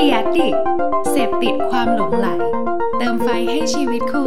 The Addict เสพติดความหลงใหลเติมไฟให้ชีวิตคุณ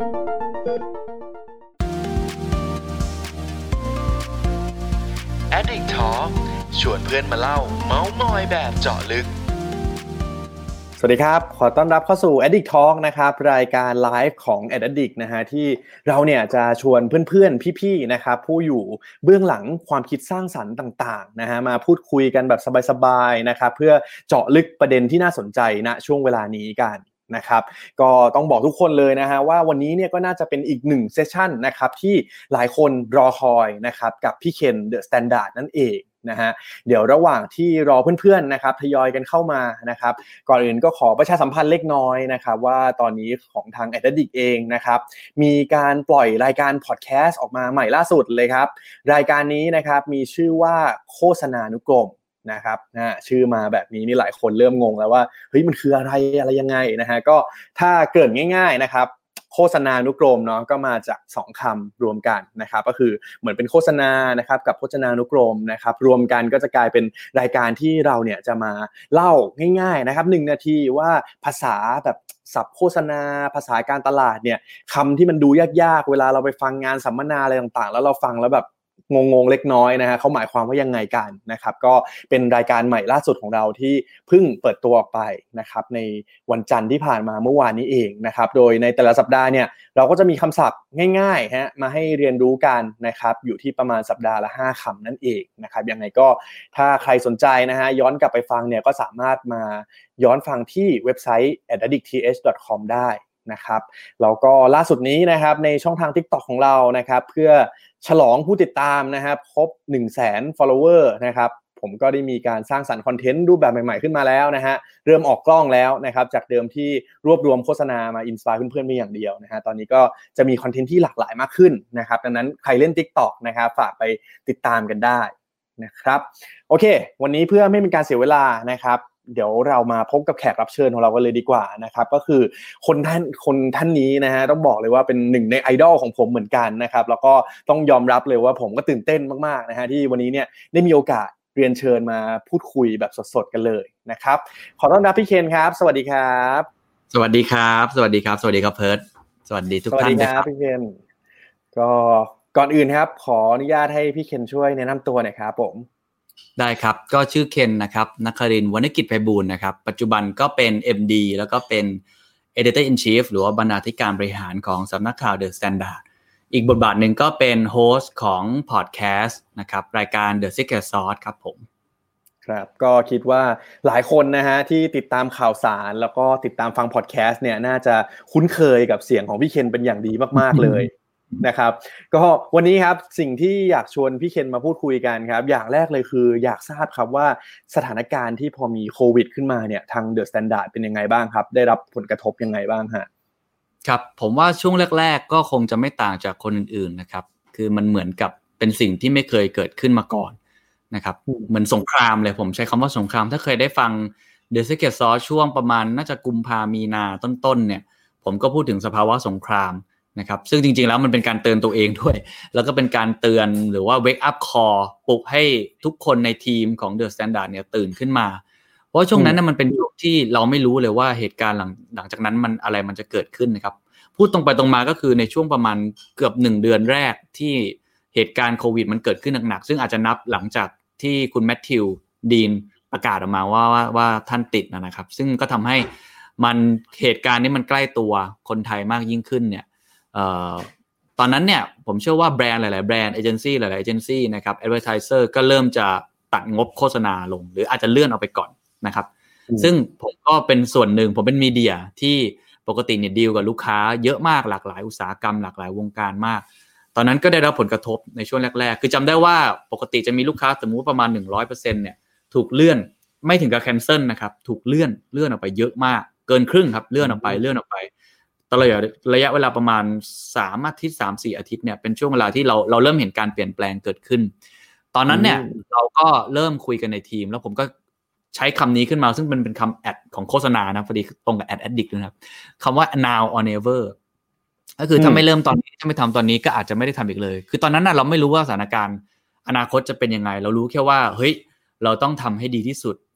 Addict Talk ชวนเพื่อนมาเล่าเม้าท์มอยแบบเจาะลึกสวัสดีครับขอต้อนรับเข้าสู่ Addict Talk นะครับรายการไลฟ์ของ Addict นะฮะที่เราเนี่ยจะชวนเพื่อนๆพี่ๆนะครับผู้อยู่เบื้องหลังความคิดสร้างสรรค์ต่างๆนะฮะมาพูดคุยกันแบบสบายๆนะครับเพื่อเจาะลึกประเด็นที่น่าสนใจณช่วงเวลานี้กันนะครับก็ต้องบอกทุกคนเลยนะฮะว่าวันนี้เนี่ยก็น่าจะเป็นอีก1เซสชั่นนะครับที่หลายคนรอคอยนะครับกับพี่เคนเดอะสแตนดาร์ดนั่นเองนะฮะเดี๋ยวระหว่างที่รอเพื่อนๆนะครับทยอยกันเข้ามานะครับก่อนอื่นก็ขอประชาสัมพันธ์เล็กน้อยนะครับว่าตอนนี้ของทาง Addict เองนะครับมีการปล่อยรายการพอดแคสต์ออกมาใหม่ล่าสุดเลยครับรายการนี้นะครับมีชื่อว่าโฆษณานุกรมนะครับชื่อมาแบบนี้นี่หลายคนเริ่มงงแล้วว่าเฮ้ยมันคืออะไรยังไงนะฮะก็ถ้าเกริ่นง่ายๆนะครับโฆษณานุกรมเนาะก็มาจาก2คำรวมกันนะครับก็คือเหมือนเป็นโฆษณานะครับกับพจนานุกรมนะครับรวมกันก็จะกลายเป็นรายการที่เราเนี่ยจะมาเล่าง่ายๆนะครับ1นาทีว่าภาษาแบบศัพท์โฆษณาภาษาการตลาดเนี่ยคำที่มันดูยากๆเวลาเราไปฟังงานสัมมนาอะไรต่างๆแล้วเราฟังแล้วแบบงงๆเล็กน้อยนะฮะเขาหมายความว่ายังไงกันนะครับก็เป็นรายการใหม่ล่าสุดของเราที่เพิ่งเปิดตัวออกไปนะครับในวันจันทร์ที่ผ่านมาเมื่อวานนี้เองนะครับโดยในแต่ละสัปดาห์เนี่ยเราก็จะมีคำศัพท์ง่ายๆฮะมาให้เรียนรู้กันนะครับอยู่ที่ประมาณสัปดาห์ละ5คำนั่นเองนะครับยังไงก็ถ้าใครสนใจนะฮะย้อนกลับไปฟังเนี่ยก็สามารถมาย้อนฟังที่เว็บไซต์ addictth.com ได้นะครับแล้วก็ล่าสุดนี้นะครับในช่องทาง TikTok ของเรานะครับเพื่อฉลองผู้ติดตามนะครับครบ 100,000 follower นะครับผมก็ได้มีการสร้างสรรค์คอนเทนต์รูปแบบใหม่ๆขึ้นมาแล้วนะฮะเริ่มออกกล้องแล้วนะครับจากเดิมที่รวบรวมโฆษณามาอินสไปร์เพื่อนๆไม่อย่างเดียวนะฮะตอนนี้ก็จะมีคอนเทนต์ที่หลากหลายมากขึ้นนะครับดังนั้นใครเล่น TikTok นะครับฝากไปติดตามกันได้นะครับโอเควันนี้เพื่อไม่เป็นการเสียเวลานะครับเดี๋ยวเรามาพบกับแขกรับเชิญของเรากันเลยดีกว่านะครับก็คือคนท่านนี้นะฮะต้องบอกเลยว่าเป็นหนึ่งในไอดอลของผมเหมือนกันนะครับแล้วก็ต้องยอมรับเลยว่าผมก็ตื่นเต้นมากๆนะฮะที่วันนี้เนี่ยได้มีโอกาสเรียนเชิญมาพูดคุยแบบสดๆกันเลยนะครับขอต้อนรับพี่เคนครับสวัสดีครับสวัสดีครับสวัสดีครับสวัสดีครับเพิร์ทสวัสดีทุกท่านครับพี่เคนก็ก่อนอื่นครับขออนุญาตให้พี่เคนช่วยแนะนำตัวหน่อยครับผมได้ครับก็ชื่อเคนนะครับนครินทร์วรรณกิจไพบูลย์นะครับปัจจุบันก็เป็น MD แล้วก็เป็น Editor in Chief หรือว่าบรรณาธิการบริหารของสำนักข่าว The Standard อีกบทบาทหนึ่งก็เป็นโฮสต์ของพอดแคสต์นะครับรายการ The Secret Sauce ครับผมครับก็คิดว่าหลายคนนะฮะที่ติดตามข่าวสารแล้วก็ติดตามฟังพอดแคสต์เนี่ยน่าจะคุ้นเคยกับเสียงของพี่เคนเป็นอย่างดีมากๆเลยนะครับก็วันนี้ครับสิ่งที่อยากชวนพี่เคนมาพูดคุยกันครับอย่างแรกเลยคืออยากทราบครับว่าสถานการณ์ที่พอมีโควิดขึ้นมาเนี่ยทาง The Standard เป็นยังไงบ้างครับได้รับผลกระทบยังไงบ้างฮะครับผมว่าช่วงแรกๆก็คงจะไม่ต่างจากคนอื่นๆนะครับคือมันเหมือนกับเป็นสิ่งที่ไม่เคยเกิดขึ้นมาก่อนนะครับเหมือนสงครามเลยผมใช้คำว่าสงครามถ้าเคยได้ฟัง The Secret Sauce ช่วงประมาณน่าจะกุมภามีนาต้นๆเนี่ยผมก็พูดถึงสภาวะสงครามนะครับซึ่งจริงๆแล้วมันเป็นการเตือนตัวเองด้วยแล้วก็เป็นการเตือนหรือว่า wake up call ปลุกให้ทุกคนในทีมของ The Standard เนี่ยตื่นขึ้นมาเพราะช่วงนั้นมันเป็นช่วงที่เราไม่รู้เลยว่าเหตุการณ์หลังจากนั้นมันอะไรมันจะเกิดขึ้นนะครับพูดตรงไปตรงมาก็คือในช่วงประมาณเกือบ1เดือนแรกที่เหตุการณ์โควิดมันเกิดขึ้นหนักๆซึ่งอาจจะนับหลังจากที่คุณแมทธิวดีนประกาศออกมาว่าท่านติดนะครับซึ่งก็ทำให้มันเหตุการณ์นี้มันใกล้ตัวคนไทยมากยิ่งขึ้นเนี่ยตอนนั้นเนี่ยผมเชื่อว่าแบรนด์หลายๆแบรนด์เอเจนซี่หลายๆเอเจนซี่นะครับแอดเวอร์ไทเซอร์ก็เริ่มจะตัดงบโฆษณาลงหรืออาจจะเลื่อนเอาไปก่อนนะครับซึ่งผมก็เป็นส่วนหนึ่งผมเป็นมีเดียที่ปกติเนี่ยดีลกับลูกค้าเยอะมากหลากหลายอุตสาหกรรมหลากหลายวงการมากตอนนั้นก็ได้รับผลกระทบในช่วงแรกๆคือจำได้ว่าปกติจะมีลูกค้าสมมุติประมาณ 100% เนี่ยถูกเลื่อนไม่ถึงกับแคนเซิลนะครับถูกเลื่อนออกไปเยอะมากเกินครึ่งครับเลื่อนออกไปตลอดระยะเวลาประมาณ3อาทิตย์ 3-4 อาทิตย์เนี่ยเป็นช่วงเวลาที่เราเริ่มเห็นการเปลี่ยนแปลงเกิดขึ้นตอนนั้นเนี่ยเราก็เริ่มคุยกันในทีมแล้วผมก็ใช้คำนี้ขึ้นมาซึ่งเป็นคำแอดของโฆษณานะพอดีตรงกับAddictนะครับคำว่า now or never ก็คือถ้าไม่เริ่มตอนนี้ถ้าไม่ทำตอนนี้ก็อาจจะไม่ได้ทำอีกเลยคือตอนนั้นเราไม่รู้ว่าสถานการณ์อนาคตจะเป็นยังไงเรารู้แค่ว่าเฮ้ยเราต้องทำให้ดีที่สุด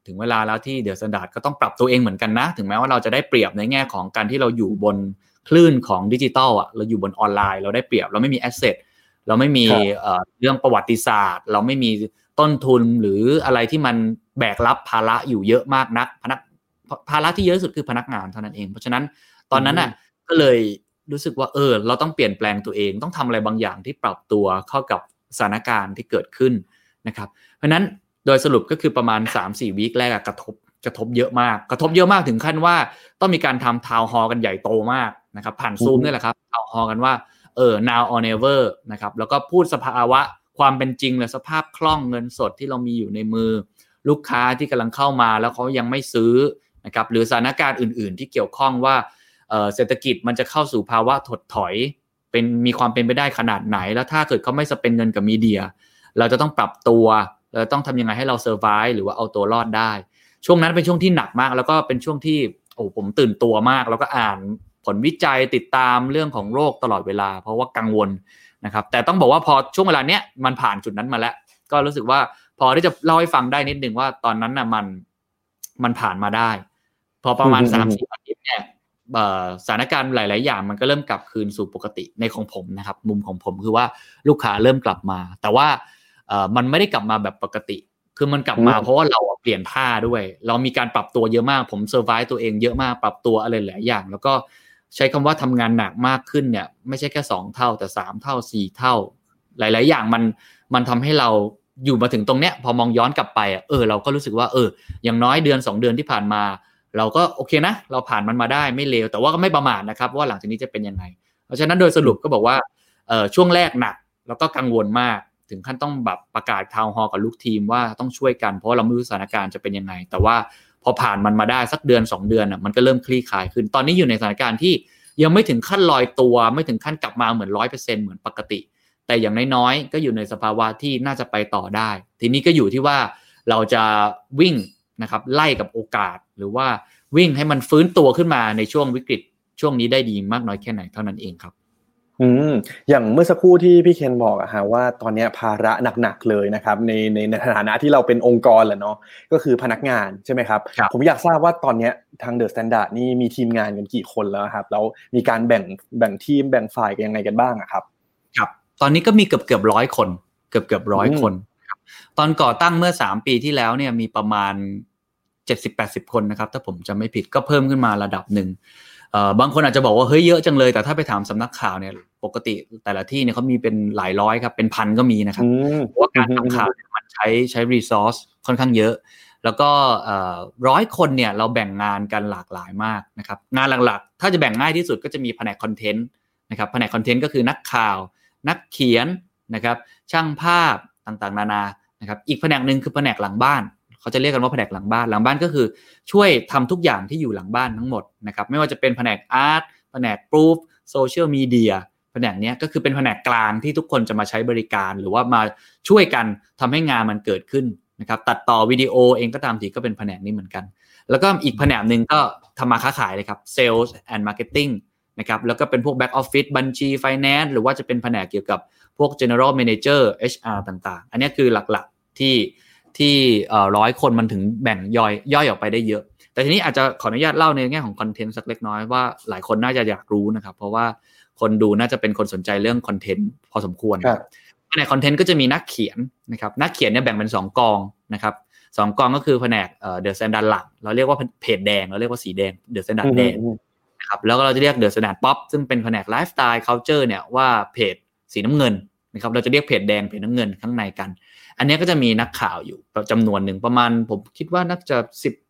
ถึงเวลาแล้วที่เดอะสแตนดาร์ดก็ต้องปรับตัวเองเหมือนกันนะถึงแม้ว่าเราจะได้เปรียบในแง่ของการที่เราอยู่บนคลื่นของดิจิทัลอ่ะเราอยู่บนออนไลน์เราได้เปรียบเราไม่มีแอสเซทเราไม่มีเรื่องประวัติศาสตร์เราไม่มีต้นทุนหรืออะไรที่มันแบกรับภาระอยู่เยอะมากนักภาระที่เยอะที่สุดคือพนักงานเท่านั้นเองเพราะฉะนั้นตอนนั้นน่ะก็เลยรู้สึกว่าเราต้องเปลี่ยนแปลงตัวเองต้องทำอะไรบางอย่างที่ปรับตัวเข้ากับสถานการณ์ที่เกิดขึ้นนะครับเพราะฉะนั้นโดยสรุปก็คือประมาณ 3-4 วีคแรกกระทบเยอะมากถึงขั้นว่าต้องมีการทำทาวน์ฮอลล์กันใหญ่โตมากนะครับผ่านซูมนี่แหละครับทาวน์ฮอลล์กันว่าnow or never นะครับแล้วก็พูดสภาวะความเป็นจริงและสภาพคล่องเงินสดที่เรามีอยู่ในมือลูกค้าที่กำลังเข้ามาแล้วเขายังไม่ซื้อนะครับหรือสถานการณ์อื่นๆที่เกี่ยวข้องว่าเศรษฐกิจมันจะเข้าสู่ภาวะถดถอยมีความเป็นไปได้ขนาดไหนแล้วถ้าเกิดเขาไม่สเปนเงินกับมีเดียเราจะต้องปรับตัวเราต้องทำยังไงให้เราเซอร์ไวฟ์หรือว่าเอาตัวรอดได้ช่วงนั้นเป็นช่วงที่หนักมากแล้วก็เป็นช่วงที่ผมตื่นตัวมากแล้วก็อ่านผลวิจัยติดตามเรื่องของโรคตลอดเวลาเพราะว่ากังวลนะครับแต่ต้องบอกว่าพอช่วงเวลาเนี้ยมันผ่านจุดนั้นมาแล้วก็รู้สึกว่าพอที่จะเล่าให้ฟังได้นิดนึงว่าตอนนั้นน่ะมันผ่านมาได้พอประมาณ 3-4 อาทิตย์เนี่ยสถานการณ์หลายๆอย่างมันก็เริ่มกลับคืนสู่ปกติในของผมนะครับมุมของผมคือว่าลูกค้าเริ่มกลับมาแต่ว่ามันไม่ได้กลับมาแบบปกติคือมันกลับมาเพราะว่าเราเปลี่ยนท่าด้วยเรามีการปรับตัวเยอะมากผมเซอร์ไวฟ์ตัวเองเยอะมากปรับตัวอะไรหลายอย่างแล้วก็ใช้คำว่าทำงานหนักมากขึ้นเนี่ยไม่ใช่แค่2เท่าแต่3เท่า4เท่าหลายๆอย่างมันทำให้เราอยู่มาถึงตรงเนี้ยพอมองย้อนกลับไปเราก็รู้สึกว่าอย่างน้อยเดือน2เดือนที่ผ่านมาเราก็โอเคนะเราผ่านมันมาได้ไม่เลวแต่ว่าก็ไม่ประมาทนะครับว่าหลังจากนี้จะเป็นยังไงเพราะฉะนั้นโดยสรุปก็บอกว่าช่วงแรกหนักแล้วก็กังวลมากถึงขั้นต้องแบบประกาศทาวน์ฮอลล์กับลูกทีมว่าต้องช่วยกันเพราะเราไม่รู้สถานการณ์จะเป็นยังไงแต่ว่าพอผ่านมันมาได้สักเดือน2เดือนมันก็เริ่มคลี่คลายขึ้นตอนนี้อยู่ในสถานการณ์ที่ยังไม่ถึงขั้นลอยตัวไม่ถึงขั้นกลับมาเหมือน 100% เหมือนปกติแต่อย่างน้อยๆก็อยู่ในสภาวะที่น่าจะไปต่อได้ทีนี้ก็อยู่ที่ว่าเราจะวิ่งนะครับไล่กับโอกาสหรือว่าวิ่งให้มันฟื้นตัวขึ้นมาในช่วงวิกฤตช่วงนี้ได้ดีมากน้อยแค่ไหนเท่านั้นเองครับอย่างเมื่อสักครู่ที่พี่เคนบอกอะฮะว่าตอนนี้ภาระหนักๆเลยนะครับในฐานะที่เราเป็นองค์กรแหละเนาะก็คือพนักงานใช่ไหมครับผมอยากทราบว่าตอนนี้ทาง The Standard นี่มีทีมงานกันกี่คนแล้วครับแล้วมีการแบ่งทีมแบ่งฝ่ายกันยังไงกันบ้างอะครับครับตอนนี้ก็มีเกือบ100คนเกือบ100คนครับตอนก่อตั้งเมื่อ3ปีที่แล้วเนี่ยมีประมาณ 70-80 คนนะครับถ้าผมจำไม่ผิดก็เพิ่มขึ้นมาระดับหนึ่งบางคนอาจจะบอกว่าเฮ้ยเยอะจังเลยแต่ถ้าไปถามสำนักข่าวเนี่ยปกติแต่ละที่เนี่ยเขามีเป็นหลายร้อยครับเป็นพันก็มีนะครับเพราะว่าการทำข่าวเนี่ยมันใช้ resource ค่อนข้างเยอะแล้วก็100 คนเนี่ยเราแบ่งงานกันหลากหลายมากนะครับงานหลักๆถ้าจะแบ่งง่ายที่สุดก็จะมีแผนกคอนเทนต์นะครับแผนกคอนเทนต์ก็คือนักข่าวนักเขียนนะครับช่างภาพต่างๆนานานะครับอีกแผนกนึงคือแผนกหลังบ้านเขาจะเรียกกันว่าแผนกหลังบ้านก็คือช่วยทำทุกอย่างที่อยู่หลังบ้านทั้งหมดนะครับไม่ว่าจะเป็นแผนกอาร์ตแผนก proof social media แผนกนี้ก็คือเป็นแผนกกลางที่ทุกคนจะมาใช้บริการหรือว่ามาช่วยกันทำให้งานมันเกิดขึ้นนะครับตัดต่อวิดีโอเองก็ตามทีก็เป็นแผนกนี้เหมือนกันแล้วก็อีกแผนกนึงก็ทำมาค้าขายเลยครับ sales and marketing นะครับแล้วก็เป็นพวก back office บัญชี finance หรือว่าจะเป็นแผนกเกี่ยวกับพวก general manager HR ต่างๆอันนี้คือหลักๆที่100 คนมันถึงแบ่งย่อยออกไปได้เยอะแต่ทีนี้อาจจะขออนุญาตเล่าในแง่ของคอนเทนต์สักเล็กน้อยว่าหลายคนน่าจะอยากรู้นะครับเพราะว่าคนดูน่าจะเป็นคนสนใจเรื่องคอนเทนต์พอสมควรในคอนเทนต์ก็จะมีนักเขียนนะครับนักเขียนเนี่ยแบ่งเป็น2กองนะครับ2กองก็คือแผนกThe Standard หลักเราเรียกว่าเพจแดงเราเรียกว่าสีแดง The Standard แดงนะครับแล้วก็เราจะเรียก The Standard Pop ซึ่งเป็นแผนก Lifestyle Culture เนี่ยว่าเพจสีน้ำเงินนะครับเราจะเรียกเพจแดงเพจน้ำเงินข้างในกันอันนี้ก็จะมีนักข่าวอยู่จำนวนหนึ่งประมาณผมคิดว่าน่าจะ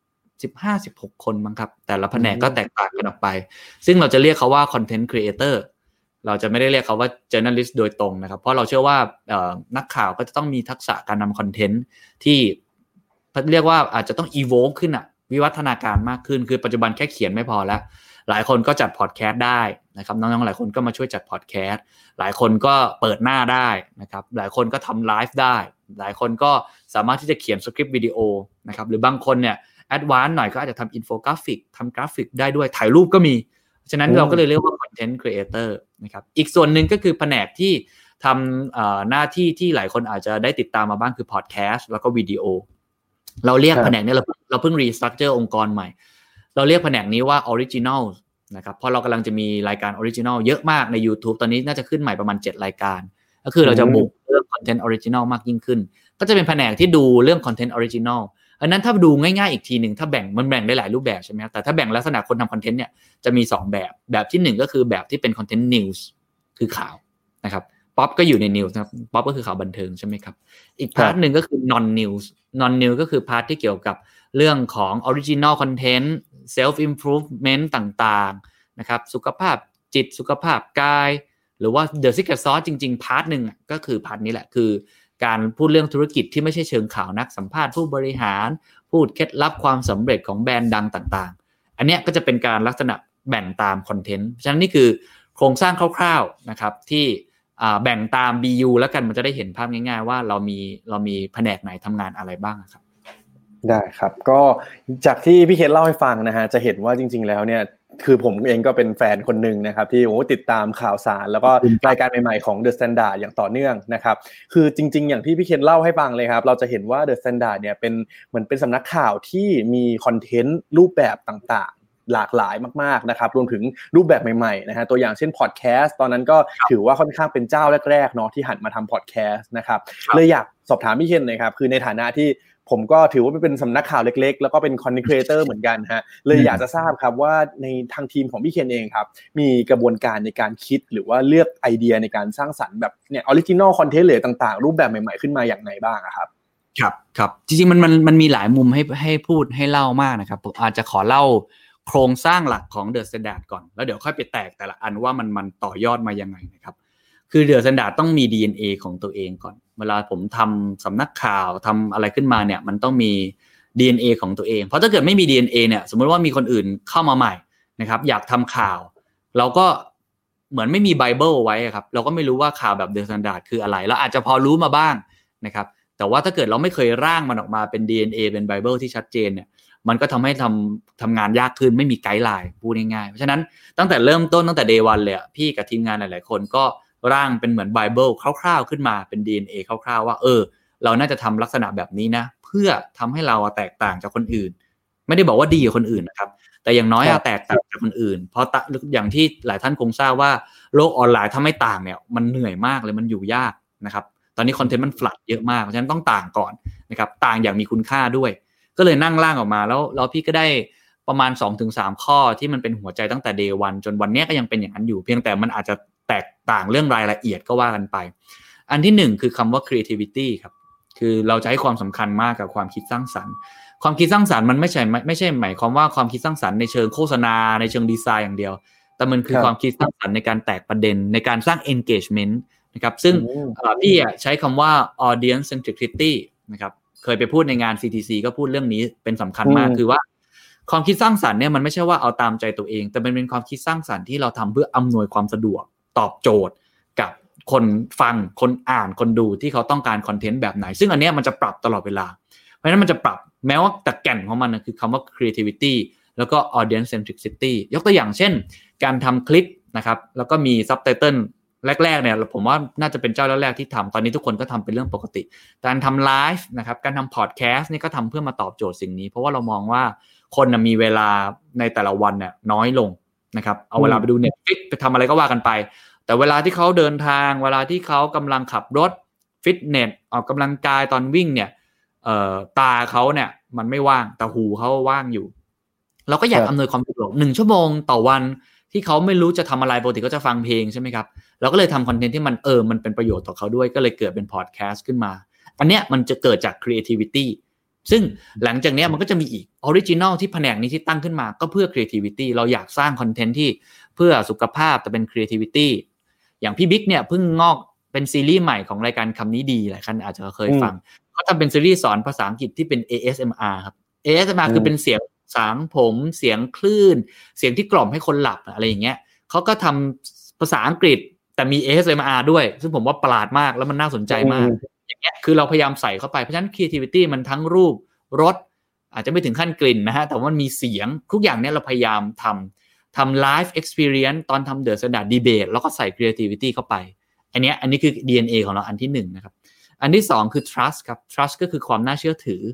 15-16 คนมั้งครับแต่ละแผนกก็แตกต่างกันออกไปซึ่งเราจะเรียกเขาว่า Content Creator เราจะไม่ได้เรียกเขาว่า Journalist โดยตรงนะครับเพราะเราเชื่อว่านักข่าวก็จะต้องมีทักษะการนำคอนเทนต์ที่เรียกว่าอาจจะต้อง evolve ขึ้นวิวัฒนาการมากขึ้นคือปัจจุบันแค่เขียนไม่พอแล้วหลายคนก็จัดพอดแคสต์ได้นะครับน้องๆหลายคนก็มาช่วยจัดพอดแคสต์หลายคนก็เปิดหน้าได้นะครับหลายคนก็ทำไลฟ์ได้หลายคนก็สามารถที่จะเขียนสคริปต์วิดีโอนะครับหรือบางคนเนี่ยแอดวานซ์หน่อยก็อาจจะทำอินโฟกราฟิกทำกราฟิกได้ด้วยถ่ายรูปก็มีฉะนั้นเราก็เลยเรียกว่าคอนเทนต์ครีเอเตอร์นะครับอีกส่วนหนึ่งก็คือแผนกที่ทำหน้าที่ที่หลายคนอาจจะได้ติดตามมาบ้างคือพอดแคสต์แล้วก็วิดีโอเราเรียกแผนกนี้เราเพิ่ง restructure องค์กรใหม่เราเรียกแผนกนี้ว่า original นะครับเพราะเรากำลังจะมีรายการ original เยอะมากใน YouTube ตอนนี้น่าจะขึ้นใหม่ประมาณ7รายการก็คือเราจะบุกเรื่อง content original มากยิ่งขึ้นก็จะเป็นแผนกที่ดูเรื่อง content original อันนั้นถ้าดูง่ายๆอีกทีนึงถ้าแบ่งได้หลายรูปแบบใช่ไหมครับแต่ถ้าแบ่งลักษณะคนทำคอนเทนต์เนี่ยจะมี2แบบที่1ก็คือแบบที่เป็น content news คือข่าวนะครับป๊อปก็อยู่ใน news นะครับป๊อปก็คือข่าวบันเทิงใช่ไหมครับอีกพาร์ทนึงก็คือ non news ก็คือพาร์ทที่เกี่ยวกับเรื่องของ original content self improvement ต่างๆนะครับสุขภาพจิตสุขภาพกายหรือว่า the secret sauce จริงๆพาร์ทนึงก็คือพาร์ทนี้แหละคือการพูดเรื่องธุรกิจที่ไม่ใช่เชิงข่าวนักสัมภาษณ์ผู้บริหารพูดเคล็ดลับความสำเร็จของแบรนด์ดังต่างๆอันนี้ก็จะเป็นการลักษณะแบ่งตามคอนเทนต์ฉะนั้นนี่คือโครงสร้างคร่าวๆนะครับที่แบ่งตาม BU แล้วกันมันจะได้เห็นภาพง่ายๆว่าเรามีแผนกไหนทำงานอะไรบ้างครับได้ครับก็จากที่พี่เคนเล่าให้ฟังนะฮะจะเห็นว่าจริงๆแล้วเนี่ยคือผมเองก็เป็นแฟนคนหนึ่งนะครับที่ติดตามข่าวสารแล้วก็รายการใหม่ๆของ The Standard อย่างต่อเนื่องนะครับคือจริงๆอย่างที่พี่เคนเล่าให้ฟังเลยครับเราจะเห็นว่า The Standard เนี่ยเป็นเหมือนเป็นสำนักข่าวที่มีคอนเทนต์รูปแบบต่างๆหลากหลายมากๆนะครับรวมถึงรูปแบบใหม่ๆนะฮะตัวอย่างเช่นพอดแคสต์ตอนนั้นก็ถือว่าค่อนข้างเป็นเจ้าแรกๆเนาะที่หันมาทำพอดแคสต์นะครับเลยอยากสอบถามพี่เคนหน่อยครับคือในฐานะที่ผมก็ถือว่าเป็นสำนักข่าวเล็กๆแล้วก็เป็นคอนเทนต์ครีเอเตอร์เหมือนกันฮะเลยอยากจะทราบครับว่าในทางทีมของพี่เคนเองครับมีกระบวนการในการคิดหรือว่าเลือกไอเดียในการสร้างสรรค์แบบเนี่ยออริจินอลคอนเทนต์หรือต่างๆรูปแบบใหม่ๆขึ้นมาอย่างไรบ้างครับครับจริงๆมันมีหลายมุมให้พูดให้เล่ามากนะครับผมอาจจะขอเล่าโครงสร้างหลักของ The Standard ก่อนแล้วเดี๋ยวค่อยไปแตกแต่ละอันว่ามันต่อยอดมายังไงนะครับคือ The Standard ต้องมี DNA ของตัวเองก่อนเวลาผมทำสำนักข่าวทำอะไรขึ้นมาเนี่ยมันต้องมี DNA ของตัวเองเพราะถ้าเกิดไม่มี DNA เนี่ยสมมติว่ามีคนอื่นเข้ามาใหม่นะครับอยากทำข่าวเราก็เหมือนไม่มีไบเบิลไว้ครับเราก็ไม่รู้ว่าข่าวแบบ The Standard คืออะไรเราอาจจะพอรู้มาบ้างนะครับแต่ว่าถ้าเกิดเราไม่เคยร่างมันออกมาเป็น DNA เป็นไบเบิลที่ชัดเจนเนี่ยมันก็ทำให้ทำงานยากขึ้นไม่มีไกด์ไลน์พูดง่ายๆเพราะฉะนั้นตั้งแต่เริ่มต้นตั้งแต่ Day 1เลยพี่กับทีมงานหลายๆคนก็ร่างเป็นเหมือนไบเบิลคร่าวๆขึ้นมาเป็น DNA คร่าวๆว่าเราน่าจะทำลักษณะแบบนี้นะเพื่อทำให้เราแตกต่างจากคนอื่นไม่ได้บอกว่าดีกว่าคนอื่นนะครับแต่อย่างน้อยแตกต่างจากคนอื่นเพราะอย่างที่หลายท่านคงทราบว่าโลกออนไลน์ถ้าไม่ต่างเนี่ยมันเหนื่อยมากเลยมันอยู่ยากนะครับตอนนี้คอนเทนต์มันฟลัดเยอะมากเพราะฉะนั้นต้องต่างก่อนนะครับต่างอย่างมีคุณค่าด้วยก็เลยนั่งร่างออกมาแล้วพี่ก็ได้ประมาณ 2-3 ข้อที่มันเป็นหัวใจตั้งแต่ Day 1จนวันนี้ก็ยังเป็นอย่างนั้นอยู่เพียงแต่มันอาจจะแตกต่างเรื่องรายละเอียดก็ว่ากันไปอันที่1คือคำว่า creativity ครับคือเราจะให้ความสำคัญมากกับความคิดสร้างสรรค์ความคิดสร้างสรรค์มันไม่ใช่หมายความว่าความคิดสร้างสรรค์ในเชิงโฆษณาในเชิงดีไซน์อย่างเดียวแต่มันคือความคิดสร้างสรรค์ในการแตกประเด็นในการสร้าง engagement นะครับซึ่งพี่ใช้คำว่า audience centricity นะครับเคยไปพูดในงาน CTC ก็พูดเรื่องนี้เป็นสำคัญมากคือว่าความคิดสร้างสรรค์เนี่ยมันไม่ใช่ว่าเอาตามใจตัวเองแต่มันเป็นความคิดสร้างสรรค์ที่เราทำเพื่ออำนวยความสะดวกตอบโจทย์กับคนฟังคนอ่านคนดูที่เขาต้องการคอนเทนต์แบบไหนซึ่งอันนี้มันจะปรับตลอดเวลาเพราะฉะนั้นมันจะปรับแม้ว่าแต่แก่นของมันคือคำว่า creativity แล้วก็ audience centricity ยกตัวอย่างเช่นการทำคลิปนะครับแล้วก็มี subtitle แรกๆเนี่ยผมว่าน่าจะเป็นเจ้าแรกๆที่ทำตอนนี้ทุกคนก็ทำเป็นเรื่องปกติการทำไลฟ์นะครับการทำพอดแคสต์นี่ก็ทำเพื่อมาตอบโจทย์สิ่งนี้เพราะว่าเรามองว่าคนมีเวลาในแต่ละวันเนี่ยน้อยลงนะครับเอาเวลาไปดู Netflix ไปทำอะไรก็ว่ากันไปแต่เวลาที่เขาเดินทางเวลาที่เขากำลังขับรถฟิตเนสออกกำลังกายตอนวิ่งเนี่ยตาเขาเนี่ยมันไม่ว่างแต่หูเขาว่างอยู่เราก็อยากอำนวยความสะดวก1ชั่วโมงต่อวันที่เขาไม่รู้จะทำอะไรปกติก็จะฟังเพลงใช่ไหมครับเราก็เลยทำคอนเทนต์ที่มันเป็นประโยชน์ต่อเขาด้วยก็เลยเกิดเป็นพอดแคสต์ขึ้นมาอันเนี้ยมันจะเกิดจาก creativity ซึ่งหลังจากนี้มันก็จะมีอีก original ที่แผนกนี้ที่ตั้งขึ้นมาก็เพื่อ creativity เราอยากสร้างคอนเทนต์ที่เพื่อสุขภาพแต่เป็น creativity อย่างพี่บิ๊กเนี่ยเพิ่งงอกเป็นซีรีส์ใหม่ของรายการคำนี้ดีหลายท่านอาจจะเคยฟังเขาทำเป็นซีรีส์สอนภาษาอังกฤษที่เป็น ASMR ครับ ASMR คือเป็นเสียงสางผมเสียงคลื่นเสียงที่กล่อมให้คนหลับอะไรอย่างเงี้ยเขาก็ทำภาษาอังกฤษแต่มี ASMR ด้วยซึ่งผมว่าประหลาดมากแล้วมันน่าสนใจมากอย่างเงี้ยคือเราพยายามใส่เข้าไปเพราะฉะนั้น creativity มันทั้งรูปรสอาจจะไม่ถึงขั้นกลิ่นนะฮะแต่ว่ามันมีเสียงทุกอย่างเนี่ยเราพยายามทำ live experience ตอนทำ The Standard Debate แล้วก็ใส่ creativity เข้าไปอันนี้คือ DNA ของเราอันที่1นะครับอันที่2คือ trust ครับ trust ก็คือความน่าเชื่อถือ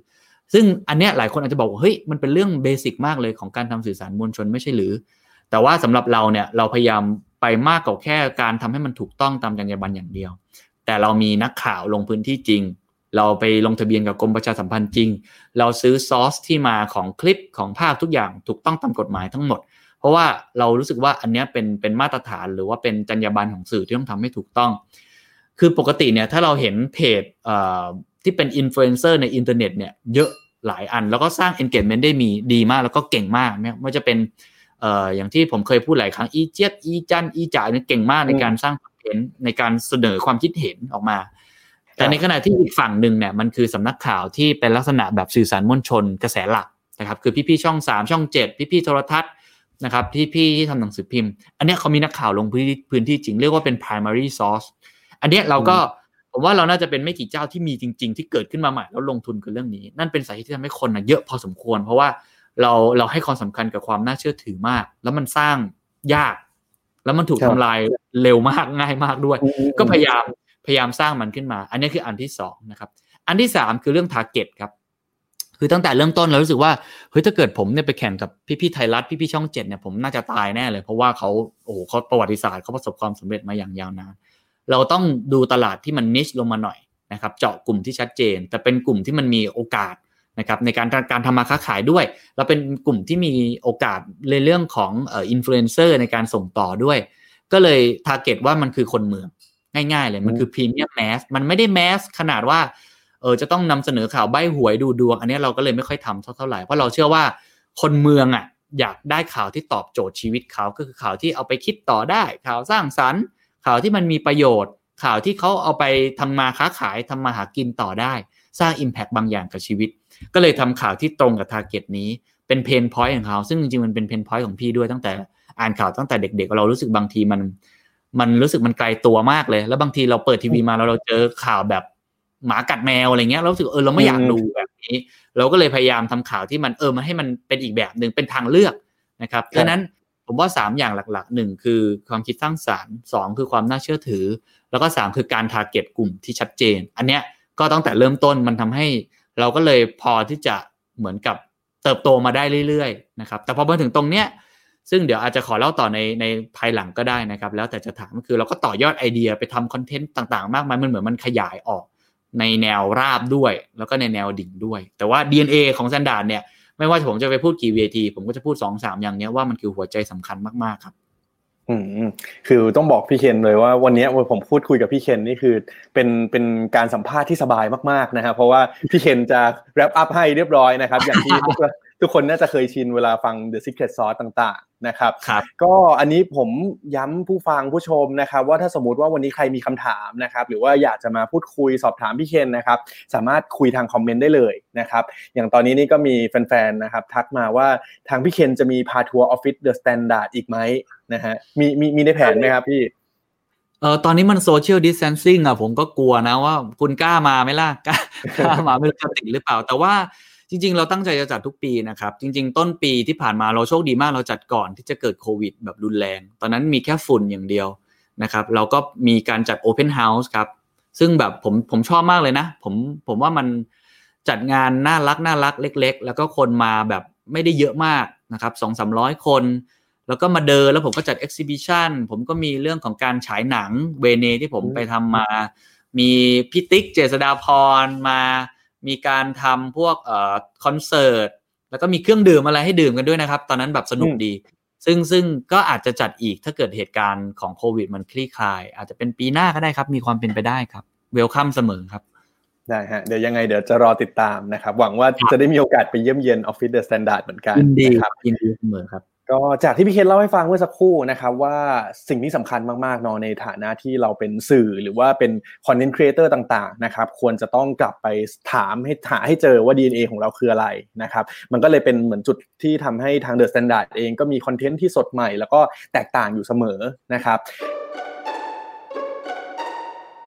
ซึ่งอันเนี้ยหลายคนอาจจะบอกว่าเฮ้ยมันเป็นเรื่องเบสิกมากเลยของการทำสื่อสารมวลชนไม่ใช่หรือแต่ว่าสำหรับเราเนี่ยเราพยายามไปมากกว่าแค่การทำให้มันถูกต้องตามจรรยาบรรณอย่างเดียวแต่เรามีนักข่าวลงพื้นที่จริงเราไปลงทะเบียนกับกรมประชาสัมพันธ์จริงเราซื้อซอสที่มาของคลิปของภาพทุกอย่างถูกต้องตามกฎหมายทั้งหมดเพราะว่าเรารู้สึกว่าอันเนี้ยเป็นมาตรฐานหรือว่าเป็นจรรยาบรรณของสื่อที่ต้องทำให้ถูกต้องคือปกติเนี่ยถ้าเราเห็นเพจที่เป็นอินฟลูเอนเซอร์ในอินเทอร์เน็ตเนี่ยเยอะหลายอันแล้วก็สร้าง engagement ได้มีดีมากแล้วก็เก่งมากไม่ว่าจะเป็นอย่างที่ผมเคยพูดหลายครั้งอีเจี๊ยบอีจันอีจ่าเนี่ยเก่งมากในการสร้างคอนเทนต์ในการเสนอความคิดเห็นออกมาแต่ในขณะที่อีกฝั่งนึงเนี่ยมันคือสำนักข่าวที่เป็นลักษณะแบบสื่อสารมวลชนกระแสหลักนะครับคือพี่ๆช่อง3ช่อง7พี่ๆโทรทัศน์นะครับพี่ๆที่ทำหนังสือพิมพ์อันเนี้ยเขามีนักข่าวลงพื้นที่จริงเรียกว่าเป็น primary source อันเนี้ยเราก็ผมว่าเราน่าจะเป็นไม่กี่เจ้าที่มีจริงๆที่เกิดขึ้นมาใหม่แล้วลงทุนกับเรื่องนี้นั่นเป็นสาเหตุที่ทำให้คนเยอะพอสมควรเพราะว่าเราให้ความสำคัญกับความน่าเชื่อถือมากแล้วมันสร้างยากแล้วมันถูกทำลายเร็วมากง่ายมากด้วยก็พยายามสร้างมันขึ้นมาอันนี้คืออันที่2นะครับอันที่3คือเรื่อง target ครับคือตั้งแต่เริ่มต้นเรารู้สึกว่าเฮ้ยถ้าเกิดผมเนี่ยไปแข่งกับพี่ๆไทยรัฐพี่ๆช่อง7เนี่ยผมน่าจะตายแน่เลยเพราะว่าเขาประวัติศาสตร์เขาประสบความสำเร็จมาอย่างยาวนานเราต้องดูตลาดที่มัน niche ลงมาหน่อยนะครับเจาะกลุ่มที่ชัดเจนแต่เป็นกลุ่มที่มันมีโอกาสนะครับในการทำมาค้าขายด้วยแล้วเป็นกลุ่มที่มีโอกาสในเรื่องของอินฟลูเอนเซอร์ในการส่งต่อด้วยก็เลยทาร์เก็ตว่ามันคือคนเมืองง่ายๆเลยมันคือพรีเมียมแมสมันไม่ได้แมสขนาดว่าจะต้องนำเสนอข่าวใบ้หวยดูดวงอันนี้เราก็เลยไม่ค่อยทำเท่าไหร่เพราะเราเชื่อว่าคนเมืองอยากได้ข่าวที่ตอบโจทย์ชีวิตเขาก็คือข่าวที่เอาไปคิดต่อได้ข่าวสร้างสรรค์ข่าวที่มันมีประโยชน์ข่าวที่เขาเอาไปทำมาค้าขายทำมาหากินต่อได้สร้าง impact บางอย่างกับชีวิตก็เลยทำข่าวที่ตรงกับ target นี้เป็น pain point ของเขาซึ่งจริงๆมันเป็น pain point ของพี่ด้วยตั้งแต่อ่านข่าวตั้งแต่เด็กๆเรารู้สึกบางทีมันรู้สึกมันไกลตัวมากเลยแล้วบางทีเราเปิดทีวีมาแล้วเราเจอข่าวแบบหมากัดแมวอะไรเงี้ยเรารู้สึกเราไม่อยากดูแบบนี้เราก็เลยพยายามทำข่าวที่มันมันให้มันเป็นอีกแบบนึงเป็นทางเลือกนะครับดังนั้นผมว่า3อย่างหลักๆ1คือความคิดสร้างสรรค์2คือความน่าเชื่อถือแล้วก็3คือการทาร์เก็ตกลุ่มที่ชัดเจนอันเนี้ยก็ตั้งแต่เริ่มต้นมันทำให้เราก็เลยพอที่จะเหมือนกับเติบโตมาได้เรื่อยๆนะครับแต่พอมาถึงตรงเนี้ยซึ่งเดี๋ยวอาจจะขอเล่าต่อในภายหลังก็ได้นะครับแล้วแต่จะถามก็คือเราก็ต่อยอดไอเดียไปทำคอนเทนต์ต่างๆมากมายมันเหมือนมันขยายออกในแนวราบด้วยแล้วก็ในแนวดิ่งด้วยแต่ว่า DNA ของ Standard เนี่ยไม่ว่าผมจะไปพูดกี่เวทีผมก็จะพูด 2-3 อย่างนี้ว่ามันคือหัวใจสำคัญมากๆครับคือต้องบอกพี่เคนเลยว่าวันนี้ผมพูดคุยกับพี่เคนนี่คือเป็นการสัมภาษณ์ที่สบายมากๆนะครับเพราะว่าพี่เคนจะแรปอัพให้เรียบร้อยนะครับอย่างที่ทุกคนน่าจะเคยชินเวลาฟัง The Secret Sauce ต่างๆนะครับก็อันนี้ผมย้ำผู้ฟังผู้ชมนะครับว่าถ้าสมมุติว่าวันนี้ใครมีคำถามนะครับหรือว่าอยากจะมาพูดคุยสอบถามพี่เคนนะครับสามารถคุยทางคอมเมนต์ได้เลยนะครับอย่างตอนนี้นี่ก็มีแฟนๆนะครับทักมาว่าทางพี่เคนจะมีพาทัวร์ออฟฟิศ The Standard อีกไหมนะฮะมีในแผนไหมครับพี่ตอนนี้มันโซเชียลดิสแทนซิ่งผมก็กลัวนะว่าคุณกล้ามาไหมล่ะกล้ามาไม่รู้จะติดหรือเปล่าแต่ว่าจริงๆเราตั้งใจจะจัดทุกปีนะครับจริงๆต้นปีที่ผ่านมาเราโชคดีมากเราจัดก่อนที่จะเกิดโควิดแบบรุนแรงตอนนั้นมีแค่ฝุ่นอย่างเดียวนะครับเราก็มีการจัด Open House ครับซึ่งแบบผมชอบมากเลยนะผมว่ามันจัดงานน่ารักเล็กๆแล้วก็คนมาแบบไม่ได้เยอะมากนะครับ 200-300 คนแล้วก็มาเดินแล้วผมก็จัด exhibition ผมก็มีเรื่องของการฉายหนังเวเนที่ผมไปทำมามีพี่ติ๊กเจษฎาพรมามีการทำพวกคอนเสิร์ตแล้วก็มีเครื่องดื่มอะไรให้ดื่มกันด้วยนะครับตอนนั้นแบบสนุกดีซึ่งก็อาจจะจัดอีกถ้าเกิดเหตุการณ์ของโควิดมันคลี่คลายอาจจะเป็นปีหน้าก็ได้ครับมีความเป็นไปได้ครับเวลคัมเสมอครับได้ฮะเดี๋ยวยังไงเดี๋ยวจะรอติดตามนะครับหวังว่าจะได้มีโอกาสไปเยี่ยมเยียนออฟฟิศ The Standard เหมือนกันนะครับยินดีเสมอครับก็จากที่พี่เคนเล่าให้ฟังเมื่อสักครู่นะครับว่าสิ่งที่สำคัญมากๆเนาะในฐานะที่เราเป็นสื่อหรือว่าเป็นคอนเทนต์ครีเอเตอร์ต่างๆนะครับควรจะต้องกลับไปถามให้เจอว่า DNA ของเราคืออะไรนะครับมันก็เลยเป็นเหมือนจุดที่ทำให้ทาง The Standard เองก็มีคอนเทนต์ที่สดใหม่แล้วก็แตกต่างอยู่เสมอนะครับ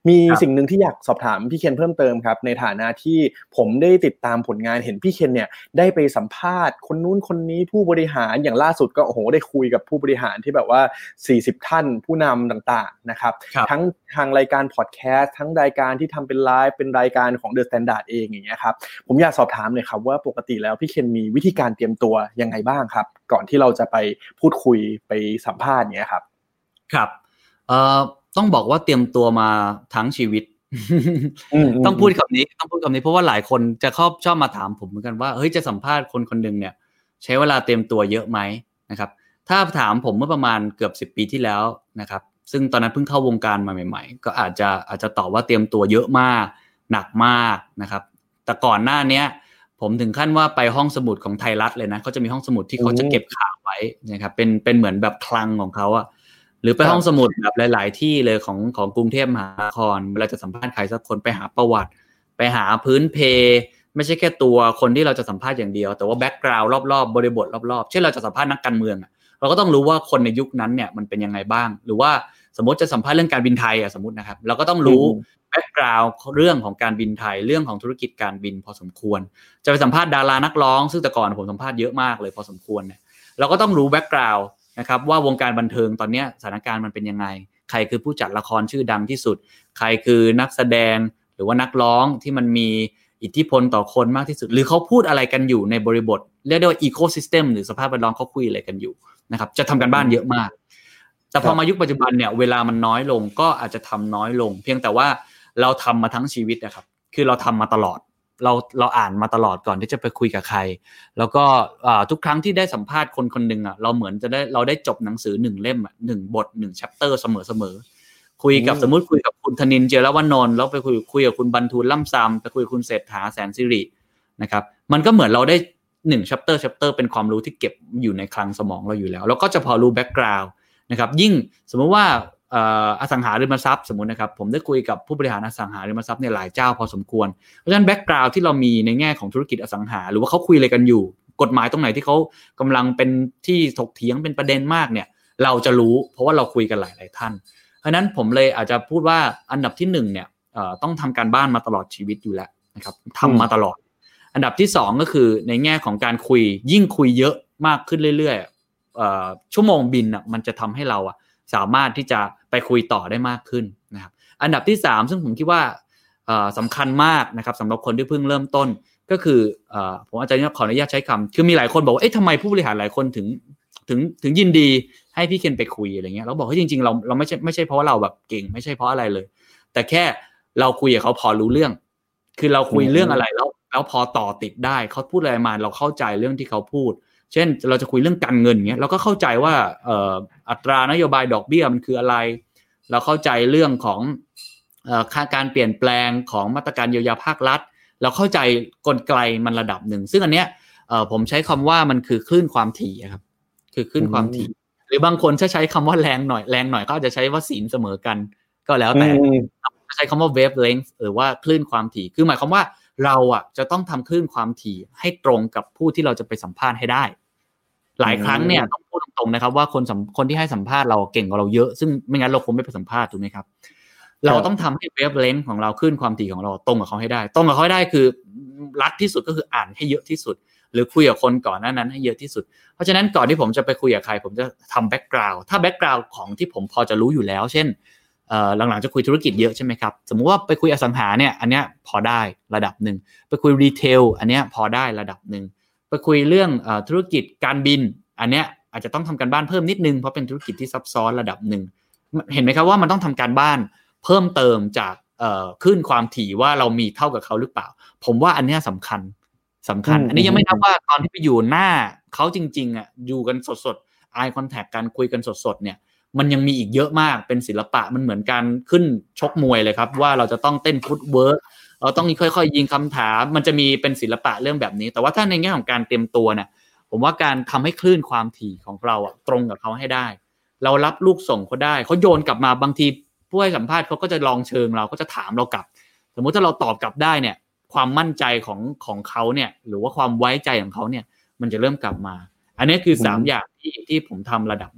มีสิ่งหนึ่งที่อยากสอบถามพี่เคนเพิ่มเติมครับในฐานะที่ผมได้ติดตามผลงานเห็นพี่เคนเนี่ยได้ไปสัมภาษณ์คนนู้นคนนี้ผู้บริหารอย่างล่าสุดก็โอ้โหได้คุยกับผู้บริหารที่แบบว่า40ท่านผู้นำต่างๆนะครับทั้งทางรายการพอดแคสต์ทั้งรายการที่ทำเป็นไลฟ์เป็นรายการของ The Standard เองอย่างเงี้ยครับผมอยากสอบถามเลยครับว่าปกติแล้วพี่เคนมีวิธีการเตรียมตัวยังไงบ้างครับก่อนที่เราจะไปพูดคุยไปสัมภาษณ์เงี้ยครับครับต้องบอกว่าเตรียมตัวมาทั้งชีวิต ต้องพูดคำนี้เพราะว่าหลายคนจะชอบมาถามผมเหมือนกันว่าเฮ้ยจะสัมภาษณ์คนนึงเนี่ยใช้เวลาเตรียมตัวเยอะไหมนะครับถ้าถามผมเมื่อประมาณเกือบ10ปีที่แล้วนะครับซึ่งตอนนั้นเพิ่งเข้าวงการมาใหม่ๆก็อาจจะตอบว่าเตรียมตัวเยอะมากหนักมากนะครับแต่ก่อนหน้านี้ผมถึงขั้นว่าไปห้องสมุดของไทยรัฐเลยนะเขาจะมีห้องสมุดที่เขาจะเก็บข่าวไว้นะครับเป็นเหมือนแบบคลังของเขาอะหรือไปห้องสมุดแบบหลายๆที่เลยของกรุงเทพมหานครเวลาจะสัมภาษณ์ใครสักคนไปหาประวัติไปหาพื้นเพไม่ใช่แค่ตัวคนที่เราจะสัมภาษณ์อย่างเดียวแต่ว่าแบ็คกราวด์รอบๆบริบทรอบๆเช่นเราจะสัมภาษณ์นักการเมืองเราก็ต้องรู้ว่าคนในยุคนั้นเนี่ยมันเป็นยังไงบ้างหรือว่าสมมติจะสัมภาษณ์เรื่องการบินไทยสมมตินะครับเราก็ต้องรู้แบ็คกราวด์เรื่องของการบินไทยเรื่องของธุรกิจการบินพอสมควรจะไปสัมภาษณ์ดารานักร้องซึ่งแต่ก่อนผมสัมภาษณ์เยอะมากเลยพอสมควรเนี่ยเราก็ต้องรู้แบ็คกราวด์นะครับว่าวงการบันเทิงตอนนี้สถานการณ์มันเป็นยังไงใครคือผู้จัดละครชื่อดังที่สุดใครคือนักแสดงหรือว่านักร้องที่มันมีอิทธิพลต่อคนมากที่สุดหรือเขาพูดอะไรกันอยู่ในบริบทเรียกได้ว่าอีโคซิสเต็มหรือสภาพแวดล้อมเขาคุยอะไรกันอยู่นะครับจะทำกันบ้านเยอะมากแต่พอมายุคปัจจุบันเนี่ยเวลามันน้อยลงก็อาจจะทำน้อยลงเพียงแต่ว่าเราทำมาทั้งชีวิตนะครับคือเราทำมาตลอดเราอ่านมาตลอดก่อนที่จะไปคุยกับใครแล้วก็ทุกครั้งที่ได้สัมภาษณ์คนนึงเราเหมือนเราได้จบหนังสือ1เล่ม1บท1 chapter เสมอคุยกับสมมุติคุยกับคุณธนินทร์ เจรวนนท์แล้วไปคุยกับคุณบรรทูลล่ำซำไปคุยกับคุณเศรษฐาแสนสิรินะครับมันก็เหมือนเราได้1 chapter เป็นความรู้ที่เก็บอยู่ในคลังสมองเราอยู่แล้วก็จะพอรู้แบ็คกราวด์นะครับยิ่งสมมติว่าอสังหาริมทรัพย์สมมุตินะครับผมได้คุยกับผู้บริหารอสังหาริมทรัพย์เนี่ยหลายเจ้าพอสมควรเพราะฉะนั้นแบ็คกราวด์ที่เรามีในแง่ของธุรกิจอสังหาหรือว่าเขาคุยอะไรกันอยู่กฎหมายตรงไหนที่เขากำลังเป็นที่ถกเถียงเป็นประเด็นมากเนี่ยเราจะรู้เพราะว่าเราคุยกันหลายท่านเพราะฉะนั้นผมเลยอาจจะพูดว่าอันดับที่1เนี่ยต้องทำการบ้านมาตลอดชีวิตอยู่แล้วนะครับทำมาตลอดอันดับที่2ก็คือในแง่ของการคุยยิ่งคุยเยอะมากขึ้นเรื่อยๆชั่วโมงบินมันจะทำให้เราสามารถที่จะไปคุยต่อได้มากขึ้นนะครับอันดับที่3ซึ่งผมคิดว่าสำคัญมากนะครับสำหรับคนที่เพิ่งเริ่มต้นก็คือผมอาจจะขออนุญาตใช้คำคือมีหลายคนบอกว่าทำไมผู้บริหารหลายคนถึงยินดีให้พี่เคนไปคุยอะไรเงี้ยเราบอกว่าจริงๆเราไม่ใช่เพราะว่าเราแบบเก่งไม่ใช่เพราะอะไรเลยแต่แค่เราคุยกับเขาพอรู้เรื่องคือเราคุยเรื่องอะไรแล้วพอต่อติดได้เขาพูดอะไรมาเราเข้าใจเรื่องที่เขาพูดเช่นเราจะคุยเรื่องการเงินเงี้ยเราก็เข้าใจว่าอัตรานโยบายดอกเบี้ยมันคืออะไรเราเข้าใจเรื่องของค่าการเปลี่ยนแปลงของมาตรการเยียวยาภาครัฐเราเข้าใจกลไกมันระดับหนึ่งซึ่งอันเนี้ยผมใช้คำว่ามันคือคลื่นความถี่ครับคือคลื่นความถี่หรือบางคนถ้าใช้คำว่าแรงหน่อยก็อาจจะใช้ว่าศีลเสมอกันก็แล้วแต่ใช้คำว่า wavelength หรือว่าคลื่นความถี่คือหมายความว่าเราจะต้องทำคลื่นความถี่ให้ตรงกับผู้ที่เราจะไปสัมภาษณ์ให้ได้หลายครั้งเนี่ยต้องพูดตรงๆนะครับว่าคนที่ให้สัมภาษณ์เราเก่งกว่าเราเยอะซึ่งไม่งั้นเราคงไม่ไปสัมภาษณ์ถูกไหมครับเราต้องทำให้ wavelength ของเราคลื่นความถี่ของเราตรงกับเขาให้ได้ตรงกับเขาให้ได้คือรัดที่สุดก็คืออ่านให้เยอะที่สุดหรือคุยกับคนก่อนหน้านั้นให้เยอะที่สุดเพราะฉะนั้นก่อนที่ผมจะไปคุยกับใครผมจะทำแบ็คกราวด์ถ้าแบ็คกราวด์ของที่ผมพอจะรู้อยู่แล้วเช่นหลังๆจะคุยธุรกิจเยอะใช่ไหมครับสมมุติว่าไปคุยอสังหาเนี่ยอันเนี้ยพอได้ระดับหนึ่งไปคุยรีเทลอันเนี้ยพอได้ระดับหนึ่งไปคุยเรื่องธุรกิจการบินอันเนี้ยอาจจะต้องทำการบ้านเพิ่มนิดนึงเพราะเป็นธุรกิจที่ซับซ้อนระดับหนึ่งเห็นไหมครับว่ามันต้องทำการบ้านเพิ่มเติมจากคลื่นความถี่ว่าเรามีเท่ากับเขาหรือเปล่าผมว่าอันเนี้ยสำคัญอันนี้ยังไม่นับว่าตอนที่ไปอยู่หน้าเขาจริงๆอยู่กันสดๆ eye contact กันคุยกันสดๆเนี่ยมันยังมีอีกเยอะมากเป็นศิลปะมันเหมือนการขึ้นชกมวยเลยครับว่าเราจะต้องเต้นฟุตเวิร์คเราต้องค่อยๆยิงคำถามมันจะมีเป็นศิลปะเรื่องแบบนี้แต่ว่าถ้าในแง่ของการเตรียมตัวเนี่ยผมว่าการทำให้คลื่นความถี่ของเราตรงกับเขาให้ได้เรารับลูกส่งเขาได้เขาโยนกลับมาบางทีผู้ให้สัมภาษณ์เขาก็จะลองเชิงเราก็จะถามเรากลับสมมุติถ้าเราตอบกลับได้เนี่ยความมั่นใจของเขาเนี่ยหรือว่าความไว้ใจของเขาเนี่ยมันจะเริ่มกลับมาอันนี้คือ3อย่างที่ผมทำระดับหนึ่ง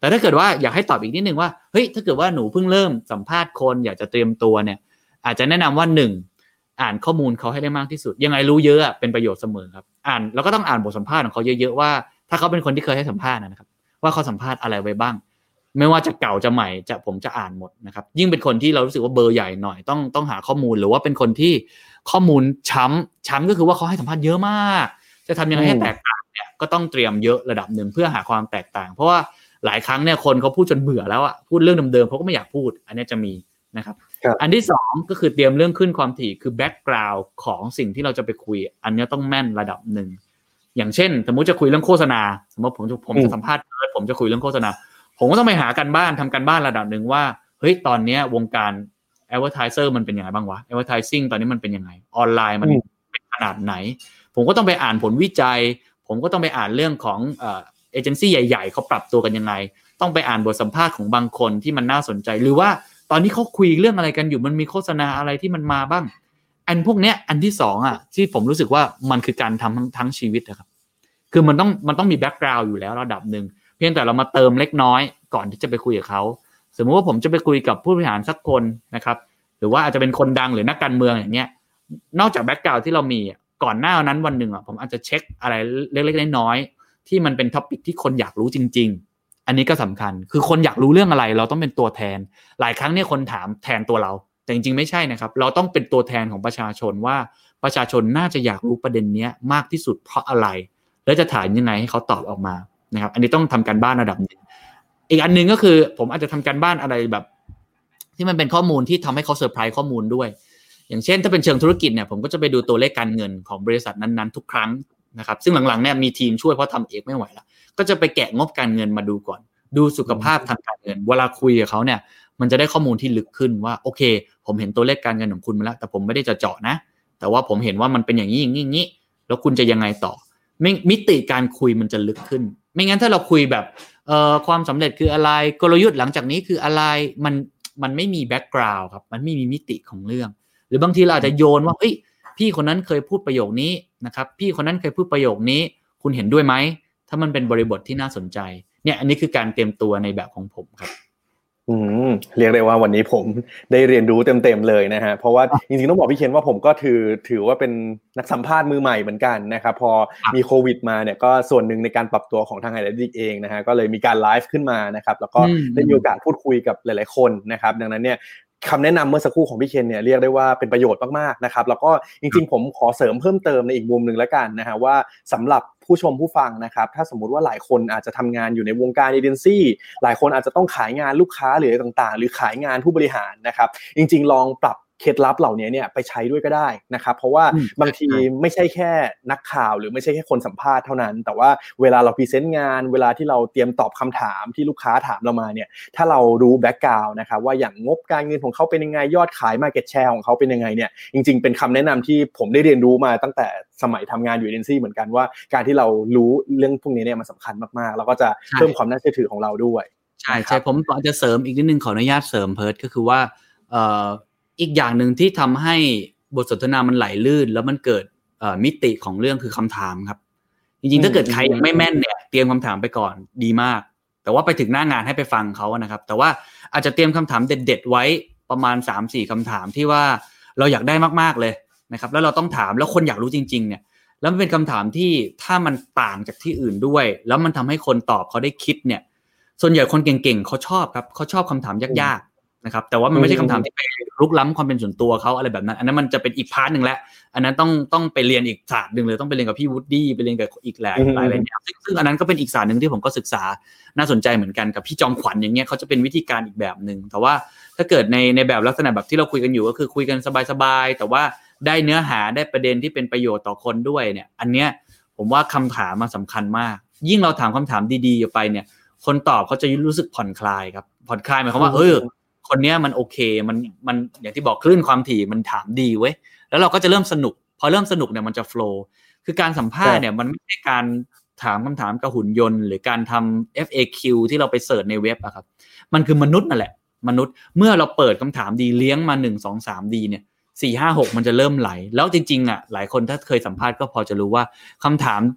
แต่ถ้าเกิดว่าอยากให้ตอบอีกนิดนึงว่าเฮ้ยถ้าเกิดว่าหนูเพิ่งเริ่มสัมภาษณ์คนอยากจะเตรียมตัวเนี่ยอาจจะแนะนำว่า1อ่านข้อมูลเขาให้ได้มากที่สุดยังไงรู้เยอะเป็นประโยชน์เสมอครับอ่านแล้วก็ต้องอ่านบทสัมภาษณ์ของเขาเยอะๆว่าถ้าเขาเป็นคนที่เคยให้สัมภาษณ์นะครับว่าเขาสัมภาษณ์อะไรไว้บ้างไม่ว่าจะเก่าจะใหม่ผมจะอ่านหมดนะครับยิ่งเป็นคนที่เรารู้สึกว่าเบอร์ใหญ่หน่อยต้องหาข้อมูลหรือว่าเป็นคนที่ข้อมูลช้ำก็คือว่าเขาให้สัมภาษณ์เยอะมากจะทำยังไงให้แตกต่างเนี่ยก็ต้องเตรียมเยอะระดับหนึ่งเพื่อหาความแตกต่างเพราะว่าหลายครั้งเนี่ยคนเขาพูดจนเบื่อแล้วอ่ะพูดเรื่องเดิมๆเขาก็ไม่อยากพูดอันนี้จะมีนะครับอันที่2ก็คือเตรียมเรื่องขึ้นความถี่คือแบ็กกราวด์ของสิ่งที่เราจะไปคุยอันนี้ต้องแม่นระดับหนึ่งอย่างเช่นสมมุติจะคุยเรื่องโฆษณาสมมติผมจะสัมภาษณ์ผมจะคุยเรื่องโฆษณาผมก็ต้องไปหากันบ้านทำกันบ้านระดับหนึ่งว่าเฮ้ยตอนนี้วงการ advertiser มันเป็นยังไงบ้างวะ advertising ตอนนี้มันเป็นยังไงออนไลน์มันเป็นขนาดไหนผมก็ต้องไปอ่านผลวิจัยผมก็ต้องไปอ่านเรื่องของเอเจนซี่ใหญ่ๆเขาปรับตัวกันยังไงต้องไปอ่านบทสัมภาษณ์ของบางคนที่มันน่าสนใจหรือว่าตอนนี้เขาคุยเรื่องอะไรกันอยู่มันมีโฆษณาอะไรที่มันมาบ้างอันพวกเนี้ยอันที่2อ่ะที่ผมรู้สึกว่ามันคือการทำทั้งชีวิตนะครับคือมันต้องมีแบ็คกราวด์อยู่แล้วระดับนึงเพียงแต่เรามาเติมเล็กน้อยก่อนที่จะไปคุยกับเขาสมมุติว่าผมจะไปคุยกับผู้บริหารสักคนนะครับหรือว่าอาจจะเป็นคนดังหรือนักการเมืองอย่างเงี้ยนอกจากแบ็คกราวด์ที่เรามีก่อนหน้านั้นวันนึงอ่ะผมอาจจะเช็คอะไรเล็กๆน้อยๆที่มันเป็นท็อปิกที่คนอยากรู้จริงๆอันนี้ก็สำคัญคือคนอยากรู้เรื่องอะไรเราต้องเป็นตัวแทนหลายครั้งเนี่ยคนถามแทนตัวเราแต่จริงๆไม่ใช่นะครับเราต้องเป็นตัวแทนของประชาชนว่าประชาชนน่าจะอยากรู้ประเด็นนี้มากที่สุดเพราะอะไรแล้วจะถามยังไงให้เขาตอบออกมานะครับอันนี้ต้องทำการบ้านระดับนึงอีกอันนึงก็คือผมอาจจะทำการบ้านอะไรแบบที่มันเป็นข้อมูลที่ทำให้เขาเซอร์ไพรส์ข้อมูลด้วยอย่างเช่นถ้าเป็นเชิงธุรกิจเนี่ยผมก็จะไปดูตัวเลขการเงินของบริษัทนั้นๆทุกครั้งนะครับซึ่งหลังๆเนี่ยมีทีมช่วยเพราะทำเองไม่ไหวแล้วก็จะไปแกะงบการเงินมาดูก่อนดูสุขภาพทางการเงินเวลาคุยกับเขาเนี่ยมันจะได้ข้อมูลที่ลึกขึ้นว่าโอเคผมเห็นตัวเลขการเงินของคุณมาแล้วแต่ผมไม่ได้จะเจาะนะแต่ว่าผมเห็นว่ามันเป็นอย่างนี้อย่างนี้แล้วคุณจะยังไงต่อมิติการคุยมันจะลึกขึ้นไม่งั้นถ้าเราคุยแบบความสำเร็จคืออะไรกลยุทธ์หลังจากนี้คืออะไรมันไม่มีแบ็คกราวด์ครับมันไม่มีมิติของเรื่องหรือบางทีเราอาจจะโยนว่าเฮ้ยพี่คนนั้นเคยพูดประโยคนี้นะครับพี่คนนั้นเคยพูดประโยคนี้คุณเห็นด้วยไหมถ้ามันเป็นบริบทที่น่าสนใจเนี่ยอันนี้คือการเตรียมตัวในแบบของผมครับเรียกได้ว่าวันนี้ผมได้เรียนรู้เต็มๆเลยนะฮะเพราะว่าจริงๆต้องบอกพี่เคนว่าผมก็ถือว่าเป็นนักสัมภาษณ์มือใหม่เหมือนกันนะครับพอมีโควิดมาเนี่ยก็ส่วนหนึ่งในการปรับตัวของทาง Addict เองนะฮะก็เลยมีการไลฟ์ขึ้นมานะครับแล้วก็ได้มีโอกาสพูดคุยกับหลายๆคนนะครับดังนั้นเนี่ยคำแนะนำเมื่อสักครู่ของพี่เคนเนี่ยเรียกได้ว่าเป็นประโยชน์มากๆนะครับแล้วก็จริงๆผมขอเสริมเพิ่มเติมในอีกมุมนึงแล้วกันนะฮะว่าสำหรับผู้ชมผู้ฟังนะครับถ้าสมมุติว่าหลายคนอาจจะทำงานอยู่ในวงการเอเจนซี่หลายคนอาจจะต้องขายงานลูกค้าหรืออะไรต่างๆหรือขายงานผู้บริหารนะครับจริงๆลองปรับเคล็ดลับเหล่านี้เนี่ยไปใช้ด้วยก็ได้นะครับเพราะว่าบางทีไม่ใช่แค่นักข่าวหรือไม่ใช่แค่คนสัมภาษณ์เท่านั้นแต่ว่าเวลาเราพรีเซนต์งานเวลาที่เราเตรียมตอบคำถามที่ลูกค้าถามเรามาเนี่ยถ้าเรารู้แบ็คกราวด์นะครับว่าอย่างงบการเงินของเขาเป็นยังไงยอดขาย market share ของเขาเป็นยังไงเนี่ยจริงๆเป็นคำแนะนำที่ผมได้เรียนรู้มาตั้งแต่สมัยทำงานอยู่เอเจนซี่เหมือนกันว่าการที่เรารู้เรื่องพวกนี้เนี่ยมันสำคัญมากๆแล้วก็จะเพิ่มความน่าเชื่อถือของเราด้วยใช่ผมอาจจะเสริมอีกนิดนึงขออนุญาตเสริมเพิร์ทก็คือว่าอีกอย่างหนึ่งที่ทำให้บทสนทนามันไหลลื่นแล้วมันเกิดมิติของเรื่องคือคำถามครับจริงๆถ้าเกิดใครยังไม่แม่นเนี่ยเตรียมคำถามไปก่อนดีมากแต่ว่าไปถึงหน้างานให้ไปฟังเขานะครับแต่ว่าอาจจะเตรียมคำถามเด็ดๆไว้ประมาณ 3-4 คำถามที่ว่าเราอยากได้มากๆเลยนะครับแล้วเราต้องถามแล้วคนอยากรู้จริงๆเนี่ยแล้วมันเป็นคำถามที่ถ้ามันต่างจากที่อื่นด้วยแล้วมันทำให้คนตอบเขาได้คิดเนี่ยส่วนใหญ่คนเก่งๆเขาชอบครับเขาชอบคำถามยากๆนะครับแต่ว่ามันไม่ใช่คำถามที่ไปลุกล้ำความเป็นส่วนตัวเขาอะไรแบบนั้นอันนั้นมันจะเป็นอีกพาร์ทนึงแล้วอันนั้นต้องไปเรียนอีกศาสตร์นึงเลยต้องไปเรียนกับพี่วูดดี้ไปเรียนกับอีกหลายอย่างซึ่งอันนั้นก็เป็นอีกศาสตร์นึงที่ผมก็ศึกษาน่าสนใจเหมือนกันกับพี่จอมขวัญอย่างเงี้ยเขาจะเป็นวิธีการอีกแบบนึงแต่ว่าถ้าเกิดในแบบลักษณะแบบที่เราคุยกันอยู่ก็คือคุยกันสบายๆแต่ว่าได้เนื้อหาได้ประเด็นที่เป็นประโยชน์ต่อคนด้วยเนี่ยอันเนี้ยผมว่าคำถามมันสำคัญมากยิ่งเราถามคำถามดีๆออกไปเนี่ยคนตอบเขาจะรู้สึกผ่อนคลายครับผ่อนคลายหมายความว่าคนเนี้ยมันโอเคมันอย่างที่บอกคลื่นความถี่มันถามดีเว้ยแล้วเราก็จะเริ่มสนุกพอเริ่มสนุกเนี่ยมันจะโฟลว์คือการสัมภาษณ์เนี่ยมันไม่ใช่การถามคำถามกับหุ่นยนต์หรือการทำ FAQ ที่เราไปเสิร์ชในเว็บอะครับมันคือมนุษย์นั่นแหละมนุษย์เมื่อเราเปิดคำถามดีเลี้ยงมา1 2 3ดีเนี่ย4 5 6มันจะเริ่มไหลแล้วจริงๆอ่ะหลายคนถ้าเคยสัมภาษณ์ก็พอจะรู้ว่าคำถาม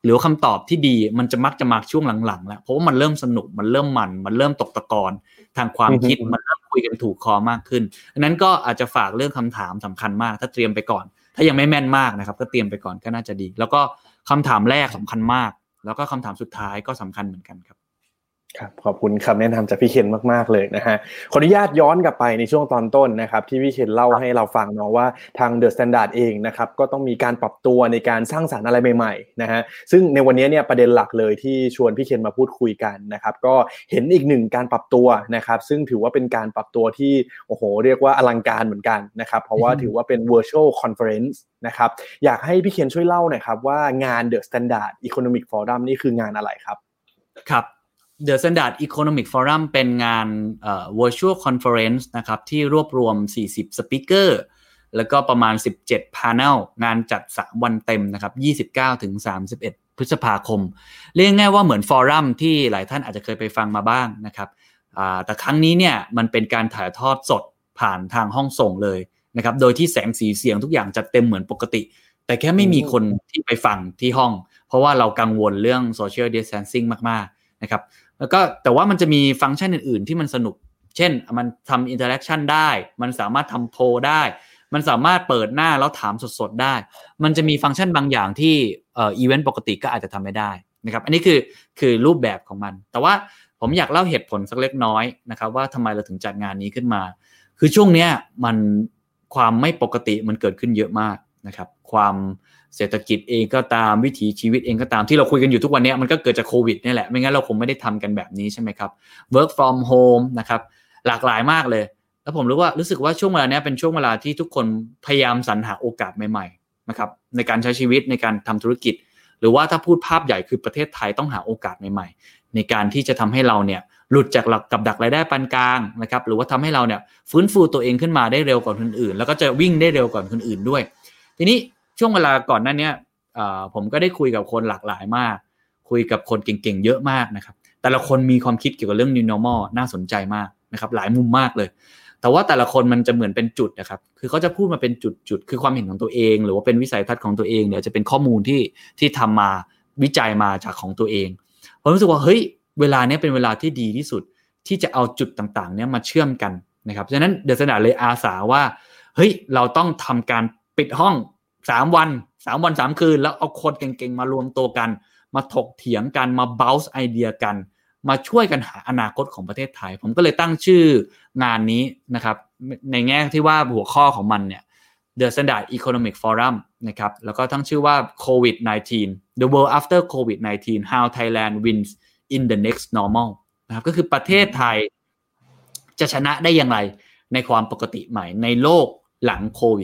หรือคำตอบที่ดีมันจะมักจะมาช่วงหลังๆแล้วเพราะว่ามันเริ่มสนุกมันเริ่มมันเริ่มตกตะกอนทางความคิดมันเริ่มคุยกันถูกคอมากขึ้นดังนั้นก็อาจจะฝากเรื่องคำถามสำคัญมากถ้าเตรียมไปก่อนถ้ายังไม่แม่นมากนะครับก็เตรียมไปก่อนก็น่าจะดีแล้วก็คำถามแรกสำคัญมากแล้วก็คำถามสุดท้ายก็สำคัญเหมือนกันครับครับขอบคุณคำแนะนำจากพี่เคนมากๆเลยนะฮะขออนุญาตย้อนกลับไปในช่วงตอนต้นนะครับที่พี่เคนเล่าให้เราฟังเนาะว่าทาง The Standard เองนะครับก็ต้องมีการปรับตัวในการสร้างสรรค์อะไรใหม่ๆนะฮะซึ่งในวันนี้เนี่ยประเด็นหลักเลยที่ชวนพี่เคนมาพูดคุยกันนะครับก็เห็นอีกหนึ่งการปรับตัวนะครับซึ่งถือว่าเป็นการปรับตัวที่โอ้โหเรียกว่าอลังการเหมือนกันนะครับเพราะว่าถือว่าเป็น virtual conference นะครับอยากให้พี่เคนช่วยเล่าหน่อยครับว่างาน The Standard Economic Forum นี่คืองานอะไรครับครับThe Standard Economic Forum เป็นงานvirtual conference นะครับที่รวบรวม40 speaker แล้วก็ประมาณ17 panel งานจัด3วันเต็มนะครับ29ถึง31พฤษภาคมเรียกง่ายว่าเหมือนฟอรัมที่หลายท่านอาจจะเคยไปฟังมาบ้างนะครับแต่ครั้งนี้เนี่ยมันเป็นการถ่ายทอดสดผ่านทางห้องส่งเลยนะครับโดยที่แสงสีเสียงทุกอย่างจัดเต็มเหมือนปกติแต่แค่ไม่มีคนที่ไปฟังที่ห้องเพราะว่าเรากังวลเรื่อง social distancing มากๆนะครับแล้วก็แต่ว่ามันจะมีฟังก์ชันอื่นๆที่มันสนุกเช่นมันทำอินเทอร์แอคชั่นได้มันสามารถทำโพลได้มันสามารถเปิดหน้าแล้วถามสดๆได้มันจะมีฟังก์ชันบางอย่างที่อีเวนต์ปกติก็อาจจะทำไม่ได้นะครับอันนี้คือรูปแบบของมันแต่ว่าผมอยากเล่าเหตุผลสักเล็กน้อยนะครับว่าทำไมเราถึงจัดงานนี้ขึ้นมาคือช่วงเนี้ยมันความไม่ปกติมันเกิดขึ้นเยอะมากนะครับความเศรษฐกิจเองก็ตามวิถีชีวิตเองก็ตามที่เราคุยกันอยู่ทุกวันนี้มันก็เกิดจากโควิดนี่แหละไม่งั้นเราคงไม่ได้ทำกันแบบนี้ใช่ไหมครับ work from home นะครับหลากหลายมากเลยแล้วผมรู้สึกว่าช่วงเวลานี้เป็นช่วงเวลาที่ทุกคนพยายามสรรหาโอกาสใหม่ๆนะครับในการใช้ชีวิตในการทำธุรกิจหรือว่าถ้าพูดภาพใหญ่คือประเทศไทยต้องหาโอกาสใหม่ๆในการที่จะทำให้เราเนี่ยหลุดจากกับดักรายได้ปานกลางนะครับหรือว่าทำให้เราเนี่ยฟื้นฟูตัวเองขึ้นมาได้เร็วกว่าคนอื่นแล้วก็จะวิ่งได้เร็วกว่าคนอื่นด้วยทีนี้ช่วงเวลาก่อนหน้านี้ผมก็ได้คุยกับคนหลากหลายมากคุยกับคนเก่งๆเยอะมากนะครับแต่ละคนมีความคิดเกี่ยวกับเรื่อง New Normal น่าสนใจมากนะครับหลายมุมมากเลยแต่ว่าแต่ละคนมันจะเหมือนเป็นจุดนะครับคือเขาจะพูดมาเป็นจุดคือความเห็นของตัวเองหรือว่าเป็นวิสัยทัศน์ของตัวเองเนี่ยจะเป็นข้อมูลที่ทำมาวิจัยมาจากของตัวเองผมรู้สึกว่าเฮ้ยเวลานี้เป็นเวลาที่ดีที่สุดที่จะเอาจุดต่างๆเนี่ยมาเชื่อมกันนะครับฉะนั้นเดอะสแตนดาร์ดเลยอาสาว่าเฮ้ยเราต้องทำการปิดห้อง3 วัน 3 คืนแล้วเอาคนเก่งๆมารวมตัวกันมาถกเถียงกันมาเบ้าส์ไอเดียกันมาช่วยกันหาอนาคตของประเทศไทยผมก็เลยตั้งชื่องานนี้นะครับในแง่ที่ว่าหัวข้อของมันเนี่ย The Standard Economic Forum นะครับแล้วก็ตั้งชื่อว่า COVID-19 The World After COVID-19 How Thailand Wins in the Next Normal นะครับก็คือประเทศไทยจะชนะได้อย่างไรในความปกติใหม่ในโลกหลังโควิด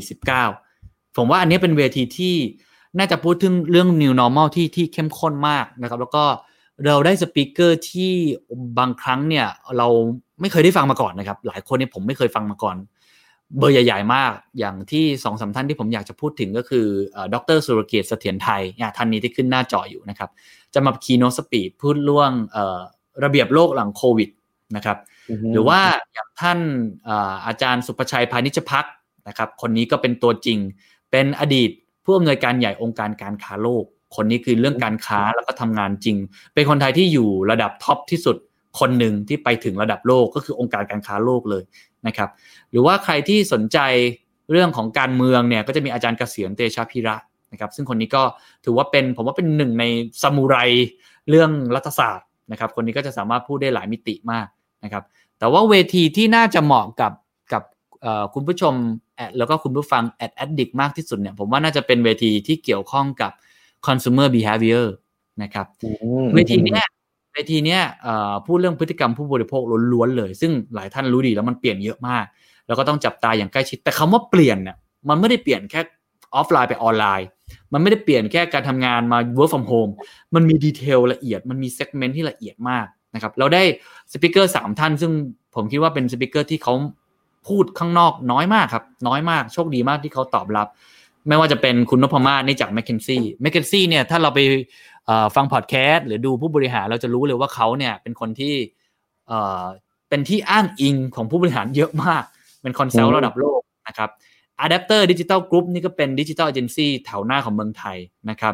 -19 ผมว่าอันนี้เป็นเวทีที่น่าจะพูดถึงเรื่อง New Normal ที่เข้มข้นมากนะครับแล้วก็เราได้สปีกเกอร์ที่บางครั้งเนี่ยเราไม่เคยได้ฟังมาก่อนนะครับหลายคนเนี่ยผมไม่เคยฟังมาก่อนเบอร์ใหญ่ๆมากอย่างที่ 2-3 ท่านที่ผมอยากจะพูดถึงก็คือดร.สุรเกียรติเสถียรไทยท่านนี้ที่ขึ้นหน้าจออยู่นะครับจะมาคีโนสปีดพูดเรื่องระเบียบโลกหลังโควิดนะครับหรือว่าอย่างท่านอาจารย์สุภชัยพานิชภักดิ์นะครับคนนี้ก็เป็นตัวจริงเป็นอดีตผู้อำนวยการใหญ่องค์การการค้าโลกคนนี้คือเรื่องการค้าแล้วก็ทำงานจริงเป็นคนไทยที่อยู่ระดับท็อปที่สุดคนหนึ่งที่ไปถึงระดับโลกก็คือองค์การการค้าโลกเลยนะครับหรือว่าใครที่สนใจเรื่องของการเมืองเนี่ยก็จะมีอาจารย์เกษียณเตชะพิระนะครับซึ่งคนนี้ก็ถือว่าเป็นผมว่าเป็นหนึ่งในซามูไรเรื่องรัฐศาสตร์นะครับคนนี้ก็จะสามารถพูดได้หลายมิติมากนะครับแต่ว่าเวทีที่น่าจะเหมาะกับคุณผู้ชมแล้วก็คุณผู้ฟังAddictมากที่สุดเนี่ยผมว่าน่าจะเป็นเวทีที่เกี่ยวข้องกับ consumer behavior นะครับเวทีเนี้ยพูดเรื่องพฤติกรรมผู้บริโภคล้วนๆเลยซึ่งหลายท่านรู้ดีแล้วมันเปลี่ยนเยอะมากแล้วก็ต้องจับตาอย่างใกล้ชิดแต่คำว่าเปลี่ยนเนี่ยมันไม่ได้เปลี่ยนแค่ออฟไลน์ไปออนไลน์มันไม่ได้เปลี่ยนแค่การทำงานมา work from home มันมีดีเทลละเอียดมันมีเซกเมนต์ที่ละเอียดมากนะครับเราได้สปีกเกอร์3ท่านซึ่งผมคิดว่าเป็นสปีกเกอร์ที่เขาพูดข้างนอกน้อยมากครับน้อยมากโชคดีมากที่เขาตอบรับไม่ว่าจะเป็นคุณนพมาศนี่จาก McKinsey เนี่ยถ้าเราไปฟังพอดแคสต์หรือดูผู้บริหารเราจะรู้เลยว่าเขาเนี่ยเป็นคนที่เป็นที่อ้างอิงของผู้บริหารเยอะมากเป็นคอนซัลท์ระดับโลกนะครับ Adapter Digital Group นี่ก็เป็น Digital Agency แถวหน้าของเมืองไทยนะครับ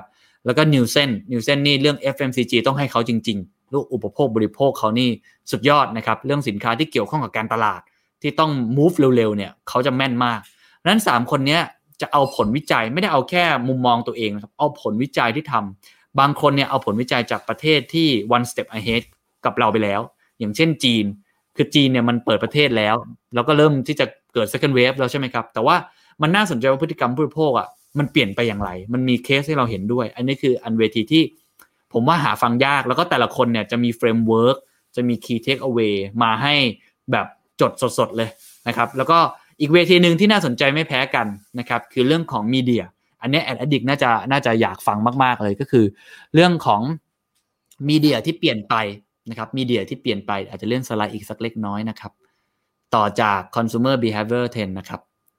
แล้วก็นิวเซนนี่เรื่อง FMCG ต้องให้เขาจริงๆลูกอุปโภคบริโภคเขานี่สุดยอดนะครับเรื่องสินค้าที่เกี่ยวข้องกับการตลาดที่ต้อง move เร็วๆเนี่ยเขาจะแม่นมากนั้น3คนนี้จะเอาผลวิจัยไม่ได้เอาแค่มุมมองตัวเองนะครับเอาผลวิจัยที่ทำบางคนเนี่ยเอาผลวิจัยจากประเทศที่ one step ahead กับเราไปแล้วอย่างเช่นจีนคือจีนเนี่ยมันเปิดประเทศแล้วก็เริ่มที่จะเกิด second wave แล้วใช่ไหมครับแต่ว่ามันน่าสนใจว่าพฤติกรรมผู้บริโภคอ่ะมันเปลี่ยนไปอย่างไรมันมีเคสให้เราเห็นด้วยอันนี้คืออันเวทีที่ผมว่าหาฟังยากแล้วก็แต่ละคนเนี่ยจะมีเฟรมเวิร์กจะมี key take away มาให้แบบจดสดๆเลยนะครับแล้วก็อีกเวทีนึงที่น่าสนใจไม่แพ้กันนะครับคือเรื่องของมีเดียอันนี้Ad Addictน่าจะอยากฟังมากๆเลยก็คือเรื่องของมีเดียที่เปลี่ยนไปนะครับมีเดียที่เปลี่ยนไปอาจจะเลื่อนสไลด์อีกสักเล็กน้อยนะครับต่อจาก consumer behavior trend นะครับ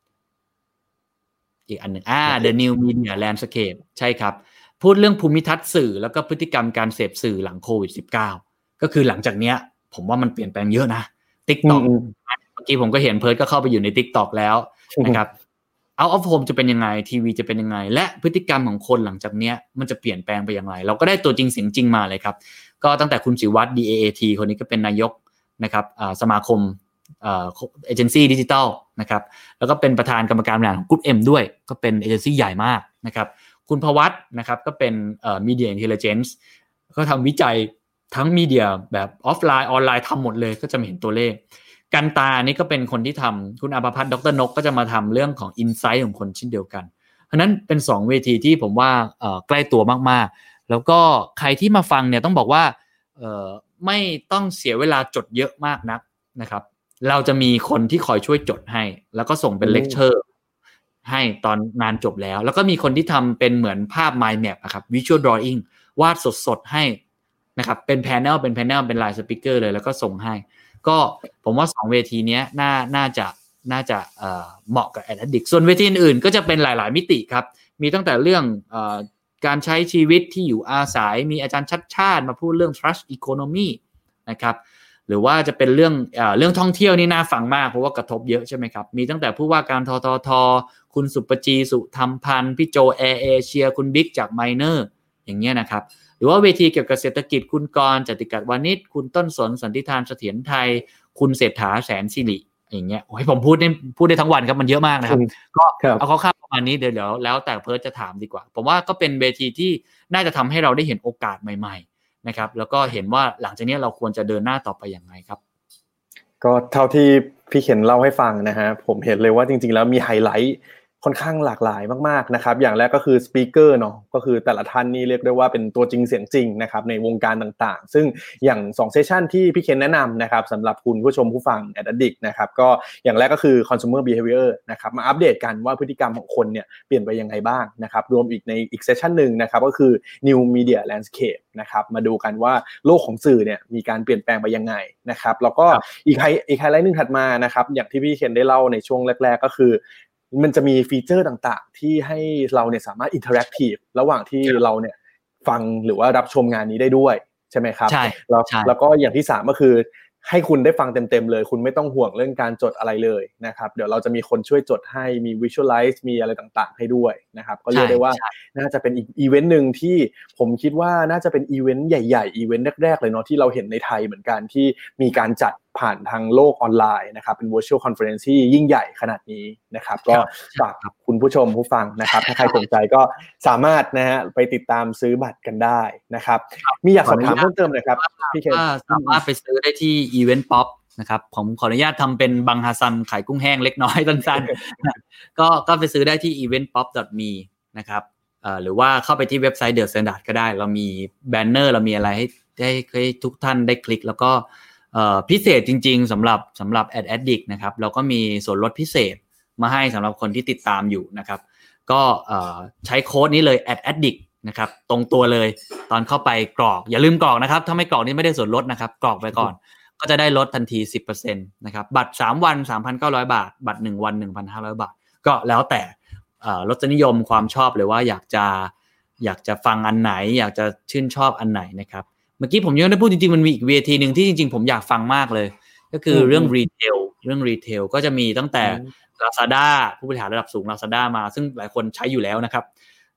อีกอันหนึ่งthe new media landscape ใช่ครับพูดเรื่องภูมิทัศน์สื่อแล้วก็พฤติกรรมการเสพสื่อหลังโควิด -19 ก็คือหลังจากเนี้ยผมว่ามันเปลี่ยนแปลงเยอะนะ TikTok เมื่อกี้ผมก็เห็นเพิร์ทก็เข้าไปอยู่ใน TikTok แล้วนะครับOut of Home จะเป็นยังไงทีวีจะเป็นยังไงและพฤติกรรมของคนหลังจากเนี้ยมันจะเปลี่ยนแปลงไปอย่างไรเราก็ได้ตัวจริงเสียงจริงมาเลยครับก็ตั้งแต่คุณศิวัฒน์ DAAT คนนี้ก็เป็นนายกนะครับสมาคมเอเจนซี่ดิจิทัลนะครับแล้วก็เป็นประธานกรรมการบริหารของ Group M ด้วยก็เป็นเอเจนซี่ใหญ่มากนะครับคุณภวัฒน์นะครับก็เป็นMedia Intelligence ก็ทำวิจัยทั้งมีเดียแบบออฟไลน์ออนไลน์ทำหมดเลยก็จะเห็นตัวเลขกันตานี่ก็เป็นคนที่ทำคุณอาภพัฒน์ดร.นกก็จะมาทำเรื่องของ Insight ของคนเช่นเดียวกันเพราะนั้นเป็น2เวทีที่ผมว่าใกล้ตัวมากๆแล้วก็ใครที่มาฟังเนี่ยต้องบอกว่าไม่ต้องเสียเวลาจดเยอะมากนักนะครับเราจะมีคนที่คอยช่วยจดให้แล้วก็ส่งเป็นเลคเชอร์ให้ตอนงานจบแล้วก็มีคนที่ทำเป็นเหมือนภาพ mind map นะครับ visual drawing วาดสดๆให้นะครับเป็นแพนเนลเป็นลายสปีกเกอร์เลยแล้วก็ส่งให้ก็ผมว่า2เวทีนี้น่าจะเหมาะกับ Ad Addict ส่วนเวทีอื่นๆก็จะเป็นหลายๆมิติครับมีตั้งแต่เรื่องการใช้ชีวิตที่อยู่อาศัยมีอาจารย์ชัดชาติมาพูดเรื่อง Trust Economy นะครับหรือว่าจะเป็นเรื่องท่องเที่ยวนี่น่าฟังมากเพราะว่ากระทบเยอะใช่ไหมครับมีตั้งแต่ผู้ว่าการททคุณสุปจีสุธรรมพันธ์พี่โจแอร์เอเชียคุณบิ๊กจากไมเนอร์อย่างเงี้ยนะครับหรือว่าเวทีเกี่ยวกับเศรษฐกิจคุณกรณ์จติกัดวานิชคุณต้นสนสันติธานเสถียรไทยคุณเศรษฐาแสนสิริอย่างเงี้ยโอ้ยผมพูดได้ทั้งวันครับมันเยอะมากนะครับก็เอาคร่าวๆประมาณนี้เดี๋ยวแล้วแต่เพิร์ทจะถามดีกว่าผมว่าก็เป็นเวทีที่น่าจะทำให้เราได้เห็นโอกาสใหม่ๆนะครับแล้วก็เห็นว่าหลังจากนี้เราควรจะเดินหน้าต่อไปอย่างไรครับก็เท่าที่พี่เข็นเล่าให้ฟังนะฮะผมเห็นเลยว่าจริงๆแล้วมีไฮไลท์ค่อนข้างหลากหลายมากๆนะครับอย่างแรกก็คือสปีกเกอร์เนาะก็คือแต่ละท่านนี่เรียกได้ว่าเป็นตัวจริงเสียงจริงนะครับในวงการต่างๆซึ่งอย่าง2เซสชั่นที่พี่เคนแนะนำนะครับสำหรับคุณผู้ชมผู้ฟัง Ad Addict นะครับก็อย่างแรกก็คือ consumer behavior นะครับมาอัปเดตกันว่าพฤติกรรมของคนเนี่ยเปลี่ยนไปยังไงบ้างนะครับรวมอีกในอีกเซสชั่นนึงนะครับก็คือ new media landscape นะครับมาดูกันว่าโลกของสื่อเนี่ยมีการเปลี่ยนแปลงไปยังไงนะครับแล้วก็อีกไฮไลท์นึงถัดมานะครับอย่างที่พี่เคนได้เล่าในช่วงแรกๆก็คือมันจะมีฟีเจอร์ต่างๆที่ให้เราเนี่ยสามารถอินเทอร์แอคทีฟระหว่างที่เราเนี่ยฟังหรือว่ารับชมงานนี้ได้ด้วยใช่ไหมครับใช่แล้วก็อย่างที่3ก็คือให้คุณได้ฟังเต็มๆเลยคุณไม่ต้องห่วงเรื่องการจดอะไรเลยนะครับเดี๋ยวเราจะมีคนช่วยจดให้มี visualize มีอะไรต่างๆให้ด้วยนะครับก็เรียกได้ว่าน่าจะเป็นอีกอีเวนต์นึงที่ผมคิดว่าน่าจะเป็นอีเวนต์ใหญ่ๆอีเวนต์แรกๆเลยเนาะที่เราเห็นในไทยเหมือนกันที่มีการจัดผ่านทางโลกออนไลน์นะครับเป็น virtual conference ที่ยิ่งใหญ่ขนาดนี้นะครับก็ฝากคุณผู้ชมผู้ฟังนะครับถ้าใครสนใจก็สามารถนะฮะไปติดตามซื้อบัตรกันได้นะครับมีอยากสอบถามเพิ่มเติมหน่อยครับพี่เคนสามารถไปซื้อได้ที่ Event Pop นะครับผมขออนุญาตทำเป็นบังฮาซันขายกุ้งแห้งเล็กน้อยสั้นๆก็ไปซื้อได้ที่ eventpop.me นะครับหรือว่าเข้าไปที่เว็บไซต์ The Standard ก็ได้เรามีแบนเนอร์เรามีอะไรให้ทุกท่านได้คลิกแล้วก็พิเศษจริงๆสำหรับ Ad Addict นะครับเราก็มีส่วนลดพิเศษมาให้สำหรับคนที่ติดตามอยู่นะครับก็ใช้โค้ดนี้เลย Ad Addict นะครับตรงตัวเลยตอนเข้าไปกรอกอย่าลืมกรอกนะครับถ้าไม่กรอกนี่ไม่ได้ส่วนลดนะครับกรอกไปก่อนก็จะได้ลดทันที 10% นะครับบัตร3วัน 3,900 บาทบัตร1วัน 1,500 บาทก็แล้วแต่รสนิยมความชอบเลยว่าอยากจะฟังอันไหนอยากจะชื่นชอบอันไหนนะครับเมื่อกี้ผมยังได้พูดจริงๆมันมีอีกเวทีนึงที่จริงๆผมอยากฟังมากเลยก็คือเรื่องรีเทลก็จะมีตั้งแต่ Lazada ผู้บริหารระดับสูง Lazada มาซึ่งหลายคนใช้อยู่แล้วนะครับ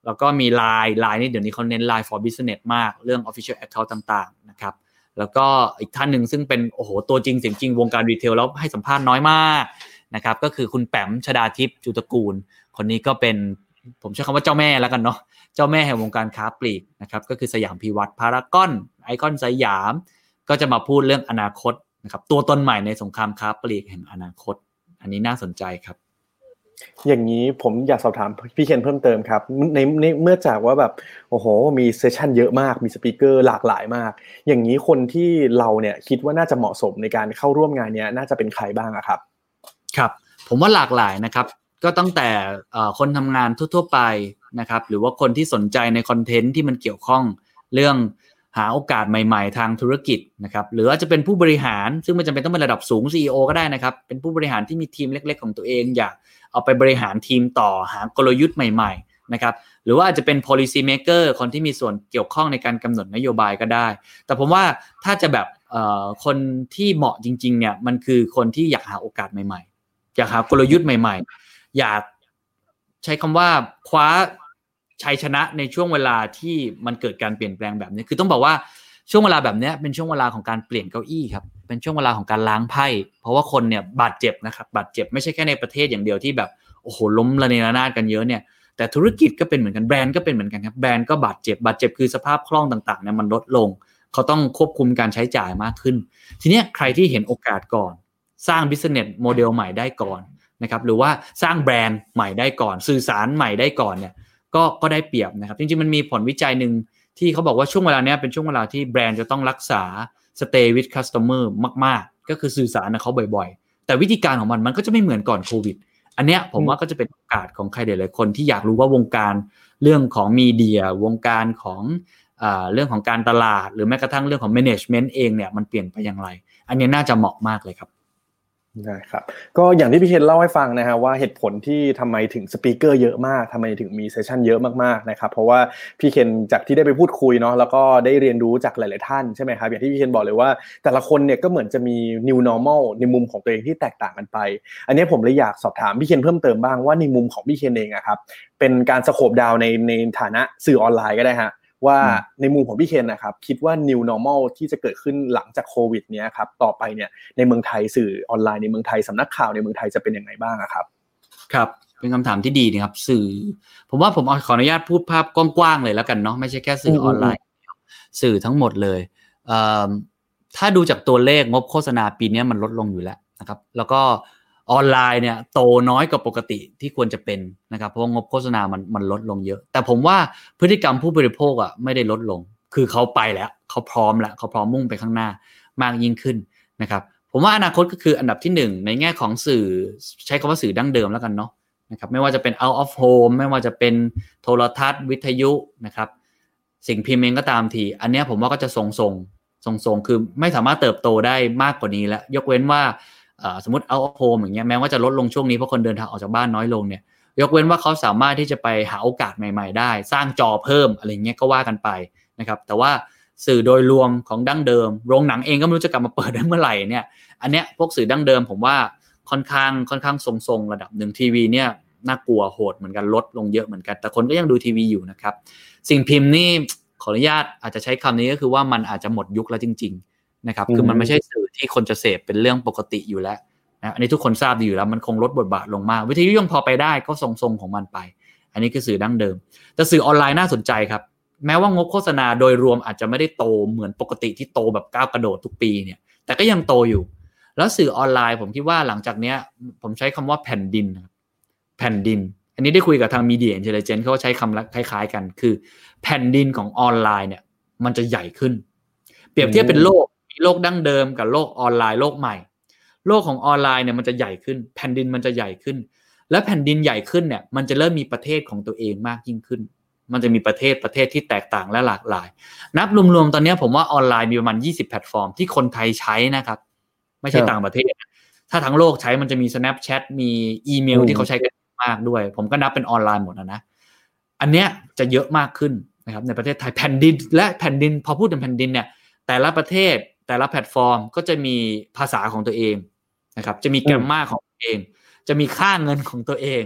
แล้วก็มี Line นี่เดี๋ยวนี้เขาเน้น Line for Business มากเรื่อง Official Account ต่างๆนะครับแล้วก็อีกท่านหนึ่งซึ่งเป็นโอ้โหตัวจริงเสียงจริงวงการรีเทลแล้วให้สัมภาษณ์น้อยมากนะครับก็คือคุณแปมชฎาทิพย์จุตกูลคนนี้ก็เป็นผมใช้คำว่าเจ้าแม่แล้วกันเนาะเจ้าแม่แห่งวงการค้าปลีกนะครับก็คือสยามพีวัฒน์พารากอนไอคอนสยามก็จะมาพูดเรื่องอนาคตนะครับตัวตนใหม่ในสงครามค้าปลีกแห่งอนาคตอันนี้น่าสนใจครับอย่างนี้ผมอยากสอบถามพี่เคนเพิ่มเติมครับในเมื่อจากว่าแบบโอ้โหมีเซสชั่นเยอะมากมีสปีกเกอร์หลากหลายมากอย่างนี้คนที่เราเนี่ยคิดว่าน่าจะเหมาะสมในการเข้าร่วมงานเนี้ยน่าจะเป็นใครบ้างอะครับครับผมว่าหลากหลายนะครับก็ตั้งแต่คนทำงานทั่วๆไปนะครับหรือว่าคนที่สนใจในคอนเทนต์ที่มันเกี่ยวข้องเรื่องหาโอกาสใหม่ๆทางธุรกิจนะครับหรืออาจจะเป็นผู้บริหารซึ่งไม่จำเป็นต้องเป็นระดับสูง CEO ก็ได้นะครับเป็นผู้บริหารที่มีทีมเล็กๆของตัวเองอยากเอาไปบริหารทีมต่อหากลยุทธ์ใหม่ๆนะครับหรือว่าอาจจะเป็น policy maker คนที่มีส่วนเกี่ยวข้องในการกำหนดนโยบายก็ได้แต่ผมว่าถ้าจะแบบคนที่เหมาะจริงๆเนี่ยมันคือคนที่อยากหาโอกาสใหม่ๆอยากหากลยุทธ์ใหม่ๆอยากใช้คำว่าคว้าชัยชนะในช่วงเวลาที่มันเกิดการเปลี่ยนแปลงแบบนี้คือต้องบอกว่าช่วงเวลาแบบนี้เป็นช่วงเวลาของการเปลี่ยนเก้าอี้ครับเป็นช่วงเวลาของการล้างไพ่เพราะว่าคนเนี่ยบาดเจ็บนะครับบาดเจ็บไม่ใช่แค่ในประเทศอย่างเดียวที่แบบโอ้โหล้มระเนระนาดกันเยอะเนี่ยแต่ธุรกิจก็เป็นเหมือนกันแบรนด์ก็เป็นเหมือนกันครับแบรนด์ก็บาดเจ็บคือสภาพคล่องต่างๆเนี่ยมันลดลงเขาต้องควบคุมการใช้จ่ายมากขึ้นทีนี้ใครที่เห็นโอกาสก่อนสร้าง business model ใหม่ได้ก่อนนะครับหรือว่าสร้างแบรนด์ใหม่ได้ก่อนสื่อสารใหม่ได้ก่อนเนี่ยก็ได้เปรียบนะครับจริงๆมันมีผลวิจัยนึงที่เขาบอกว่าช่วงเวลาเนี้ยเป็นช่วงเวลาที่แบรนด์จะต้องรักษา stay with customer มากๆก็คือสื่อสารกับเขาบ่อยๆแต่วิธีการของมันก็จะไม่เหมือนก่อนโควิดอันเนี้ยผมว่าก็จะเป็นโอกาสของใครหลายๆคนที่อยากรู้ว่าวงการเรื่องของมีเดียวงการของเรื่องของการตลาดหรือแม้กระทั่งเรื่องของ management เองเนี่ยมันเปลี่ยนไปอย่างไรอันนี้น่าจะเหมาะมากเลยครับได้ครับก็อย่างที่พี่เคนเล่าให้ฟังนะฮะว่าเหตุผลที่ทำไมถึงสปีกเกอร์เยอะมากทำไมถึงมีเซสชั่นเยอะมากๆนะครับเพราะว่าพี่เคนจากที่ได้ไปพูดคุยเนาะแล้วก็ได้เรียนรู้จากหลายๆท่านใช่ไหมครับอย่างที่พี่เคนบอกเลยว่าแต่ละคนเนี่ยก็เหมือนจะมี new normal ในมุมของตัวเองที่แตกต่างกันไปอันนี้ผมเลยอยากสอบถามพี่เคนเพิ่มเติมบ้างว่าในมุมของพี่เคนเองอะครับเป็นการสโคปดาวในฐานะสื่อออนไลน์ก็ได้ฮะว่าในมุมของพี่เคนนะครับคิดว่า new normal ที่จะเกิดขึ้นหลังจากโควิดเนี้ยครับต่อไปเนี่ยในเมืองไทยสื่อออนไลน์ในเมืองไทยสำนักข่าวในเมืองไทยจะเป็นยังไงบ้างครับครับเป็นคำถามที่ดีนะครับสื่อผมว่าผมขออนุญาตพูดภาพกว้างๆเลยแล้วกันเนาะไม่ใช่แค่สื่อออนไลน์สื่อทั้งหมดเลยถ้าดูจากตัวเลขงบโฆษณาปีนี้มันลดลงอยู่แล้วนะครับแล้วก็ออนไลน์เนี่ยโตน้อยกว่าปกติที่ควรจะเป็นนะครับเพราะงบโฆษณามันลดลงเยอะแต่ผมว่าพฤติกรรมผู้บริโภคอ่ะไม่ได้ลดลงคือเขาไปแล้วเขาพร้อมแล้วเขาพร้อมมุ่งไปข้างหน้ามากยิ่งขึ้นนะครับผมว่าอนาคตก็คืออันดับที่1ในแง่ของสื่อใช้คำว่าสื่อดั้งเดิมแล้วกันเนาะนะครับไม่ว่าจะเป็น out of home ไม่ว่าจะเป็นโทรทัศน์วิทยุนะครับสิ่งพิมพ์เองก็ตามทีอันนี้ผมว่าก็จะทรงคือไม่สามารถเติบโตได้มากกว่านี้แล้วยกเว้นว่าสมมติ out of home อย่างเงี้ยแม้ว่าจะลดลงช่วงนี้เพราะคนเดินทางออกจากบ้านน้อยลงเนี่ยยกเว้นว่าเขาสามารถที่จะไปหาโอกาสใหม่ๆได้สร้างจอเพิ่มอะไรเงี้ยก็ว่ากันไปนะครับแต่ว่าสื่อโดยรวมของดั้งเดิมโรงหนังเองก็ไม่รู้จะกลับมาเปิดได้เมื่อไหร่เนี่ยอันเนี้ยพวกสื่อดั้งเดิมผมว่าค่อนข้างทรงๆระดับหนึ่งทีวีเนี่ยน่ากลัวโหดเหมือนกันลดลงเยอะเหมือนกันแต่คนก็ยังดูทีวีอยู่นะครับสิ่งพิมพ์นี่ขออนุญาตอาจจะใช้คำนี้ก็คือว่ามันอาจจะหมดยุคแล้วจริงๆนะครับคือมันไม่ใช่สื่อที่คนจะเสพเป็นเรื่องปกติอยู่แล้วนะอันนี้ทุกคนทราบดีอยู่แล้วมันคงลดบทบาทลงมากวิทยุยังพอไปได้ก็ทรงๆของมันไปอันนี้คือสื่อดั้งเดิมแต่สื่อออนไลน์น่าสนใจครับแม้ว่างบโฆษณาโดยรวมอาจจะไม่ได้โตเหมือนปกติที่โตแบบก้าวกระโดดทุกปีเนี่ยแต่ก็ยังโตอยู่แล้วสื่อออนไลน์ผมคิดว่าหลังจากเนี้ยผมใช้คำว่าแผ่นดินอันนี้ได้คุยกับทาง Media Intelligence เขาใช้คำคล้ายๆกันคือแผ่นดินของออนไลน์เนี่ยมันจะใหญ่ขึ้นเปรียบเทียบเป็นโลกมีโลกดั้งเดิมกับโลกออนไลน์โลกใหม่โลกของออนไลน์เนี่ยมันจะใหญ่ขึ้นแผ่นดินมันจะใหญ่ขึ้นและแผ่นดินใหญ่ขึ้นเนี่ยมันจะเริ่มมีประเทศของตัวเองมากยิ่งขึ้นมันจะมีประเทศที่แตกต่างและหลากหลายนับรวมๆตอนนี้ผมว่าออนไลน์มีประมาณ20แพลตฟอร์มที่คนไทยใช้นะครับไม่ใช่ต่างประเทศถ้าทั้งโลกใช้มันจะมี Snapchat มีอีเมลที่เขาใช้กันมากด้วยผมก็นับเป็นออนไลน์หมดนะอันเนี้ยจะเยอะมากขึ้นนะครับในประเทศไทยแผ่นดินพอพูดถึงแผ่นดินเนี่ยแต่ละประเทศแต่ละแพลตฟอร์มก็จะมีภาษาของตัวเองนะครับจะมีแกรมมาของตัวเองจะมีค่าเงินของตัวเอง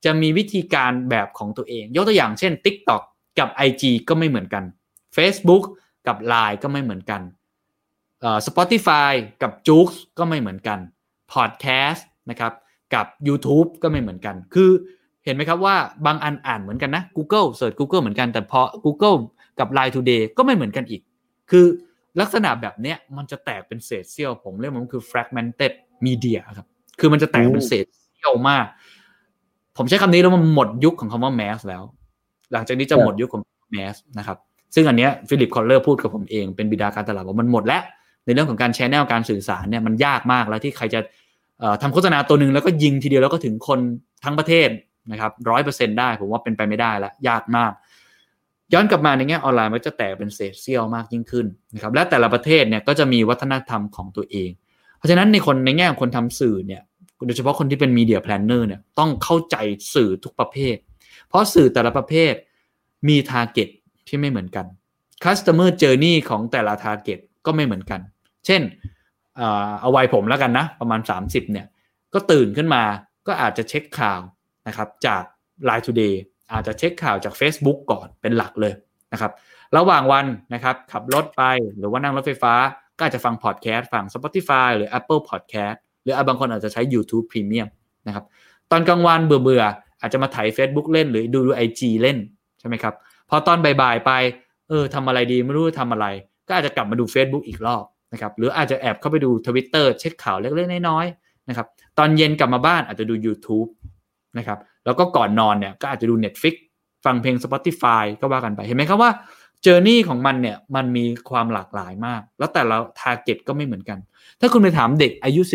จะมีวิธีการแบบของตัวเองยกตัวอย่างเช่น TikTok กับ IG ก็ไม่เหมือนกัน Facebook กับ LINE ก็ไม่เหมือนกันSpotify กับ Joox ก็ไม่เหมือนกัน Podcast นะครับกับ YouTube ก็ไม่เหมือนกันคือเห็นไหมครับว่าบางอันอ่านเหมือนกันนะ Google เสิร์ช Google เหมือนกันแต่พอ Google กับ LINE Today ก็ไม่เหมือนกันอีกคือลักษณะแบบเนี้ยมันจะแตกเป็นเศษเสี้ยวผมเรียกมันคือ fragmented media ครับคือมันจะแตกเป็นเศษเสี้ยวมากผมใช้คำนี้แล้วมันหมดยุคของคำว่า mass แล้วหลังจากนี้จะหมดยุคของ mass นะครับซึ่งอันเนี้ยฟิลิปคอลเลอร์พูดกับผมเองเป็นบิดาการตลาดว่ามันหมดแล้วในเรื่องของการแชนแนลการสื่อสารเนี่ยมันยากมากแล้วที่ใครจะทำโฆษณาตัวนึงแล้วก็ยิงทีเดียวแล้วก็ถึงคนทั้งประเทศนะครับ 100% ได้ผมว่าเป็นไปไม่ได้ละยากมากย้อนกลับมาในแง่ออนไลน์มันจะแตกเป็นเศษเสี้ยวมากยิ่งขึ้นนะครับและแต่ละประเทศเนี่ยก็จะมีวัฒนธรรมของตัวเองเพราะฉะนั้นในแง่ของคนทำสื่อเนี่ยโดยเฉพาะคนที่เป็นมีเดียแพลนเนอร์เนี่ยต้องเข้าใจสื่อทุกประเภทเพราะสื่อแต่ละประเภทมีทาร์เก็ตที่ไม่เหมือนกัน customer journey ของแต่ละทาร์เก็ตก็ไม่เหมือนกันเช่นเอาวัยผมแล้วกันนะประมาณ30เนี่ยก็ตื่นขึ้นมาก็อาจจะเช็คข่าวนะครับจาก LINE Today อาจจะเช็คข่าวจาก Facebook ก่อนเป็นหลักเลยนะครับระหว่างวันนะครับขับรถไปหรือว่านั่งรถไฟฟ้าก็อาจจะฟังพอดแคสต์ฟัง Spotify หรือ Apple Podcast หรือบางคนอาจจะใช้ YouTube Premium นะครับตอนกลางวันเบื่ออาจจะมาถ่าย Facebook เล่นหรือดู IG เล่นใช่ไหมครับพอตอนบ่ายๆไปทำอะไรดีไม่รู้ทำอะไรก็อาจจะกลับมาดู Facebook อีกรอบนะครับหรืออาจจะแอบเข้าไปดู Twitter เช็คข่าวเล็กๆน้อยๆนะครับตอนเย็นกลับมาบ้านอาจจะดู YouTube นะครับแล้วก็ก่อนนอนเนี่ยก็อาจจะดู Netflix ฟังเพลง Spotify ก็ว่ากันไปเห็นไหมครับว่า journey ของมันเนี่ยมันมีความหลากหลายมากแล้วแต่ละ target ก็ไม่เหมือนกันถ้าคุณไปถามเด็กอายุ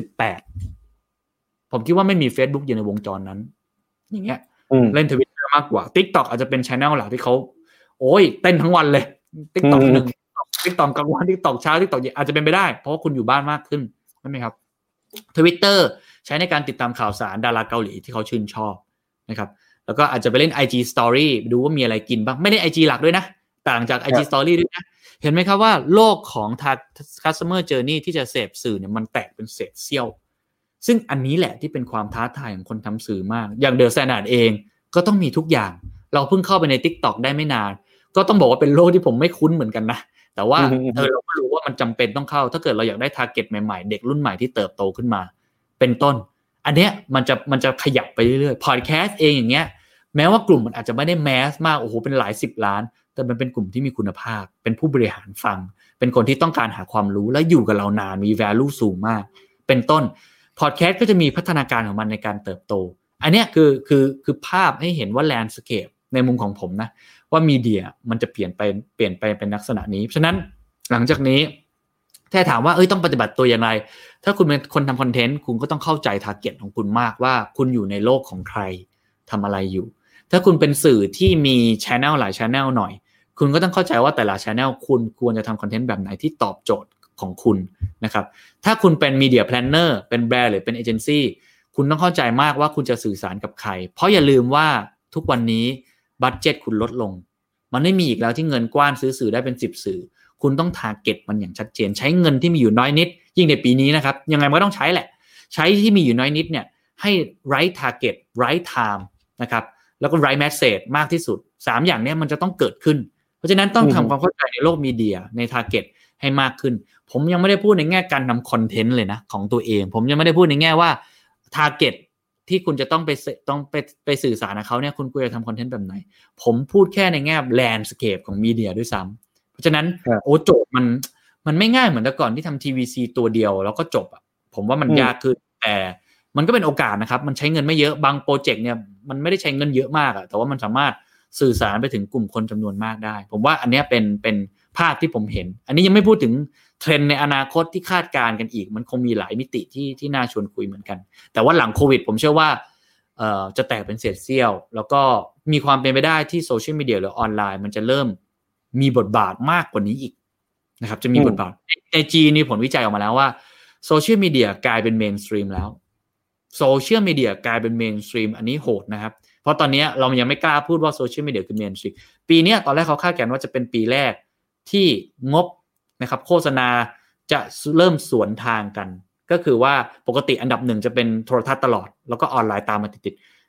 18ผมคิดว่าไม่มี Facebook อยู่ในวงจรนั้นอย่างเงี้ยเล่น Twitter มากกว่า TikTok อาจจะเป็น channel หลักที่เขาโอ้ยเต้นทั้งวันเลย TikTok 1 TikTok กลางวัน TikTok เช้า TikTok เย็นอาจจะเป็นไปได้เพราะว่าคุณอยู่บ้านมากขึ้นใช่ไหมครับ Twitter ใช้ในการติดตามข่าวสารดาราเกาหลีที่เขาชื่นชอบนะครับแล้วก็อาจจะไปเล่น IG Story ดูว่ามีอะไรกินบ้างไม่ได้ IG หลักด้วยนะต่างจาก IG Story ด้วยนะเห็นไหมครับว่าโลกของ Customer Journey ที่จะเสพสื่อเนี่ยมันแตกเป็นเศษเสี้ยวซึ่งอันนี้แหละที่เป็นความท้าทายของคนทำสื่อมากอย่าง The Standard เองก็ต้องมีทุกอย่างเราเพิ่งเข้าไปใน TikTok ได้ไม่นานก็ต้องบอกว่าเป็นโลกที่ผมไม่คุ้นเหมือนกันนะแต่ว่าเราก็รู้ว่ามันจำเป็นต้องเข้าถ้าเกิดเราอยากได้ target ใหม่ๆเด็กรุ่นใหม่ที่เติบโตขึ้นมาเป็นต้นอันเนี้ยมันจะขยับไปเรื่อยๆ podcast เองอย่างเงี้ยแม้ว่ากลุ่มมันอาจจะไม่ได้แมสมากโอ้โหเป็นหลาย10ล้านแต่มันเป็นกลุ่มที่มีคุณภาพเป็นผู้บริหารฟังเป็นคนที่ต้องการหาความรู้และอยู่กับเรานานมี value สูงมากเป็นต้น podcast ก็จะมีพัฒนาการของมันในการเติบโตอันเนี้ยคือภาพให้เห็นว่า landscape ในมุมของผมนะว่ามีเดียมันจะเปลี่ยนไปเป็นลักษณะนี้เพราะฉะนั้นหลังจากนี้ถ้าถามว่าต้องปฏิบัติตัวอย่างไรถ้าคุณเป็นคนทำคอนเทนต์คุณก็ต้องเข้าใจทาร์เก็ตของคุณมากว่าคุณอยู่ในโลกของใครทำอะไรอยู่ถ้าคุณเป็นสื่อที่มี channel หลาย channel หน่อยคุณก็ต้องเข้าใจว่าแต่ละ channel คุณควรจะทำคอนเทนต์แบบไหนที่ตอบโจทย์ของคุณนะครับถ้าคุณเป็น media planner เป็นแบรนด์หรือเป็นเอเจนซี่คุณต้องเข้าใจมากว่าคุณจะสื่อสารกับใครเพราะอย่าลืมว่าทุกวันนี้บัดเจ็ตคุณลดลงมันไม่มีอีกแล้วที่เงินกว้านซื้อสื่อได้เป็น10สื่อคุณต้องทาร์เก็ตมันอย่างชัดเจนใช้เงินที่มีอยู่น้อยนิดยิ่งในปีนี้นะครับยังไงมันก็ต้องใช้แหละใช้ที่มีอยู่น้อยนิดเนี่ยให้ right target right time นะครับแล้วก็ right message มากที่สุด3อย่างนี้มันจะต้องเกิดขึ้นเพราะฉะนั้นต้องทำความเข้าใจในโลกมีเดียใน target ให้มากขึ้นผมยังไม่ได้พูดในแง่การทำคอนเทนต์เลยนะของตัวเองผมยังไม่ได้พูดในแง่ว่า target ที่คุณจะต้องไปสื่อสารกับเขาเนี่ยคุณควรจะทำคอนเทนต์แบบไหนผมพูดแค่ในแง่ landscape ของมีเดียด้วยซ้ำเพราะฉะนั้นโจทย์มันไม่ง่ายเหมือนแต่ก่อนที่ทำ TVC ตัวเดียวแล้วก็จบอ่ะผมว่ามันยากขึ้นแต่มันก็เป็นโอกาสนะครับมันใช้เงินไม่เยอะบางโปรเจกต์เนี่ยมันไม่ได้ใช้เงินเยอะมากอ่ะแต่ว่ามันสามารถสื่อสารไปถึงกลุ่มคนจำนวนมากได้ผมว่าอันนี้เป็นภาพที่ผมเห็นอันนี้ยังไม่พูดถึงเทรนด์ในอนาคตที่คาดการณ์กันอีกมันคงมีหลายมิติที่น่าชวนคุยเหมือนกันแต่ว่าหลังโควิดผมเชื่อว่าจะแตกเป็นเศษเสี้ยวแล้วก็มีความเป็นไปได้ที่โซเชียลมีเดียหรือออนไลน์มันจะเริ่มมีบทบาทมากกว่านี้อีกนะครับจะมีบทบาทในจีนมีผลวิจัยออกมาแล้วว่าโซเชียลมีเดียกลายเป็นเมนสตรีมแล้วโซเชียลมีเดียกลายเป็นเมนสตรีมอันนี้โหดนะครับเพราะตอนนี้เรายังไม่กล้าพูดว่าโซเชียลมีเดียคือเมนสตรีมปีนี้ตอนแรกเขาคาดการณ์ว่าจะเป็นปีแรกที่งบนะครับโฆษณาจะเริ่มสวนทางกันก็คือว่าปกติอันดับ1จะเป็นโทรทัศน์ตลอดแล้วก็ออนไลน์ตามมาติด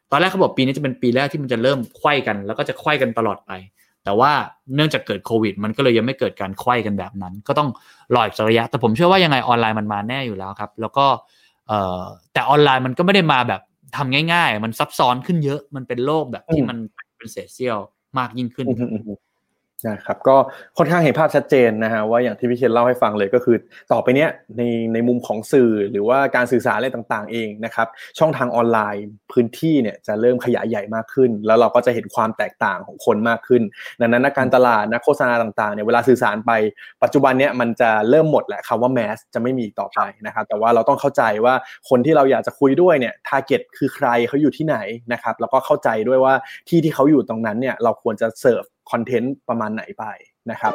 ตอนแรกเขาบอกปีนี้จะเป็นปีแรกที่มันจะเริ่มไขว้กันแล้วก็จะไขว้กันตลอดไปแต่ว่าเนื่องจากเกิดโควิดมันก็เลยยังไม่เกิดการไขว้กันแบบนั้นก็ต้องรออีกระยะแต่ผมเชื่อว่ายังไงออนไลน์มันมาแน่อยู่แล้วครับแล้วก็แต่ออนไลน์มันก็ไม่ได้มาแบบทำง่ายๆมันซับซ้อนขึ้นเยอะมันเป็นโลกแบบที่มันเป็นเศษเสี้ยวมากยิ่งขึ้นนะครับก็ค่อนข้างเห็นภาพชัดเจนนะฮะว่าอย่างที่พี่เคนเล่าให้ฟังเลยก็คือต่อไปเนี้ยในมุมของสื่อหรือว่าการสื่อสารอะไรต่างๆเองนะครับช่องทางออนไลน์พื้นที่เนี่ยจะเริ่มขยายใหญ่มากขึ้นแล้วเราก็จะเห็นความแตกต่างของคนมากขึ้นดังนั้นนักการตลาดนักโฆษณาต่างๆเนี่ยเวลาสื่อสารไปปัจจุบันเนี้ยมันจะเริ่มหมดแหละคำว่าแมสจะไม่มีต่อไปนะครับแต่ว่าเราต้องเข้าใจว่าคนที่เราอยากจะคุยด้วยเนี่ยทาร์เก็ตคือใครเขาอยู่ที่ไหนนะครับแล้วก็เข้าใจด้วยว่าที่เขาอยู่ตรงนั้นเนี่ยเราควรจะเสิร์ฟคอนเทนต์ประมาณไหนไปนะครับ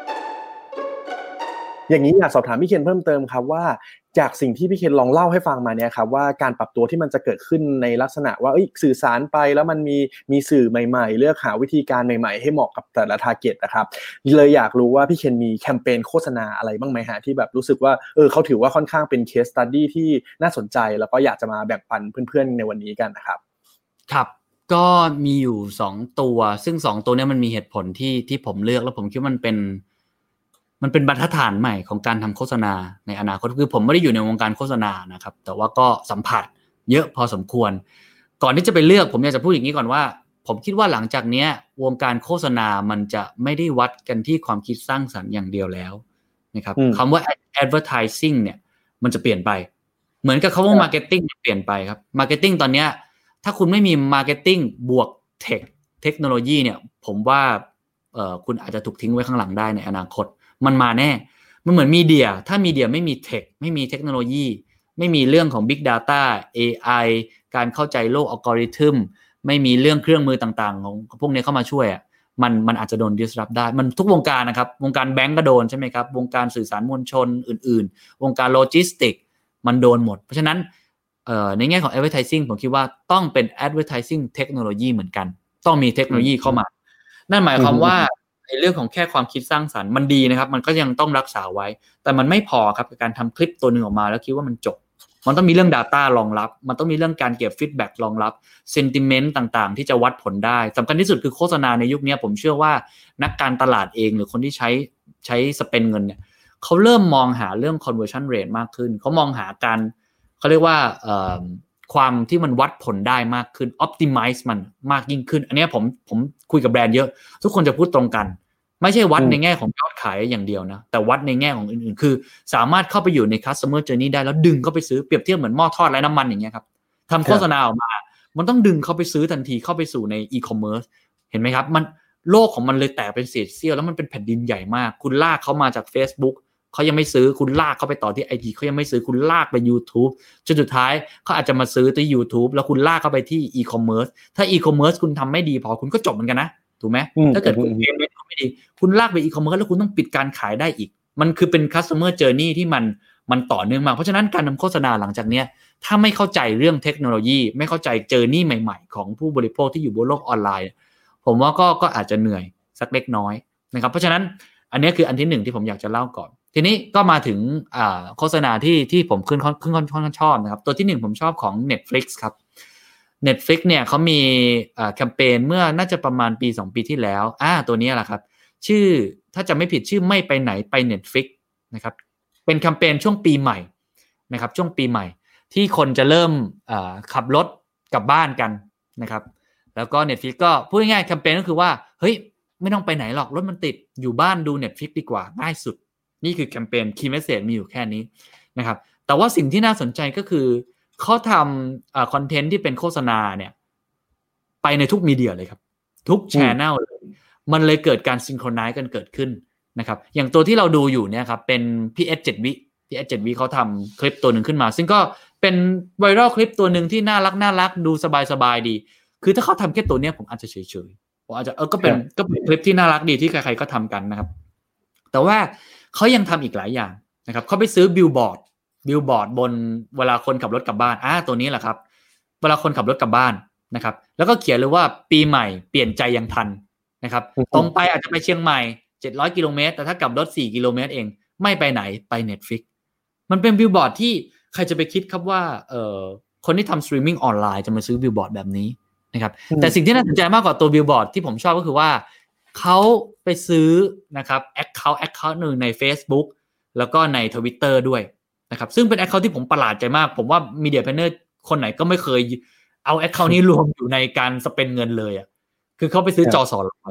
อย่างนี้อยากสอบถามพี่เคนเพิ่มเติมครับว่าจากสิ่งที่พี่เคนลองเล่าให้ฟังมาเนี่ยครับว่าการปรับตัวที่มันจะเกิดขึ้นในลักษณะว่าสื่อสารไปแล้วมันมีสื่อใหม่ๆเลือกหาวิธีการใหม่ๆให้เหมาะกับแต่ละทาร์เก็ตนะครับเลยอยากรู้ว่าพี่เคนมีแคมเปญโฆษณาอะไรบ้างไหมฮะที่แบบรู้สึกว่าเขาถือว่าค่อนข้างเป็นเคสสตัดดี้ที่น่าสนใจแล้วก็อยากจะมาแบ่งปันเพื่อนๆในวันนี้กันนะครับครับก็มีอยู่2ตัวซึ่ง2ตัวนี้มันมีเหตุผลที่ผมเลือกแล้วผมคิดว่ามันเป็นบรรทัดฐานใหม่ของการทำโฆษณาในอนาคตคือผมไม่ได้อยู่ในวงการโฆษณานะครับแต่ว่าก็สัมผัสเยอะพอสมควรก่อนที่จะไปเลือกผมอยากจะพูดอย่างนี้ก่อนว่าผมคิดว่าหลังจากนี้วงการโฆษณามันจะไม่ได้วัดกันที่ความคิดสร้างสรรค์อย่างเดียวแล้วนะครับคำว่า advertising เนี่ยมันจะเปลี่ยนไปเหมือนกับคำว่า marketing เปลี่ยนไปครับ marketing ตอนนี้ถ้าคุณไม่มี marketing บวกเทคโนโลยีเนี่ยผมว่าคุณอาจจะถูกทิ้งไว้ข้างหลังได้ในอนาคตมันมาแน่มันเหมือนมีเดียถ้ามีเดียไม่มีเทคไม่มีเทคโนโลยีไม่มีเรื่องของ Big Data AI การเข้าใจโลกอัลกอริทึมไม่มีเรื่องเครื่องมือต่างๆของพวกนี้เข้ามาช่วยมันอาจจะโดน disrupt ได้มันทุกวงการนะครับวงการแบงก์ก็โดนใช่ไหมครับวงการสื่อสารมวลชนอื่นๆวงการโลจิสติกมันโดนหมดเพราะฉะนั้นในแง่ของ advertising ผมคิดว่าต้องเป็น advertising เทคโนโลยีเหมือนกันต้องมีเทคโนโลยีเข้ามานั่นหมายความว่าในเรื่องของแค่ความคิดสร้างสรรค์มันดีนะครับมันก็ยังต้องรักษาไว้แต่มันไม่พอครับกับการทำคลิปตัวนึงออกมาแล้วคิดว่ามันจบมันต้องมีเรื่อง data รองรับมันต้องมีเรื่องการเก็บ feedback รองรับ sentiment ต่างๆที่จะวัดผลได้สำคัญที่สุดคือโฆษณาในยุคนี้ผมเชื่อว่านักการตลาดเองหรือคนที่ใช้สเปนเงินเนี่ยเขาเริ่มมองหาเรื่อง conversion rate มากขึ้นเขามองหาการเขาเรียกว่าความที่มันวัดผลได้มากขึ้น optimize มันมากยิ่งขึ้นอันนี้ผมคุยกับแบรนด์เยอะทุกคนจะพูดตรงกันไม่ใช่วัดในแง่ของยอดขายอย่างเดียวนะแต่วัดในแง่ของอื่นๆคือสามารถเข้าไปอยู่ใน customer journey ได้แล้วดึงเข้าไปซื้อเปรียบเทียบเหมือนหม้อทอดไร้น้ำมันอย่างเงี้ยครับทำโฆษณาออกมามันต้องดึงเข้าไปซื้อทันทีเข้าไปสู่ใน e-commerce เห็นไหมครับมันโลกของมันเลยแตกเป็นเศษเสี้ยวแล้วมันเป็นแผ่นดินใหญ่มากคุณลากเขามาจาก Facebookเขายังไม่ซื้อคุณลากเขาไปต่อที่ IG เขายังไม่ซื้อคุณลากไป YouTube จนสุดท้ายเขาอาจจะมาซื้อที่ YouTube แล้วคุณลากเข้าไปที่ e-commerce ถ้า e-commerce คุณทำไม่ดีพอคุณก็จบเหมือนกันนะถูกไหมถ้าเกิดคุณpaymentไม่ดีคุณลากไป e-commerce แล้วคุณต้องปิดการขายได้อีกมันคือเป็น customer journey ที่มันต่อเนื่องมากเพราะฉะนั้นการทำโฆษณาหลังจากนี้ถ้าไม่เข้าใจเรื่องเทคโนโลยีไม่เข้าใจ journey ใหม่ๆของผู้บริโภคที่อยู่บนโลกออนไลน์ผมว่าก็อาจจะเหนื่อยสักเล็กน้อยนะครับเพราะฉะนั้นอันนี้คืออันที่1ที่ผมอยากจะเล่าก่อนทีนี้ก็มาถึงโฆษณาที่ผมค่อนข้างชอบนะครับตัวที่1ผมชอบของ Netflix ครับ Netflix เนี่ยเขามีแคมเปญเมื่อน่าจะประมาณปี2ปีที่แล้วตัวนี้แหละครับชื่อถ้าจะไม่ผิดชื่อไม่ไปไหนไป Netflix นะครับเป็นแคมเปญช่วงปีใหม่นะครับช่วงปีใหม่ที่คนจะเริ่มขับรถกลับบ้านกันนะครับแล้วก็ Netflix ก็พูดง่ายๆแคมเปญก็คือว่าเฮ้ยไม่ต้องไปไหนหรอกรถมันติดอยู่บ้านดู Netflix ดีกว่าง่ายสุดนี่คือแคมเปญ Key Message มีอยู่แค่นี้นะครับแต่ว่าสิ่งที่น่าสนใจก็คือเขาทำคอนเทนต์ที่เป็นโฆษณาเนี่ยไปในทุกมีเดียเลยครับทุก channel เลยมันเลยเกิดการซิงโครไนซ์กันเกิดขึ้นนะครับอย่างตัวที่เราดูอยู่เนี่ยครับเป็น PS 7 วิ PS 7 วิเขาทำคลิปตัวหนึ่งขึ้นมาซึ่งก็เป็นไวรัลคลิปตัวหนึ่งที่น่ารักดูสบายดีคือถ้าเขาทำแค่ตัวเนี้ยผมอาจจะเฉยๆผมอาจจะก็เป็นคลิปที่น่ารักดีที่ใครๆก็ทำกันนะครับแต่ว่าเขายังทำอีกหลายอย่างนะครับเขาไปซื้อบิลบอร์ดบนเวลาคนขับรถกลับบ้านตัวนี้แหละครับเวลาคนขับรถกลับบ้านนะครับแล้วก็เขียนเลยว่าปีใหม่เปลี่ยนใจยังทันนะครับตรงไปอาจจะไปเชียงใหม่700กิโลเมตรแต่ถ้ากลับรถ4กิโลเมตรเองไม่ไปไหนไป Netflix มันเป็นบิลบอร์ดที่ใครจะไปคิดครับว่าคนที่ทำสตรีมมิ่งออนไลน์จะมาซื้อบิลบอร์ดแบบนี้นะครับแต่สิ่งที่น่าสนใจมากกว่าตัวบิลบอร์ดที่ผมชอบก็คือว่าเขาไปซื้อนะครับแอคเคาท์หนึ่งใน Facebook แล้วก็ใน Twitter ด้วยนะครับซึ่งเป็นแอคเคาท์ที่ผมประหลาดใจมากผมว่ามีเดียแพลนเนอร์คนไหนก็ไม่เคยเอาแอคเคาท์นี้รวมอยู่ในการสเปนเงินเลยอ่ะคือเขาไปซื้อจอ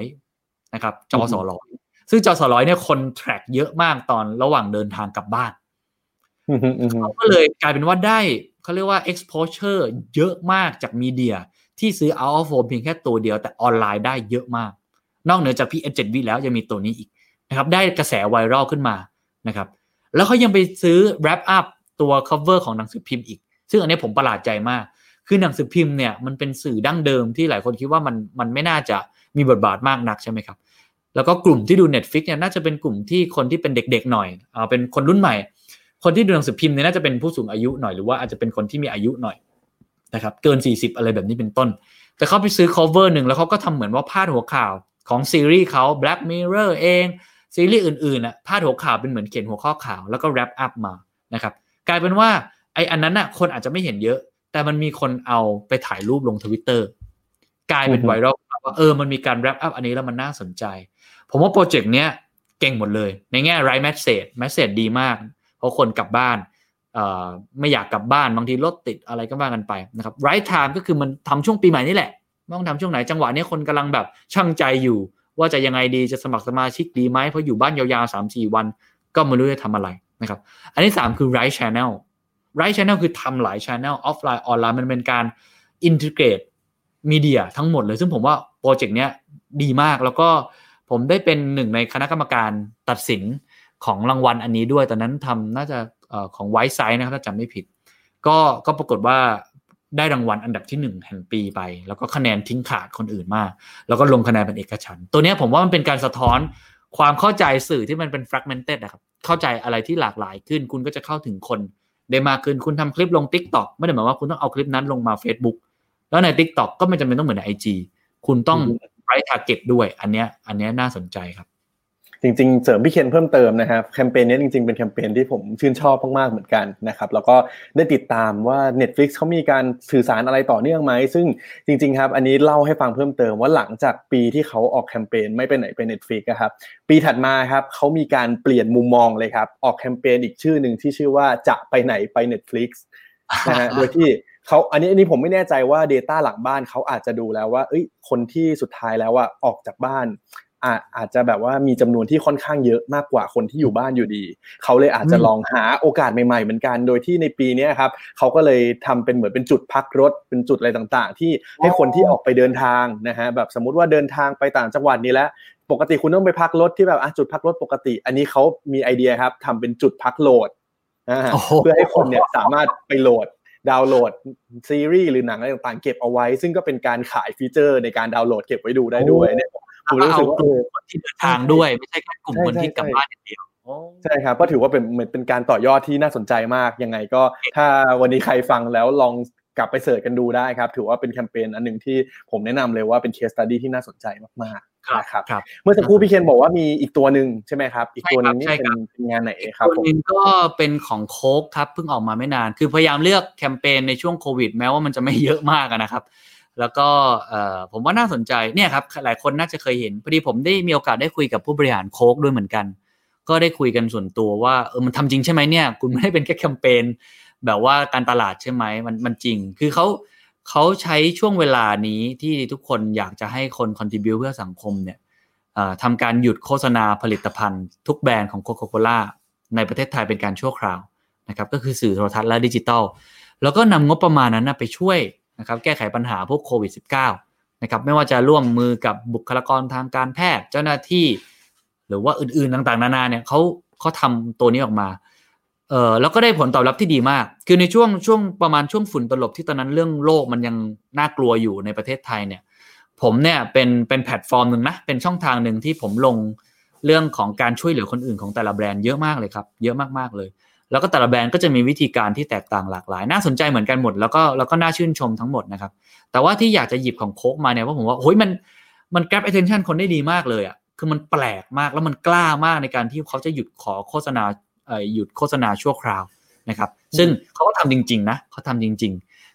200นะครับจอ200ซึ่งจอ200เนี่ยคนแทร็กเยอะมากตอนระหว่างเดินทางกลับบ้านเขาก็เลยกลายเป็นว่าได้เขาเรียกว่า exposure เยอะมากจากมีเดียที่ซื้อ out of home เพียงแค่ตัวเดียวแต่ออนไลน์ได้เยอะมากนอกเหนือจาก PS7 วิแล้วยังมีตัวนี้อีกนะครับได้กระแสไวรัลขึ้นมานะครับแล้วเขายังไปซื้อ wrap up ตัว cover ของหนังสือพิมพ์อีกซึ่งอันนี้ผมประหลาดใจมากคือหนังสือพิมพ์เนี่ยมันเป็นสื่อดั้งเดิมที่หลายคนคิดว่ามันไม่น่าจะมีบทบาทมากนักใช่ไหมครับแล้วก็กลุ่มที่ดู Netflix เนี่ยน่าจะเป็นกลุ่มที่คนที่เป็นเด็กๆหน่อยเป็นคนรุ่นใหม่คนที่ดูหนังสือพิมพ์เนี่ยน่าจะเป็นผู้สูงอายุหน่อยหรือว่าอาจจะเป็นคนที่มีอายุหน่อยนะครับเกิน40อะไรแบบนี้เป็นต้นแต่เขาไปซื้อ cover นึงแล้วเขาก็ทำเหมือนว่าพาดหัวข่าวของซีรีส์เขา Black Mirror เองซีรีส์อื่นๆน่ะพาดหัวข่าวเป็นเหมือนเขียนหัวข้อข่าวแล้วก็ wrap up มานะครับกลายเป็นว่าไอ้อันนั้นน่ะคนอาจจะไม่เห็นเยอะแต่มันมีคนเอาไปถ่ายรูปลง Twitter กลายเป็นไวรัลว่ามันมีการ wrap up อันนี้แล้วมันน่าสนใจผมว่าโปรเจกต์เนี้ยเก่งหมดเลยในแง่ right message ดีมากเพราะคนกลับบ้านไม่อยากกลับบ้านบางทีรถติดอะไรก็ว่ากันไปนะครับ right time ก็คือมันทำช่วงปีใหม่นี่แหละต้องทำช่วงไหนจังหวะนี้คนกำลังแบบชั่งใจอยู่ว่าจะยังไงดีจะสมัครสมาชิกดีไหมเพราะอยู่บ้านยาวๆ 3-4 วันก็ไม่รู้จะทำอะไรนะครับอันที่3คือ right channel คือทำหลาย channel ออฟไลน์ออนไลน์มันเป็นการ integrate มีเดียทั้งหมดเลยซึ่งผมว่าโปรเจกต์เนี้ยดีมากแล้วก็ผมได้เป็นหนึ่งในคณะกรรมการตัดสินของรางวัลอันนี้ด้วยตอนนั้นทำน่าจะของ White Side นะครับถ้าจำไม่ผิดก็ปรากฏว่าได้รางวัลอันดับที่1แห่งปีไปแล้วก็คะแนนทิ้งขาดคนอื่นมากแล้วก็ลงคะแนนเป็นเอกฉันท์ตัวนี้ผมว่ามันเป็นการสะท้อนความเข้าใจสื่อที่มันเป็น fragmented นะครับเข้าใจอะไรที่หลากหลายขึ้นคุณก็จะเข้าถึงคนได้มากขึ้นคุณทำคลิปลง TikTok ไม่ได้หมายว่าคุณต้องเอาคลิปนั้นลงมา Facebook แล้วใน TikTok ก็ไม่จำเป็นต้องเหมือนใน IG คุณต้อง right target ด้วยอันเนี้ยน่าสนใจครับจริงๆเสริมพี่เคนเพิ่มเติมนะครับแคมเปญนี้จริงๆเป็นแคมเปญที่ผมชื่นชอบมากๆเหมือนกันนะครับแล้วก็ได้ติดตามว่า Netflix เขามีการสื่อสารอะไรต่อเนื่องไหมซึ่งจริงๆครับอันนี้เล่าให้ฟังเพิ่มเติมว่าหลังจากปีที่เขาออกแคมเปญไม่ไปไหนไป Netflix นะครับปีถัดมาครับเขามีการเปลี่ยนมุมมองเลยครับออกแคมเปญอีกชื่อนึงที่ชื่อว่าจะไปไหนไป Netflix นะฮะโดยที่เขาอันนี้ผมไม่แน่ใจว่า data หลังบ้านเขาอาจจะดูแล้วว่าคนที่สุดท้ายแล้วออกจากบ้านอาจจะแบบว่ามีจำนวนที่ค่อนข้างเยอะมากกว่าคนที่อยู่บ้านอยู่ดีเขาเลยอาจจะลองหาโอกาสใหม่ๆเหมือนกันโดยที่ในปีนี้ครับเขาก็เลยทำเป็นเหมือนเป็นจุดพักรถเป็นจุดอะไรต่างๆที่ให้คนที่ออกไปเดินทางนะฮะแบบสมมุติว่าเดินทางไปต่างจังหวัดนี่แล้วปกติคุณต้องไปพักรถที่แบบจุดพักรถปกติอันนี้เขามีไอเดียครับทำเป็นจุดพักโหลดเพื่อให้คนเนี่ยสามารถไปโหลดดาวน์โหลดซีรีส์หรือหนังอะไรต่างๆเก็บเอาไว้ซึ่งก็เป็นการขายฟีเจอร์ในการดาวน์โหลดเก็บไว้ดูได้ด้วยเนี่ยผมรู้สึกว่าคนที่เดินทางด้วยไม่ใช่แค่กลุ่มคนที่กลับบ้านอย่างเดียวใช่ครับก็ถือว่าเป็นเหมือนเป็นการต่อยอดที่น่าสนใจมากยังไงก็ถ้าวันนี้ใครฟังแล้วลองกลับไปเสิร์ชกันดูได้ครับถือว่าเป็นแคมเปญอันนึงที่ผมแนะนำเลยว่าเป็น case study ที่น่าสนใจมากๆนะครับเมื่อสักครู่พี่เคนบอกว่ามีอีกตัวนึงใช่ไหมครับอีกตัวนึงนี่เป็นงานไหนครับตัวนึงก็เป็นของโค้กครับเพิ่งออกมาไม่นานคือพยายามเลือกแคมเปญในช่วงโควิดแม้ว่ามันจะไม่เยอะมากนะครับแล้วก็ผมว่าน่าสนใจเนี่ยครับหลายคนน่าจะเคยเห็นพอดีผมได้มีโอกาสได้คุยกับผู้บริหารโค้กด้วยเหมือนกันก็ได้คุยกันส่วนตัวว่ามันทำจริงใช่ไหมเนี่ยคุณไม่ได้เป็นแค่แคมเปญแบบว่าการตลาดใช่ไหมมันจริงคือเขาใช้ช่วงเวลานี้ที่ทุกคนอยากจะให้คน contribute เพื่อสังคมเนี่ยทำการหยุดโฆษณาผลิตภัณฑ์ทุกแบรนด์ของ Coca-Cola ในประเทศไทยเป็นการชั่วคราวนะครับก็คือสื่อโทรทัศน์และดิจิทัลแล้วก็นำงบประมาณนั้นไปช่วยนะครับแก้ไขปัญหาพวกโควิด -19 นะครับไม่ว่าจะร่วมมือกับบุคลากรทางการแพทย์เจ้าหน้าที่หรือว่าอื่นๆต่างๆนานาเนี่ยเขาทำตัวนี้ออกมาแล้วก็ได้ผลตอบรับที่ดีมากคือในช่วงประมาณช่วงฝุ่นตลบที่ตอนนั้นเรื่องโลกมันยังน่ากลัวอยู่ในประเทศไทยเนี่ยผมเนี่ยเป็นแพลตฟอร์มนึงนะเป็นช่องทางนึงที่ผมลงเรื่องของการช่วยเหลือคนอื่นของแต่ละแบรนด์เยอะมากเลยครับเยอะมากๆเลยแล้วก็แต่ละแบรนด์ก็จะมีวิธีการที่แตกต่างหลากหลายน่าสนใจเหมือนกันหมดแล้วก็น่าชื่นชมทั้งหมดนะครับแต่ว่าที่อยากจะหยิบของโค้กมาเนี่ยเพราะผมว่าโอ้ยมัน grab attention คนได้ดีมากเลยอ่ะคือมันแปลกมากแล้วมันกล้ามากในการที่เขาจะหยุดขอโฆษณาหยุดโฆษณาชั่วคราวนะครับซึ่งเขาก็ทำจริงๆนะเขาทำจริง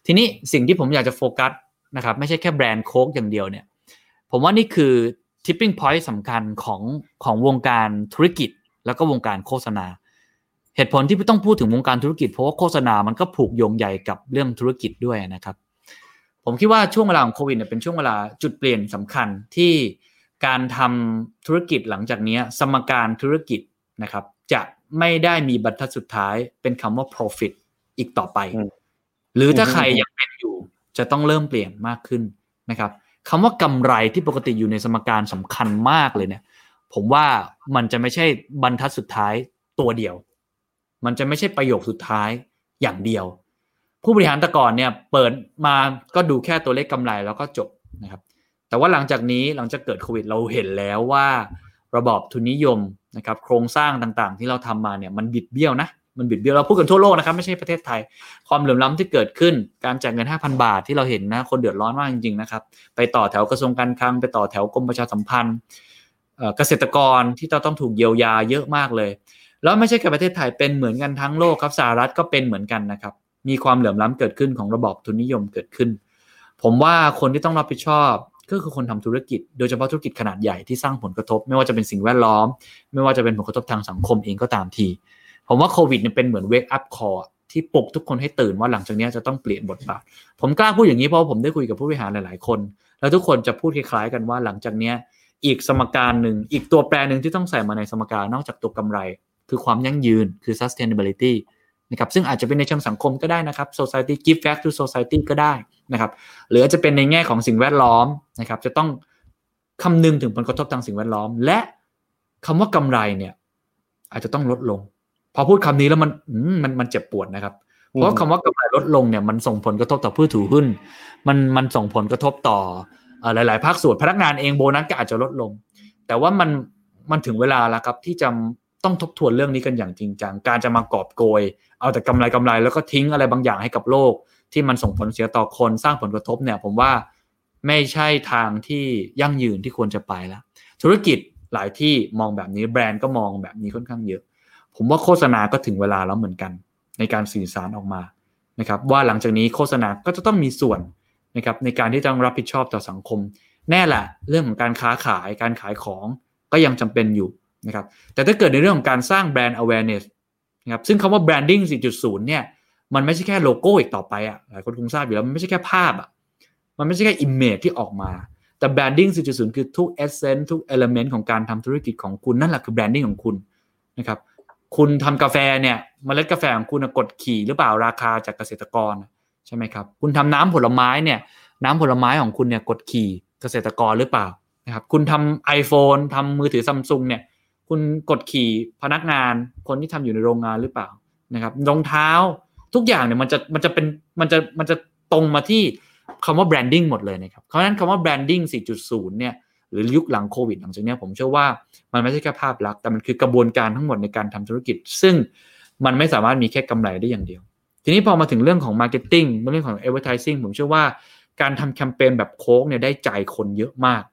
ทีนี้สิ่งที่ผมอยากจะโฟกัสนะครับไม่ใช่แค่แบรนด์โค้กอย่างเดียวเนี่ยผมว่านี่คือ tipping point สำคัญของวงการธุรกิจแล้วก็วงการโฆษณาเหตุผลที่ต้องพูดถึงวงการธุรกิจเพราะว่าโฆษณามันก็ผูกโยงใยกับเรื่องธุรกิจด้วยนะครับผมคิดว่าช่วงเวลาของโควิดเนี่ยเป็นช่วงเวลาจุดเปลี่ยนสำคัญที่การทำธุรกิจหลังจากนี้สมการธุรกิจนะครับจะไม่ได้มีบรรทัดสุดท้ายเป็นคำว่า profit อีกต่อไปหรือถ้าใครยังเป็นอยู่จะต้องเริ่มเปลี่ยนมากขึ้นนะครับคำว่ากำไรที่ปกติอยู่ในสมการสำคัญมากเลยเนี่ยผมว่ามันจะไม่ใช่บรรทัดสุดท้ายตัวเดียวมันจะไม่ใช่ประโยคสุดท้ายอย่างเดียวผู้บริหารแต่ก่อนเนี่ยเปิดมาก็ดูแค่ตัวเลขกำไรแล้วก็จบนะครับแต่ว่าหลังจากนี้หลังจากเกิดโควิดเราเห็นแล้วว่าระบอบทุนนิยมนะครับโครงสร้างต่างๆที่เราทำมาเนี่ยมันบิดเบี้ยวนะมันบิดเบี้ยวเราพูดกันทั่วโลกนะครับไม่ใช่ประเทศไทยความเหลื่อมล้ำที่เกิดขึ้นการแจกเงิน 5,000 บาทที่เราเห็นนะคนเดือดร้อนมากจริงๆนะครับไปต่อแถวกระทรวงการคลังไปต่อแถวกรมประชาสัมพันธ์เกษตรกรที่ต้องถูกเยียวยาเยอะมากเลยแล้วไม่ใช่แค่ประเทศไทยเป็นเหมือนกันทั้งโลกครับสหรัฐก็เป็นเหมือนกันนะครับมีความเหลื่อมล้ำเกิดขึ้นของระบอบทุนนิยมเกิดขึ้นผมว่าคนที่ต้องรับผิดชอบก็คือคนทำธุรกิจโดยเฉพาะธุรกิจขนาดใหญ่ที่สร้างผลกระทบไม่ว่าจะเป็นสิ่งแวดล้อมไม่ว่าจะเป็นผลกระทบทางสังคมเองก็ตามทีผมว่าโควิดเนี่ยเป็นเหมือน wake up call ที่ปลุกทุกคนให้ตื่นว่าหลังจากนี้จะต้องเปลี่ยนบทบาทผมกล้าพูดอย่างนี้เพราะผมได้คุยกับผู้บริหารหลายๆคนแล้วทุกคนจะพูดคล้ายๆกันว่าหลังจากนี้อีกสมการหนึ่งอีกตัวแปรหนึ่งที่ต้องใส่มาในสมการนอกจากตัวกำไรคือความยั่งยืนคือ sustainability นะครับซึ่งอาจจะเป็นในเชิงสังคมก็ได้นะครับ society give back to society ก็ได้นะครับหรืออาจจะเป็นในแง่ของสิ่งแวดล้อมนะครับจะต้องคำนึงถึงผลกระทบทางสิ่งแวดล้อมและคำว่ากำไรเนี่ยอาจจะต้องลดลงพอพูดคำนี้แล้วมันเจ็บปวดนะครับเพราะคำว่ากำไรลดลงเนี่ยมันส่งผลกระทบต่อผู้ถือหุ้นมันส่งผลกระทบต่อหลายๆภาคส่วนพนักงานเองโบนัสก็อาจจะลดลงแต่ว่ามันถึงเวลาแล้วครับที่จะต้องทบทวนเรื่องนี้กันอย่างจริงจังการจะมากอบโกยเอาแต่กำไรแล้วก็ทิ้งอะไรบางอย่างให้กับโลกที่มันส่งผลเสียต่อคนสร้างผลกระทบเนี่ยผมว่าไม่ใช่ทางที่ยั่งยืนที่ควรจะไปแล้วธุรกิจหลายที่มองแบบนี้แบรนด์ก็มองแบบนี้ค่อนข้างเยอะผมว่าโฆษณาก็ถึงเวลาแล้วเหมือนกันในการสื่อสารออกมานะครับว่าหลังจากนี้โฆษณาก็จะต้องมีส่วนนะครับในการที่ต้องรับผิดชอบต่อสังคมแน่แหละเรื่องของการค้าขายการขายของก็ยังจำเป็นอยู่นะครับแต่ถ้าเกิดในเรื่องของการสร้างแบรนด์ awareness นะครับซึ่งคำว่า branding 4.0 เนี่ยมันไม่ใช่แค่โลโก้อีกต่อไปอ่ะหลายคนคงทราบอยู่แล้วมันไม่ใช่แค่ภาพอ่ะมันไม่ใช่แค่ image ที่ออกมาแต่ branding 4.0 คือทุก essence ทุก element ของการทำธุรกิจของคุณนั่นแหละคือ branding ของคุณนะครับคุณทำกาแฟเนี่ยเมล็ดกาแฟของคุณกดขี่หรือเปล่าราคาจากเกษตรกรใช่ไหมครับคุณทำน้ำผลไม้เนี่ยน้ำผลไม้ของคุณเนี่ยกดขี่เกษตรกรหรือเปล่านะครับคุณทำ iPhone ทำมือถือ Samsung เนี่ยคุณกดขี่พนักงานคนที่ทำอยู่ในโรงงานหรือเปล่านะครับรองเท้าทุกอย่างเนี่ยมันจะตรงมาที่คำว่า branding หมดเลยนะครับเพราะฉะนั้นคำว่า branding 4.0 เนี่ยหรือยุคหลังโควิดหลังจากนี้ผมเชื่อว่ามันไม่ใช่แค่ภาพลักษณ์แต่มันคือกระบวนการทั้งหมดในการทำธุรกิจซึ่งมันไม่สามารถมีแค่กำไรได้อย่างเดียวทีนี้พอมาถึงเรื่องของ marketing เรื่องของ advertising ผมเชื่อว่าการทำแคมเปญแบบโค้กเนี่ยได้ใจคนเยอะมาก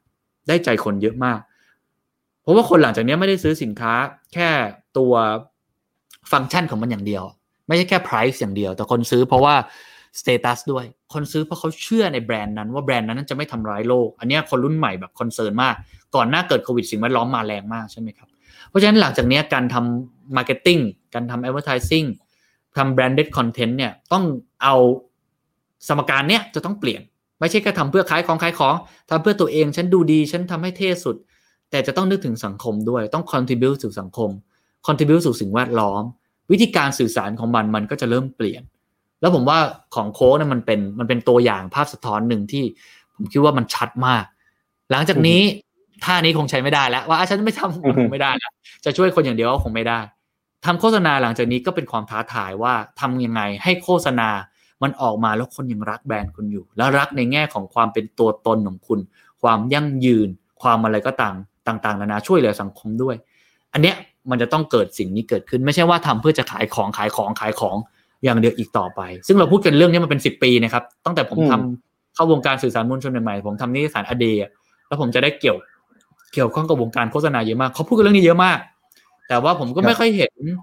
เพราะว่าคนหลังจากนี้ไม่ได้ซื้อสินค้าแค่ตัวฟังก์ชันของมันอย่างเดียวไม่ใช่แค่ price อย่างเดียวแต่คนซื้อเพราะว่า status ด้วยคนซื้อเพราะเขาเชื่อในแบรนด์นั้นว่าแบรนด์นั้นจะไม่ทำร้ายโลกอันนี้คนรุ่นใหม่แบบคอนเซิร์นมากก่อนหน้าเกิดโควิดสิ่งแวดล้อมมาแรงมากใช่ไหมครับเพราะฉะนั้นหลังจากนี้การทำ marketing การทำ advertising ทำ branded content เนี่ยต้องเอาสมการเนี้ยจะต้องเปลี่ยนไม่ใช่แค่ทำเพื่อขายของทำเพื่อตัวเองฉันดูดีฉันทำให้เท่สุดแต่จะต้องนึกถึงสังคมด้วยต้อง contribute สู่สังคม contribute สู่สิ่งแวดล้อมวิธีการสื่อสารของมันก็จะเริ่มเปลี่ยนแล้วผมว่าของโค้กเนี่ยมันเป็นตัวอย่างภาพสะท้อนหนึ่งที่ผมคิดว่ามันชัดมากหลังจากนี้ท่านี้คงใช้ไม่ได้แล้วว่าฉันไม่ทำคงไม่ได้แล้วจะช่วยคนอย่างเดียวก็คงไม่ได้ทำโฆษณาหลังจากนี้ก็เป็นความท้าทายว่าทำยังไงให้โฆษณามันออกมาแล้วคนยังรักแบรนด์คุณอยู่แล้วรักในแง่ของความเป็นตัวตนของคุณความยั่งยืนความอะไรก็ต่างนานาช่วยเหลือสังคมด้วยอันเนี้ยมันจะต้องเกิดสิ่งนี้เกิดขึ้นไม่ใช่ว่าทำเพื่อจะขายของอย่างเดียวอีกต่อไปซึ่งเราพูดกันเรื่องนี้มาเป็น10 ปีนะครับตั้งแต่ผมทำเข้าวงการสื่อสารมวลชนใหม่ๆผมทำนิตยสารอเดย์แล้วผมจะได้เกี่ยวข้องกับวงการโฆษณาเยอะมากเขาพูดกันเรื่องนี้เยอะมากแต่ว่าผมก็ไม่ค่อยเห็น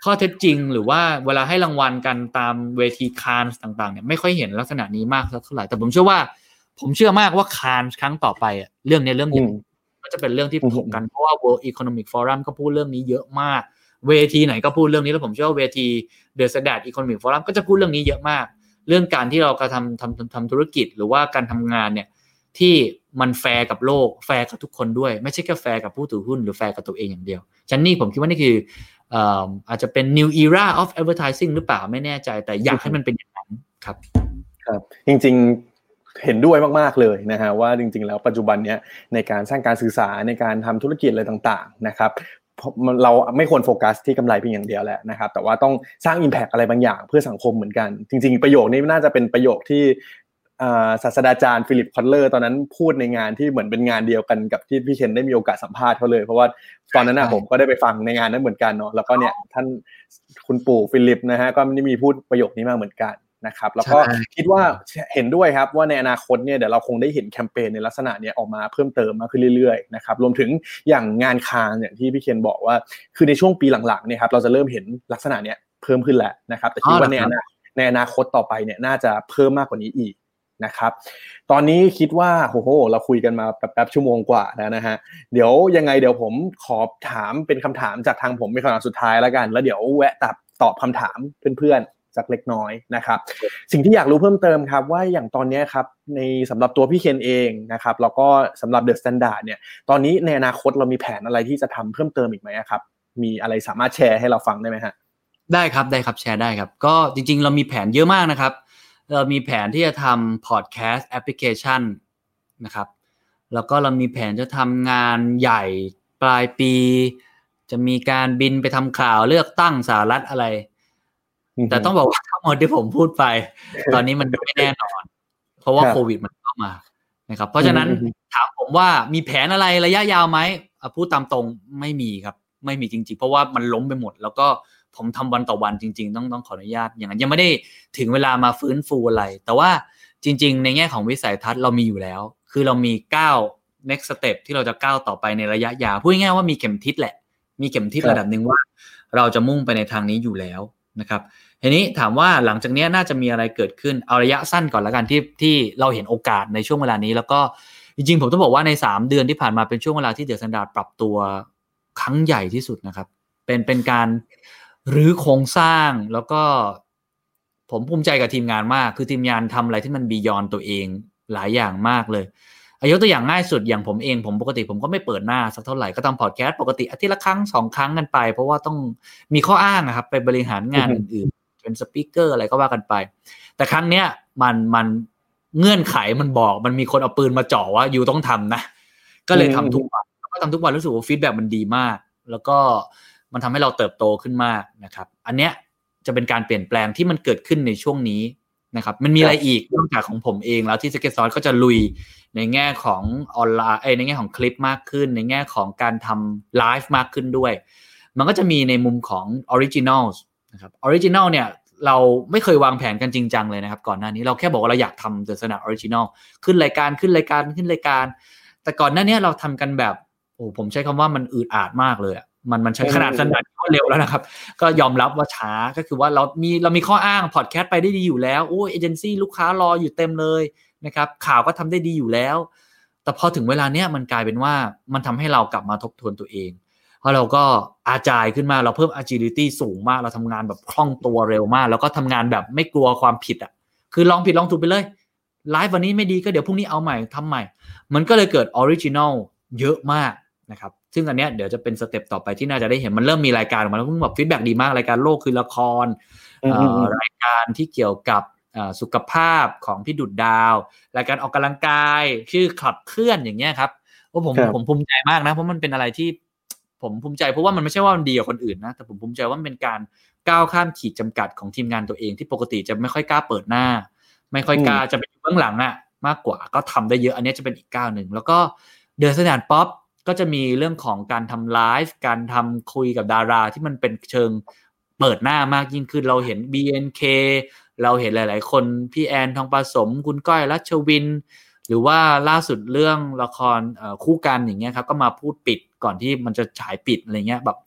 ข้อเท็จจริงหรือว่าเวลาให้รางวัลกันตามเวทีคานส์ต่างๆเนี่ยไม่ค่อยเห็นลักษณะนี้มากเท่าไหร่แต่ผมเชื่อมากว่าคานส์ครั้งต่อไปอ่ะเรื่องนี้เรื่องใหญ่ก็จะเป็นเรื่องที่ถกกันเพราะว่า World Economic Forum ก็พูดเรื่องนี้เยอะมากเวทีไหนก็พูดเรื่องนี้แล้วผมเชื่อว่าเวที The Standard Economic Forum ก็จะพูดเรื่องนี้เยอะมากเรื่องการที่เรากระทำธุรกิจหรือว่าการทำงานเนี่ยที่มันแฟร์กับโลกแฟร์กับทุกคนด้วยไม่ใช่แค่แฟร์กับผู้ถือหุ้นหรือแฟร์กับตัวเองอย่างเดียวฉะนั้นนี่ผมคิดว่านี่คืออาจจะเป็น new era of advertising หรือเปล่าไม่แน่ใจแต่อยากให้มันเป็นอย่างนั้นครับครับจริงๆเห็นด้วยมากๆเลยนะฮะว่าจริงๆแล้วปัจจุบันเนี้ยในการสร้างการสื่อสารในการทำธุรกิจอะไรต่างๆนะครับเราไม่ควรโฟกัสที่กำไรเพียงอย่างเดียวแหละนะครับแต่ว่าต้องสร้าง impact อะไรบางอย่างเพื่อสังคมเหมือนกันจริงๆประโยคนี้น่าจะเป็นประโยคที่ศาสตราจารย์ฟิลิปคอตเลอร์ตอนนั้นพูดในงานที่เหมือนเป็นงานเดียวกันกับที่พี่เคนได้มีโอกาสสัมภาษณ์เขาเลยเพราะว่าตอนนั้นนะผมก็ได้ไปฟังในงานนั้นเหมือนกันเนาะแล้วก็เนี่ยท่านคุณปู่ฟิลิปนะฮะก็ได้มีพูดประโยคนี้มาเหมือนกันนะครับแล้วก็คิดว่าเห็นด้วยครับว่าในอนาคตเนี่ยเดี๋ยวเราคงได้เห็นแคมเปญในลักษณะนี้ออกมาเพิ่มเติมมากขึ้นเรื่อยๆนะครับรวมถึงอย่างงานคานอย่างที่พี่เคนบอกว่าคือในช่วงปีหลังๆเนี่ยครับเราจะเริ่มเห็นลักษณะเนี้ยเพิ่มขึ้นแล้วนะครับแต่คิดว่าในอนาคตต่อไปเนี่ยน่าจะเพิ่มมากกว่านี้อีกนะครับตอนนี้คิดว่าโอ้โหเราคุยกันมาแป๊บชั่วโมงกว่าแล้วนะฮะเดี๋ยวยังไงเดี๋ยวผมขอถามเป็นคำถามจากทางผมเป็นคำถามสุดท้ายแล้วกันแล้วเดี๋ยวแวะตอบคำถามเพื่อนๆสักเล็กน้อยนะครับสิ่งที่อยากรู้เพิ่มเติมครับว่าอย่างตอนนี้ครับในสำหรับตัวพี่เคนเองนะครับแล้วก็สำหรับ The Standard เนี่ยตอนนี้ในอนาคตเรามีแผนอะไรที่จะทำเพิ่มเติมอีกไหมครับมีอะไรสามารถแชร์ให้เราฟังได้ไหมฮะได้ครับแชร์ได้ครับก็จริงๆเรามีแผนเยอะมากนะครับเรามีแผนที่จะทำพอดแคสต์แอปพลิเคชันนะครับแล้วก็เรามีแผนจะทำงานใหญ่ปลายปีจะมีการบินไปทำข่าวเลือกตั้งสหรัฐอะไรแต่ต้องบอกว่าทั้งหมดที่ผมพูดไปตอนนี้มันไม่แน่นอนเพราะว่าโควิดมันเข้ามานะครับเพราะฉะนั้นถามผมว่ามีแผนอะไรระยะยาวไหมพูดตามตรงไม่มีครับไม่มีจริงๆเพราะว่ามันล้มไปหมดแล้วก็ผมทำวันต่อวันจริงๆต้องขออนุญาตอย่างนั้นยังไม่ได้ถึงเวลามาฟื้นฟูอะไรแต่ว่าจริงๆในแง่ของวิสัยทัศน์เรามีอยู่แล้วคือเรามี9 next step ที่เราจะก้าวต่อไปในระยะยาวพูดง่ายๆว่ามีเข็มทิศแหละมีเข็มทิศระดับนึงว่าเราจะมุ่งไปในทางนี้อยู่แล้วนะครับทีนี้ถามว่าหลังจากนี้น่าจะมีอะไรเกิดขึ้นเอาระยะสั้นก่อนละกันที่เราเห็นโอกาสในช่วงเวลานี้แล้วก็จริงๆผมต้องบอกว่าใน3เดือนที่ผ่านมาเป็นช่วงเวลาที่ The Standard ปรับตัวครั้งใหญ่ที่สุดนะครับเป็นการรื้อโครงสร้างแล้วก็ผมภูมิใจกับทีมงานมากคือทีมงานทำอะไรที่มันบียอนตัวเองหลายอย่างมากเลยยกตัวอย่างง่ายสุดอย่างผมเองผมปกติผมก็ไม่เปิดหน้าสักเท่าไหร่ก็ทำพอดแคสต์ปกติอาทิตย์ละครั้ง2ครั้งกันไปเพราะว่าต้องมีข้ออ้างนะครับไปบริหารงานอื่นๆเป็นสปีกเกอร์อะไรก็ว่ากันไปแต่ครั้งเนี้ยมันเงื่อนไขมันบอกมันมีคนเอาปืนมาจ่อว่าอยู่ต้องทำนะก็เลยทำทุกวันแล้วก็ทำทุกวันรู้สึกว่าฟีดแบ็กมันดีมากแล้วก็มันทำให้เราเติบโตขึ้นมากนะครับอันเนี้ยจะเป็นการเปลี่ยนแปลงที่มันเกิดขึ้นในช่วงนี้นะครับมันมีอะไรอีกนอกจากของผมเองแล้วที่ Secret Sauce ก็จะลุยในแง่ของออนไลน์ในแง่ของคลิปมากขึ้นในแง่ของการทำไลฟ์มากขึ้นด้วยมันก็จะมีในมุมของ Originals นะครับ Original เนี่ยเราไม่เคยวางแผนกันจริงจังเลยนะครับก่อนหน้านี้เราแค่บอกว่าเราอยากทำ The Standard Original ขึ้นรายการแต่ก่อนหน้านี้เราทำกันแบบโอ้ผมใช้คำว่ามันอืดอาดมากเลยมันใช้ขนาดสแตนดาร์ดก็เร็วแล้วนะครับก็ยอมรับว่าช้าก็คือว่าเรามีข้ออ้างพอดแคสต์ไปได้ดีอยู่แล้วโอ้เอเจนซี่ลูกค้ารออยู่เต็มเลยนะครับข่าวก็ทำได้ดีอยู่แล้วแต่พอถึงเวลาเนี้ยมันกลายเป็นว่ามันทำให้เรากลับมาทบทวนตัวเองเพราะเราก็อาจายขึ้นมาเราเพิ่ม agility สูงมากเราทำงานแบบคล่องตัวเร็วมากแล้วก็ทำงานแบบไม่กลัวความผิดคือลองผิดลองถูกไปเลยไลฟ์วันนี้ไม่ดีก็เดี๋ยวพรุ่งนี้เอาใหม่ทำใหม่มันก็เลยเกิด original เยอะมากนะครับซึ่งอันเนี้ยเดี๋ยวจะเป็นสเต็ปต่อไปที่น่าจะได้เห็นมันเริ่มมีรายการออกมาแล้วคุณแบบฟีดแบ็กดีมากรายการโลกคือละครรายการที่เกี่ยวกับสุขภาพของพี่ดุจดาวรายการออกกำลังกายชื่อขับเคลื่อนอย่างเงี้ยครับผมภูมิใจมากนะเพราะมันเป็นอะไรที่ผมภูมิใจเพราะว่ามันไม่ใช่ว่ามันดีกว่าคนอื่นนะแต่ผมภูมิใจว่ามันเป็นการก้าวข้ามขีดจำกัดของทีมงานตัวเองที่ปกติจะไม่ค่อยกล้าเปิดหน้าไม่ค่อยกล้าจะเป็นเบื้องหลังมากกว่าก็ทำได้เยอะอันนี้จะเป็นอีกก้าวหนึ่งแล้วก็เดอะสแตนดาร์ดป๊อปก็จะมีเรื่องของการทำไลฟ์การทำคุยกับดาราที่มันเป็นเชิงเปิดหน้ามากยิ่งขึ้นเราเห็น BNK เราเห็นหลายๆคนพี่แอนทองผสมคุณก้อยรัชวินหรือว่าล่าสุดเรื่องละครคู่กันอย่างเงี้ยครับก็มาพูดปิดก่อนที่มันจะฉายปิดอะไรเงี้ยแบบ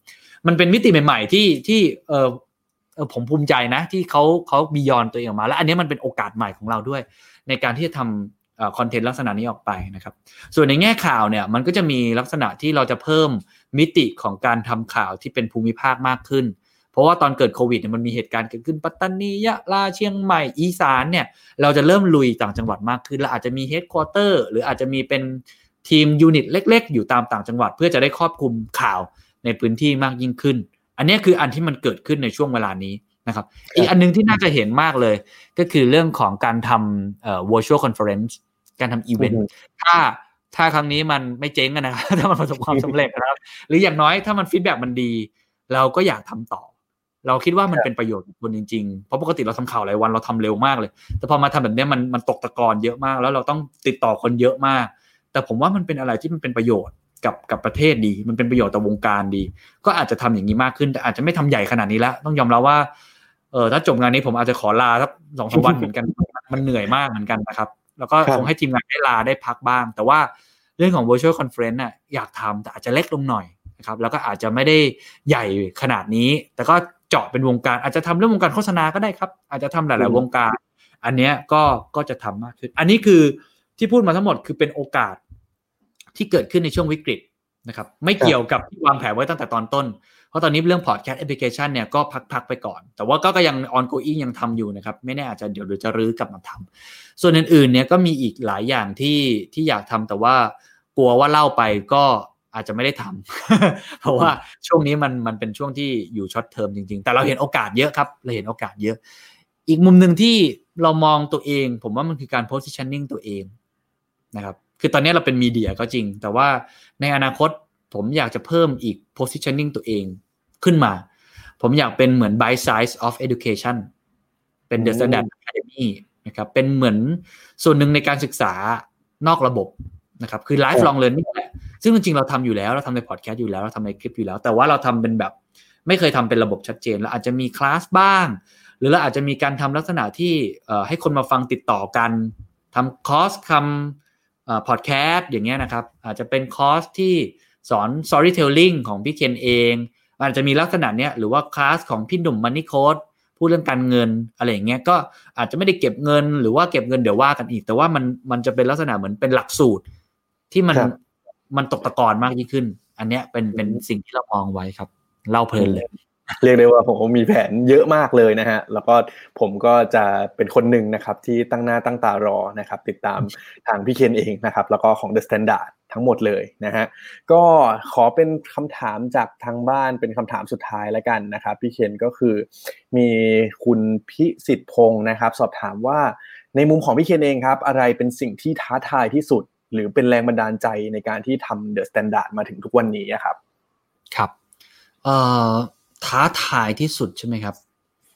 มันเป็นมิติใหม่ๆที่ผมภูมิใจนะที่เขาบียอนตัวเองออกมาและอันนี้มันเป็นโอกาสใหม่ของเราด้วยในการที่จะทำคอนเทนต์ลักษณะนี้ออกไปนะครับส่วนในแง่ข่าวเนี่ยมันก็จะมีลักษณะที่เราจะเพิ่มมิติของการทำข่าวที่เป็นภูมิภาคมากขึ้นเพราะว่าตอนเกิดโควิดเนี่ยมันมีเหตุการณ์เกิดขึ้นปัตตานียะลาเชียงใหม่อีสานเนี่ยเราจะเริ่มลุยต่างจังหวัดมากขึ้นและอาจจะมีเฮดควอเตอร์หรืออาจจะมีเป็นทีมยูนิตเล็กๆอยู่ตามต่างจังหวัดเพื่อจะได้ครอบคลุมข่าวในพื้นที่มากยิ่งขึ้นอันนี้คืออันที่มันเกิดขึ้นในช่วงเวลานี้นะครับอีกอันนึงที่น่าจะเห็นมากเลยก็คือเรื่องของการทำvirtual conference การทำอีเวนต์ถ้าครั้งนี้มันไม่เจ๊งกันนะครับถ้ามันประสบความสำเร็จนะครับหรืออย่างน้อยถ้ามันฟีดแบ็กมันดีเราก็อยากทำต่อเราคิดว่ามันเป็นประโยชน์กับคนจริงๆเพราะปกติเราทำข่าวรายวันเราทำเร็วมากเลยแต่พอมาทำแบบนี้มันตกตะกอนเยอะมากแล้วเราต้องติดต่อคนเยอะมากแต่ผมว่ามันเป็นอะไรที่มันเป็นประโยชน์กับประเทศดีมันเป็นประโยชน์ต่อวงการดีก็อาจจะทำอย่างนี้มากขึ้นแต่อาจจะไม่ทำใหญ่ขนาดนี้แล้วต้องยอมรับว่าถ้าจบงานนี้ผมอาจจะขอลาสัก 2-3 วันเหมือนกัน มันเหนื่อยมากเหมือนกันนะครับแล้วก็คงให้ทีมงานได้ลาได้พักบ้างแต่ว่าเรื่องของ virtual conference น่ะอยากทำแต่อาจจะเล็กลงหน่อยนะครับแล้วก็อาจจะไม่ได้ใหญ่ขนาดนี้แต่ก็เจาะเป็นวงการอาจจะทำเรื่องวงการโฆษณาก็ได้ครับอาจจะทำหลายๆวงการอันเนี้ยก็จะทำมากขึ้นอันนี้คือที่พูดมาทั้งหมดคือเป็นโอกาสที่เกิดขึ้นในช่วงวิกฤตนะครับไม่เกี่ยวกับที่วางแผนไว้ตั้งแต่ตอนต้นเพราะตอนนี้เรื่อง podcast application เนี่ยก็พักไปก่อนแต่ว่าก็ยัง ongoing ยังทำอยู่นะครับไม่แน่อาจจะเดี๋ยวจะรื้อกลับมาทำส่วนอื่นๆเนี่ยก็มีอีกหลายอย่างที่อยากทำแต่ว่ากลัวว่าเล่าไปก็อาจจะไม่ได้ทำ เพราะว่าช่วงนี้มันเป็นช่วงที่อยู่ช็อตเทอมจริงๆแต่เราเห็นโอกาสเยอะครับเราเห็นโอกาสเยอะอีกมุมนึงที่เรามองตัวเองผมว่ามันคือการ positioning ตัวเองนะครับคือตอนนี้เราเป็นมีเดียก็จริงแต่ว่าในอนาคตผมอยากจะเพิ่มอีก positioning ตัวเองขึ้นมาผมอยากเป็นเหมือน bite size of education เป็น The Standard Academy นะครับเป็นเหมือนส่วนหนึ่งในการศึกษานอกระบบนะครับคือ lifelong learning แหละซึ่งจริงๆเราทำอยู่แล้วเราทำในพอดแคสต์อยู่แล้วเราทำในคลิปอยู่แล้วแต่ว่าเราทำเป็นแบบไม่เคยทำเป็นระบบชัดเจนเราอาจจะมีคลาสบ้างหรือเราอาจจะมีการทำลักษณะที่ให้คนมาฟังติดต่อกันทำคอร์สพอดแคสต์อย่างเงี้ยนะครับอาจจะเป็นคอร์สที่สอน storytelling ของพี่เคนเองอาจจะมีลักษณะเนี้ยหรือว่าคลาสของพี่หนุ่ม Money Coach พูดเรื่องการเงินอะไรอย่างเงี้ยก็อาจจะไม่ได้เก็บเงินหรือว่าเก็บเงินเดี๋ยวว่ากันอีกแต่ว่ามันจะเป็นลักษณะเหมือนเป็นหลักสูตรที่มันตกตะกอนมากยิ่งขึ้นอันเนี้ยเป็นสิ่งที่เรามองไว้ครับเล่าเพลินเลยเรียกได้ว่าผมมีแผนเยอะมากเลยนะฮะแล้วก็ผมก็จะเป็นคนหนึ่งนะครับที่ตั้งหน้าตั้งตารอนะครับติดตามทางพี่เคนเองนะครับแล้วก็ของ The Standard ทั้งหมดเลยนะฮะก็ขอเป็นคำถามจากทางบ้านเป็นคำถามสุดท้ายแล้วกันนะครับพี่เคนก็คือมีคุณพิสิทธิ์พงศ์นะครับสอบถามว่าในมุมของพี่เคนเองครับอะไรเป็นสิ่งที่ท้าทายที่สุดหรือเป็นแรงบันดาลใจในการที่ทำ The Standard มาถึงทุกวันนี้ครับครับท้าทายที่สุดใช่ไหมครับ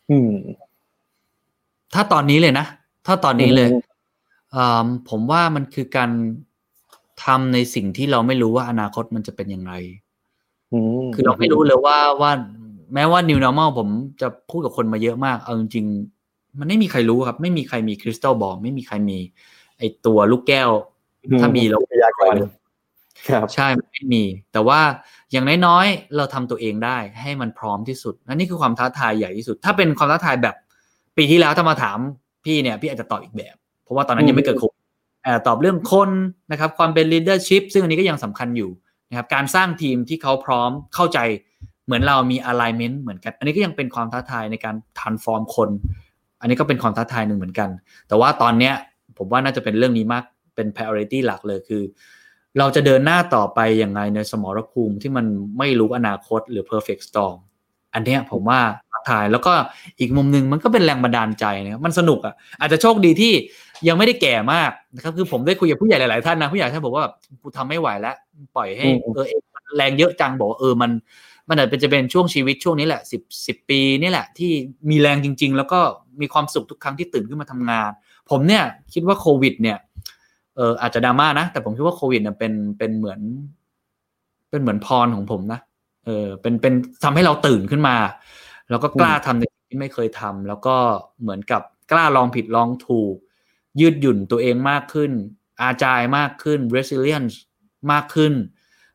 ถ้าตอนนี้เลยนะถ้าตอนนี้เลยผมว่ามันคือการทำในสิ่งที่เราไม่รู้ว่าอนาคตมันจะเป็นอย่างไรคือเราไม่รู้เลยว่าแม้ว่า New Normal ผมจะพูดกับคนมาเยอะมากเอาจริงๆมันไม่มีใครรู้ครับไม่มีใครมีคริสตัลบอลไม่มีใครมีไอตัวลูกแก้วถ้ามีเราพยากรณ์ใช่ไม่มีแต่ว่าอย่างน้อยๆเราทำตัวเองได้ให้มันพร้อมที่สุดนั่นนี่คือความท้าทายใหญ่ที่สุดถ้าเป็นความท้าทายแบบปีที่แล้วถ้ามาถามพี่เนี่ยพี่อาจจะตอบอีกแบบเพราะว่าตอนนั้นยังไม่เกิดโควิดตอบเรื่องคนนะครับความเป็น leadership ซึ่งอันนี้ก็ยังสำคัญอยู่นะครับการสร้างทีมที่เขาพร้อมเข้าใจเหมือนเรามี alignment เหมือนกันอันนี้ก็ยังเป็นความท้าทายในการ transform คนอันนี้ก็เป็นความท้าทายหนึ่งเหมือนกันแต่ว่าตอนเนี้ยผมว่าน่าจะเป็นเรื่องนี้มากเป็น priority หลักเลยคือเราจะเดินหน้าต่อไปยังไงในสมรภูมิที่มันไม่รู้อนาคตหรือ perfect storm อันเนี้ยผมว่าท้าทายแล้วก็อีกมุมนึงมันก็เป็นแรงบันดาลใจนะครับมันสนุกอ่ะอาจจะโชคดีที่ยังไม่ได้แก่มากนะครับคือผมได้คุยกับผู้ใหญ่หลายๆท่านนะผู้ใหญ่ท่านบอกว่าแบบกูทำไม่ไหวแล้วปล่อยให้แรงเยอะจังบอกว่ามันอาจจะเป็นช่วงชีวิตช่วงนี้แหละ10ปีนี่แหละที่มีแรงจริงๆแล้วก็มีความสุขทุกครั้งที่ตื่นขึ้นมาทำงานผมเนี่ยคิดว่าโควิดเนี่ยอาจจะดราม่านะแต่ผมคิดว่าโควิดเนี่ยเป็นเหมือนพรของผมนะเป็นทำให้เราตื่นขึ้นมาแล้วก็กล้าทำในสิ่งที่ไม่เคยทำแล้วก็เหมือนกับกล้าลองผิดลองถูกยืดหยุ่นตัวเองมากขึ้นอาจายมากขึ้น resilience มากขึ้น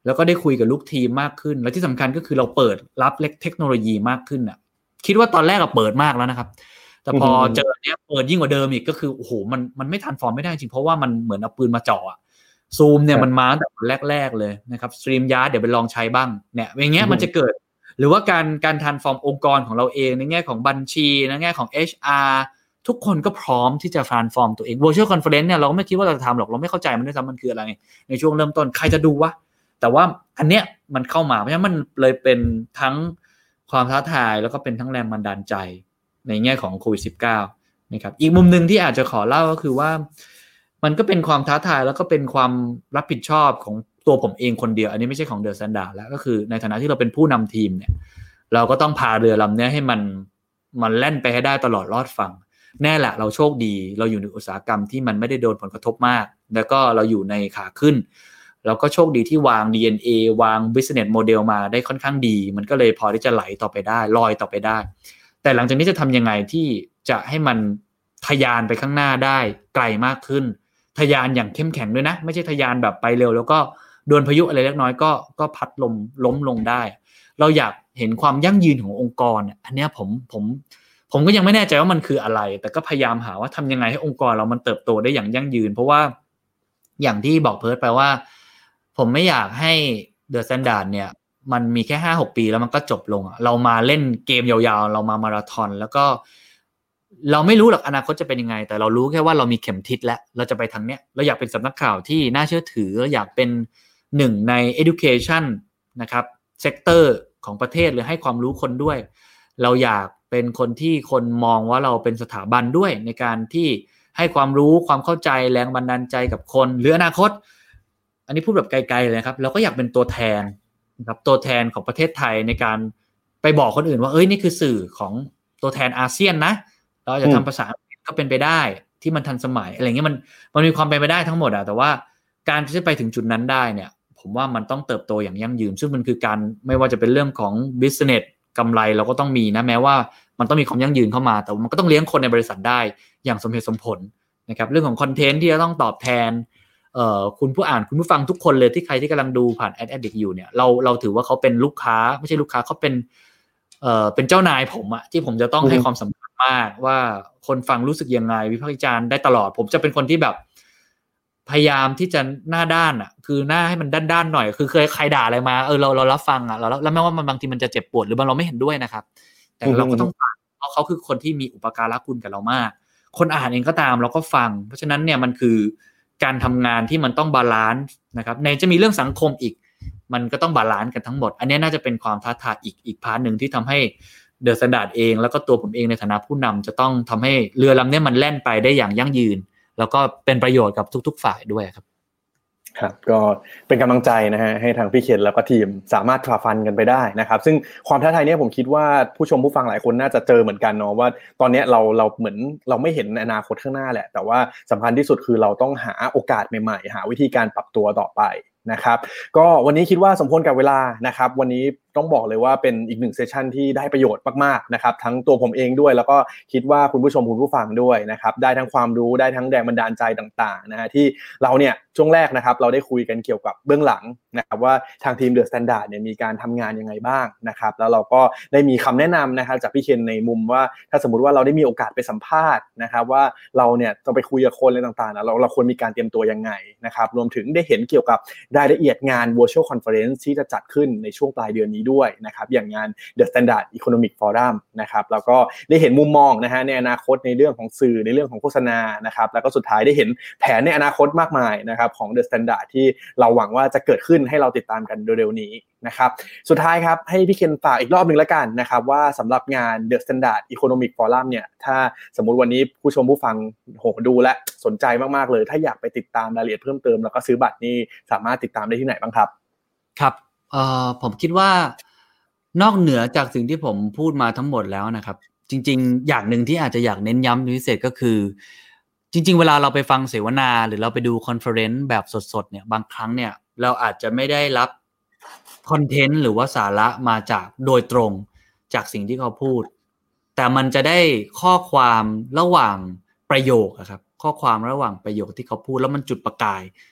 แล้วก็ได้คุยกับลูกทีมมากขึ้นแล้วที่สำคัญก็คือเราเปิดรับเทคโนโลยีมากขึ้นอ่ะคิดว่าตอนแรกเปิดมากแล้วนะครับแต่พอเจอเนี้ยเปิดยิ่งกว่าเดิมอีกก็คือโอ้โหมันไม่ทันฟอร์มไม่ได้จริงเพราะว่ามันเหมือนเอาปืนมาจ่อซูมเนี่ยมันมาตั้งแต่แรกๆเลยนะครับสตรีมยาร์ดเดี๋ยวไปลองใช้บ้างเนี่ยอย่างเงี้ยมันจะเกิดหรือว่าการทรานส์ฟอร์มองค์กรของเราเองในแง่ของบัญชีในแง่ของ HR ทุกคนก็พร้อมที่จะทรานส์ฟอร์มตัวเอง Virtual Conference เนี่ยเราก็ไม่คิดว่าเราจะทำหรอกเราไม่เข้าใจมันด้วยซ้ำมันคืออะไรในช่วงเริ่มต้นใครจะดูวะแต่ว่าอันเนี้ยมันเข้ามาเพราะฉะนั้นมันเลยเป็นทั้งความท้าทายแล้วก็เป็นทั้งแรงบันดาลใจในแง่ของโควิด -19 นะครับอีกมุมนึงที่อาจจะขอเล่าก็คือว่ามันก็เป็นความท้าทายแล้วก็เป็นความรับผิดชอบของตัวผมเองคนเดียวอันนี้ไม่ใช่ของ The Standard แล้วก็คือในฐานะที่เราเป็นผู้นำทีมเนี่ยเราก็ต้องพาเรือลำนี้ให้มันแล่นไปให้ได้ตลอดรอดฝั่งแน่แหละเราโชคดีเราอยู่ในอุตสาหกรรมที่มันไม่ได้โดนผลกระทบมากแล้วก็เราอยู่ในขาขึ้นเราก็โชคดีที่วาง DNA วาง business model มาได้ค่อนข้างดีมันก็เลยพอที่จะไหลต่อไปได้ลอยต่อไปได้แต่หลังจากนี้จะทำยังไงที่จะให้มันทะยานไปข้างหน้าได้ไกลมากขึ้นทะยานอย่างเข้มแข็งด้วยนะไม่ใช่ทะยานแบบไปเร็วแล้วก็โดนพายุอะไรเล็กน้อยก็พัดล้มลงได้เราอยากเห็นความยั่งยืนขององค์กรอันนี้ผมก็ยังไม่แน่ใจว่ามันคืออะไรแต่ก็พยายามหาว่าทำยังไงให้องค์กรเรามันเติบโตได้อย่างยั่งยืนเพราะว่าอย่างที่บอกเพิร์ทไปว่าผมไม่อยากให้ The Standard เนี่ยมันมีแค่ 5-6 ปีแล้วมันก็จบลงเรามาเล่นเกมยาวๆเรามามาราธอนแล้วก็เราไม่รู้หรอกอนาคตจะเป็นยังไงแต่เรารู้แค่ว่าเรามีเข็มทิศแล้วเราจะไปทางเนี้ยเราอยากเป็นสำนักข่าวที่น่าเชื่อถือเราอยากเป็นหนึ่งใน education นะครับเซกเตอร์ของประเทศหรือให้ความรู้คนด้วยเราอยากเป็นคนที่คนมองว่าเราเป็นสถาบันด้วยในการที่ให้ความรู้ความเข้าใจแรงบันดาลใจกับคนหรืออนาคตอันนี้พูดแบบไกลๆเลยครับเราก็อยากเป็นตัวแทนนะครับตัวแทนของประเทศไทยในการไปบอกคนอื่นว่านี่คือสื่อของตัวแทนอาเซียนนะเราจะทำภาษาอังกฤษก็เป็นไปได้ที่มันทันสมัยอะไรเงี้ยมันมีความเป็นไปได้ทั้งหมดแต่ว่าการที่จะไปถึงจุดนั้นได้เนี่ยผมว่ามันต้องเติบโตอย่างยั่งยืนซึ่งมันคือการไม่ว่าจะเป็นเรื่องของ business กำไรเราก็ต้องมีนะแม้ว่ามันต้องมีความยั่งยืนเข้ามาแต่มันก็ต้องเลี้ยงคนในบริษัทได้อย่างสมเหตุสมผลนะครับเรื่องของคอนเทนต์ที่จะต้องตอบแทนคุณผู้อ่านคุณผู้ฟังทุกคนเลยที่ใครที่กำลังดูผ่าน Addict อยู่เนี่ยเราถือว่าเขาเป็นลูกค้าไม่ใช่ลูกค้าเขาเป็นเจ้านายผมที่ผมจะต้องให้ความสำคัญมากว่าคนฟังรู้สึกยังไงวิพากษ์วิจารณ์ได้ตลอดผมจะเป็นคนที่แบบพยายามที่จะหน้าด้านคือหน้าให้มันด้านๆหน่อยคือเคยใครด่าอะไรมาเรารับฟังแล้วแม้ว่ามันบางทีมันจะเจ็บปวดหรือบางเราไม่เห็นด้วยนะครับแต่เราก็ต้องฟังเพราะเขาคือคนที่มีอุปการะคุณกับเรามากคนอ่านเองก็ตามเราก็ฟังเพราะฉะนั้นเนี่ยมันคือการทำงานที่มันต้องบาลานซ์นะครับในจะมีเรื่องสังคมอีกมันก็ต้องบาลานซ์กันทั้งหมดอันนี้น่าจะเป็นความท้าทายอีกพาร์ทนึงที่ทำให้เดอะสแตนดาร์ดเองแล้วก็ตัวผมเองในฐานะผู้นำจะต้องทำให้เรือลำนี้มันแล่นไปได้อย่างยั่งยืนแล้วก็เป็นประโยชน์กับทุกๆฝ่ายด้วยครับครับก็เป็นกำลังใจนะฮะให้ทางพี่เคนแล้วก็ทีมสามารถฝ่าฟันกันไปได้นะครับซึ่งความท้าทายนี้ผมคิดว่าผู้ชมผู้ฟังหลายคนน่าจะเจอเหมือนกันเนาะว่าตอนนี้เราเหมือนเราไม่เห็นอนาคตข้างหน้าแหละแต่ว่าสำคัญที่สุดคือเราต้องหาโอกาสใหม่ๆหาวิธีการปรับตัวต่อไปนะครับก็วันนี้คิดว่าสมควรกับเวลานะครับวันนี้ต้องบอกเลยว่าเป็นอีก1เซสชั่นที่ได้ประโยชน์มากๆนะครับทั้งตัวผมเองด้วยแล้วก็คิดว่าคุณผู้ชมคุณผู้ฟังด้วยนะครับได้ทั้งความรู้ได้ทั้งแรงบันดาลใจต่างๆนะฮะที่เราเนี่ยช่วงแรกนะครับเราได้คุยกันเกี่ยวกับเบื้องหลังนะครับว่าทางทีม The Standard เนี่ยมีการทำงานยังไงบ้างนะครับแล้วเราก็ได้มีคำแนะนำนะครับจากพี่เคนในมุมว่าถ้าสมมุติว่าเราได้มีโอกาสไปสัมภาษณ์นะครับว่าเราเนี่ยต้องไปคุยกับคนอะไรต่างๆนะเราควรมีการเตรียมตัวยังไงนะครับรวมถึงได้เห็นเกี่ยวกับรายละเอียดงาน Virtual Conference ที่จะจัดขึ้นในช่วงปลายเดือนนี้ด้วยนะครับอย่างงาน The Standard Economic Forum นะครับแล้วก็ได้เห็นมุมมองนะฮะในอนาคตในเรื่องของสื่อในเรื่องของโฆษณานะครับแล้วก็สุดท้ายได้เห็นแผนในอนาคตมากมายนะครับของ The Standard ที่เราหวังว่าจะเกิดขึ้นให้เราติดตามกันเร็วๆนี้นะครับสุดท้ายครับให้พี่เคนฝากอีกรอบนึงแล้วกันนะครับว่าสำหรับงาน The Standard Economic Forum เนี่ยถ้าสมมุติวันนี้ผู้ชมผู้ฟังดูและสนใจมากๆเลยถ้าอยากไปติดตามรายละเอียดเพิ่มเติมแล้วก็ซื้อบัตรนี่สามารถติดตามได้ที่ไหนบ้างครับครับผมคิดว่านอกเหนือจากสิ่งที่ผมพูดมาทั้งหมดแล้วนะครับจริงๆอย่างนึงที่อาจจะอยากเน้นย้ำเป็นพิเศษก็คือจริงๆเวลาเราไปฟังเสวนาหรือเราไปดูคอนเฟอเรนซ์แบบสดๆเนี่ยบางครั้งเนี่ยเราอาจจะไม่ได้รับคอนเทนต์หรือว่าสาระมาจากโดยตรงจากสิ่งที่เขาพูดแต่มันจะได้ข้อความระหว่างประโยคครับข้อความระหว่างประโยคที่เขาพูดแล้วมันจุดประกาย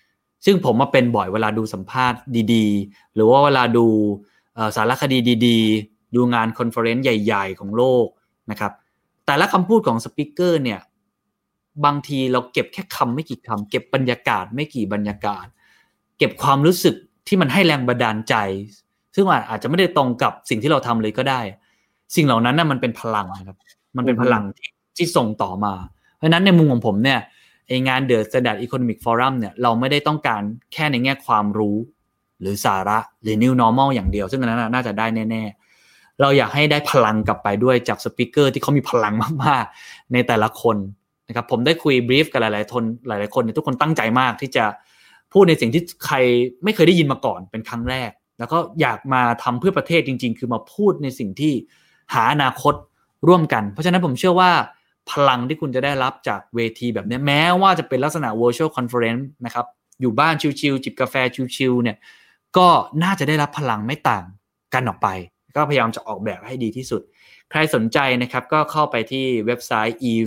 ซึ่งผมมาเป็นบ่อยเวลาดูสัมภาษณ์ดีๆหรือว่าเวลาดูสารคดีดีๆดูงานคอนเฟอเรนซ์ใหญ่ๆของโลกนะครับแต่ละคำพูดของสปีกเกอร์เนี่ยบางทีเราเก็บแค่คำไม่กี่คำเก็บบรรยากาศไม่กี่บรรยากาศเก็บความรู้สึกที่มันให้แรงบันดาลใจซึ่งอาจจะไม่ได้ตรงกับสิ่งที่เราทำเลยก็ได้สิ่งเหล่านั้นน่ะมันเป็นพลังนะครับมันเป็นพลังที่ส่งต่อมาเพราะฉะนั้นในมุมของผมเนี่ยงาน The Standard Economic Forum เนี่ยเราไม่ได้ต้องการแค่ในแง่ความรู้หรือสาระหรือ New Normal อย่างเดียวซึ่งอันนั้นน่าจะได้แน่ๆเราอยากให้ได้พลังกลับไปด้วยจากสปีกเกอร์ที่เขามีพลังมากๆในแต่ละคนนะครับผมได้คุยบรีฟกับหลายๆคนทุกคนตั้งใจมากที่จะพูดในสิ่งที่ใครไม่เคยได้ยินมาก่อนเป็นครั้งแรกแล้วก็อยากมาทำเพื่อประเทศจริงๆคือมาพูดในสิ่งที่หาอนาคตร่วมกันเพราะฉะนั้นผมเชื่อว่าพลังที่คุณจะได้รับจากเวทีแบบนี้แม้ว่าจะเป็นลักษณะ virtual conference นะครับอยู่บ้านชิลๆจิบกาแฟชิลๆเนี่ยก็น่าจะได้รับพลังไม่ต่างกันออกไปก็พยายามจะออกแบบให้ดีที่สุดใครสนใจนะครับก็เข้าไปที่เว็บไซต์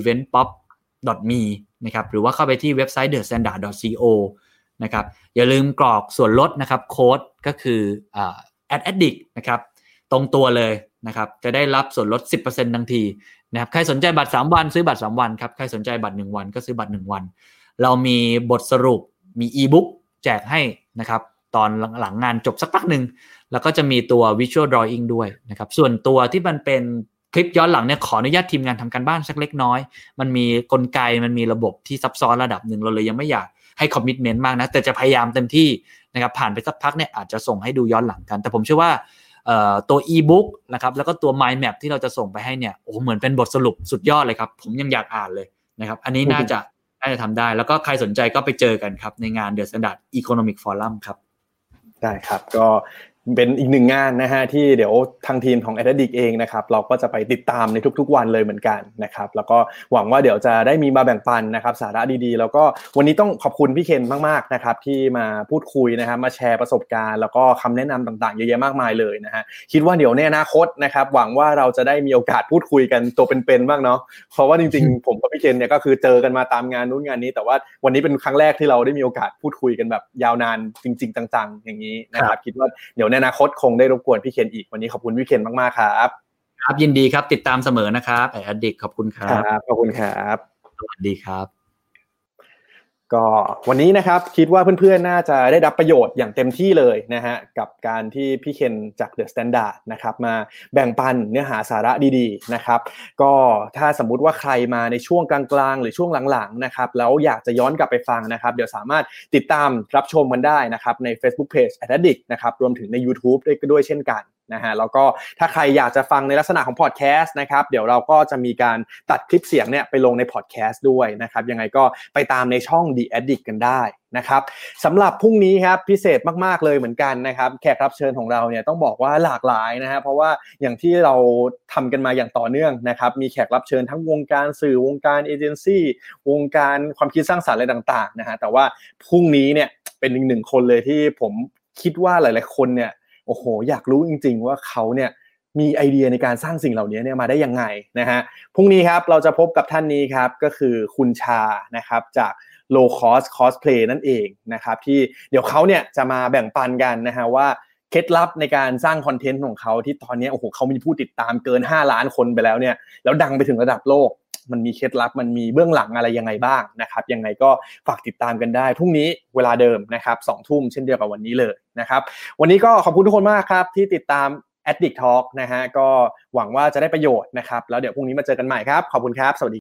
eventpop.me นะครับหรือว่าเข้าไปที่เว็บไซต์ thestandard.co นะครับอย่าลืมกรอกส่วนลดนะครับโค้ดก็คือ@addict นะครับตรงตัวเลยนะครับจะได้รับส่วนลด 10% ทันทีนะครับใครสนใจบัตร3วันซื้อบัตร3วันครับใครสนใจบัตร1วันก็ซื้อบัตร1วันเรามีบทสรุปมีอีบุ๊กแจกให้นะครับตอนหลังงานจบสักพักนึงแล้วก็จะมีตัว visual drawing ด้วยนะครับส่วนตัวที่มันเป็นคลิปย้อนหลังเนี่ยขออนุญาตทีมงานทำการบ้านสักเล็กน้อยมันมีกลไกมันมีระบบที่ซับซ้อนระดับหนึ่งเราเลยยังไม่อยากให้คอมมิตเมนต์มากนะแต่จะพยายามเต็มที่นะครับผ่านไปสักพักเนี่ยอาจจะส่งให้ดูย้อนหลังกันแต่ผมเชื่อว่าตัว e-book นะครับแล้วก็ตัว mind map ที่เราจะส่งไปให้เนี่ยโอ้เหมือนเป็นบทสรุปสุดยอดเลยครับผมยังอยากอ่านเลยนะครับอันนี้น่าจะทำได้แล้วก็ใครสนใจก็ไปเจอกันครับในงาน The Standard Economic Forum ครับได้ครับก็เป็นอีกหนึ่งงานนะฮะที่เดี๋ยวทางทีมของ Addict เองนะครับเราก็จะไปติดตามในทุกๆวันเลยเหมือนกันนะครับแล้วก็หวังว่าเดี๋ยวจะได้มีมาแบ่งปันนะครับสาระดีๆแล้วก็วันนี้ต้องขอบคุณพี่เคนมากๆนะครับที่มาพูดคุยนะครับมาแชร์ประสบการณ์แล้วก็คำแนะนำต่างๆเยอะแยะมากมายเลยนะฮะคิดว่าเดี๋ยวในอนาคตนะครับหวังว่าเราจะได้มีโอกาสพูดคุยกันตัวเป็นๆบ้างเนาะเพราะว่าจริงๆผมกับพี่เคนเนี่ยก็คือเจอกันมาตามงานนู้นงานนี้แต่ว่าวันนี้เป็นครั้งแรกที่เราได้มีโอกาสพูดคุยกันแบบยาวนานจริงๆจังๆอย่างนี้นะครับคิดว่าเดี๋ยวในอนาคตคงได้รบกวนพี่เคนอีกวันนี้ขอบคุณพี่เคนมากๆครับครับยินดีครับติดตามเสมอนะครับAddictขอบคุณครับขอบคุณครับสวัสดีครับก็วันนี้นะครับคิดว่าเพื่อนๆน่าจะได้รับประโยชน์อย่างเต็มที่เลยนะฮะกับการที่พี่เคนจาก The Standard นะครับมาแบ่งปันเนื้อหาสาระดีๆนะครับก็ถ้าสมมุติว่าใครมาในช่วงกลางๆหรือช่วงหลังๆนะครับแล้วอยากจะย้อนกลับไปฟังนะครับเดี๋ยวสามารถติดตามรับชมกันได้นะครับใน Facebook Page Addict นะครับรวมถึงใน YouTube ด้วยเช่นกันนะฮะแล้วก็ถ้าใครอยากจะฟังในลักษณะของพอดแคสต์นะครับเดี๋ยวเราก็จะมีการตัดคลิปเสียงเนี่ยไปลงในพอดแคสต์ด้วยนะครับยังไงก็ไปตามในช่อง The Addict กันได้นะครับสำหรับพรุ่งนี้ครับพิเศษมากๆเลยเหมือนกันนะครับแขกรับเชิญของเราเนี่ยต้องบอกว่าหลากหลายนะฮะเพราะว่าอย่างที่เราทำกันมาอย่างต่อเนื่องนะครับมีแขกรับเชิญทั้งวงการสื่อวงการเอเจนซี่วงการความคิดสร้างสรรค์อะไรต่างๆนะฮะแต่ว่าพรุ่งนี้เนี่ยเป็นอีกหนึ่งคนเลยที่ผมคิดว่าหลายๆคนเนี่ยโอ้โหอยากรู้จริงๆว่าเขาเนี่ยมีไอเดียในการสร้างสิ่งเหล่านี้เนี่ยมาได้ยังไงนะฮะพรุ่งนี้ครับเราจะพบกับท่านนี้ครับก็คือคุณชานะครับจาก Low Cost Cosplay นั่นเองนะครับที่เดี๋ยวเขาเนี่ยจะมาแบ่งปันกันนะฮะว่าเคล็ดลับในการสร้างคอนเทนต์ของเขาที่ตอนนี้โอ้โหเขามีผู้ติดตามเกิน5ล้านคนไปแล้วเนี่ยแล้วดังไปถึงระดับโลกมันมีเคล็ดลับมันมีเบื้องหลังอะไรยังไงบ้างนะครับยังไงก็ฝากติดตามกันได้พรุ่งนี้เวลาเดิมนะครับ 20:00 นเช่นเดียวกับวันนี้เลยนะครับวันนี้ก็ขอบคุณทุกคนมากครับที่ติดตาม Addict Talk นะฮะก็หวังว่าจะได้ประโยชน์นะครับแล้วเดี๋ยวพรุ่งนี้มาเจอกันใหม่ครับขอบคุณครับสวัสดี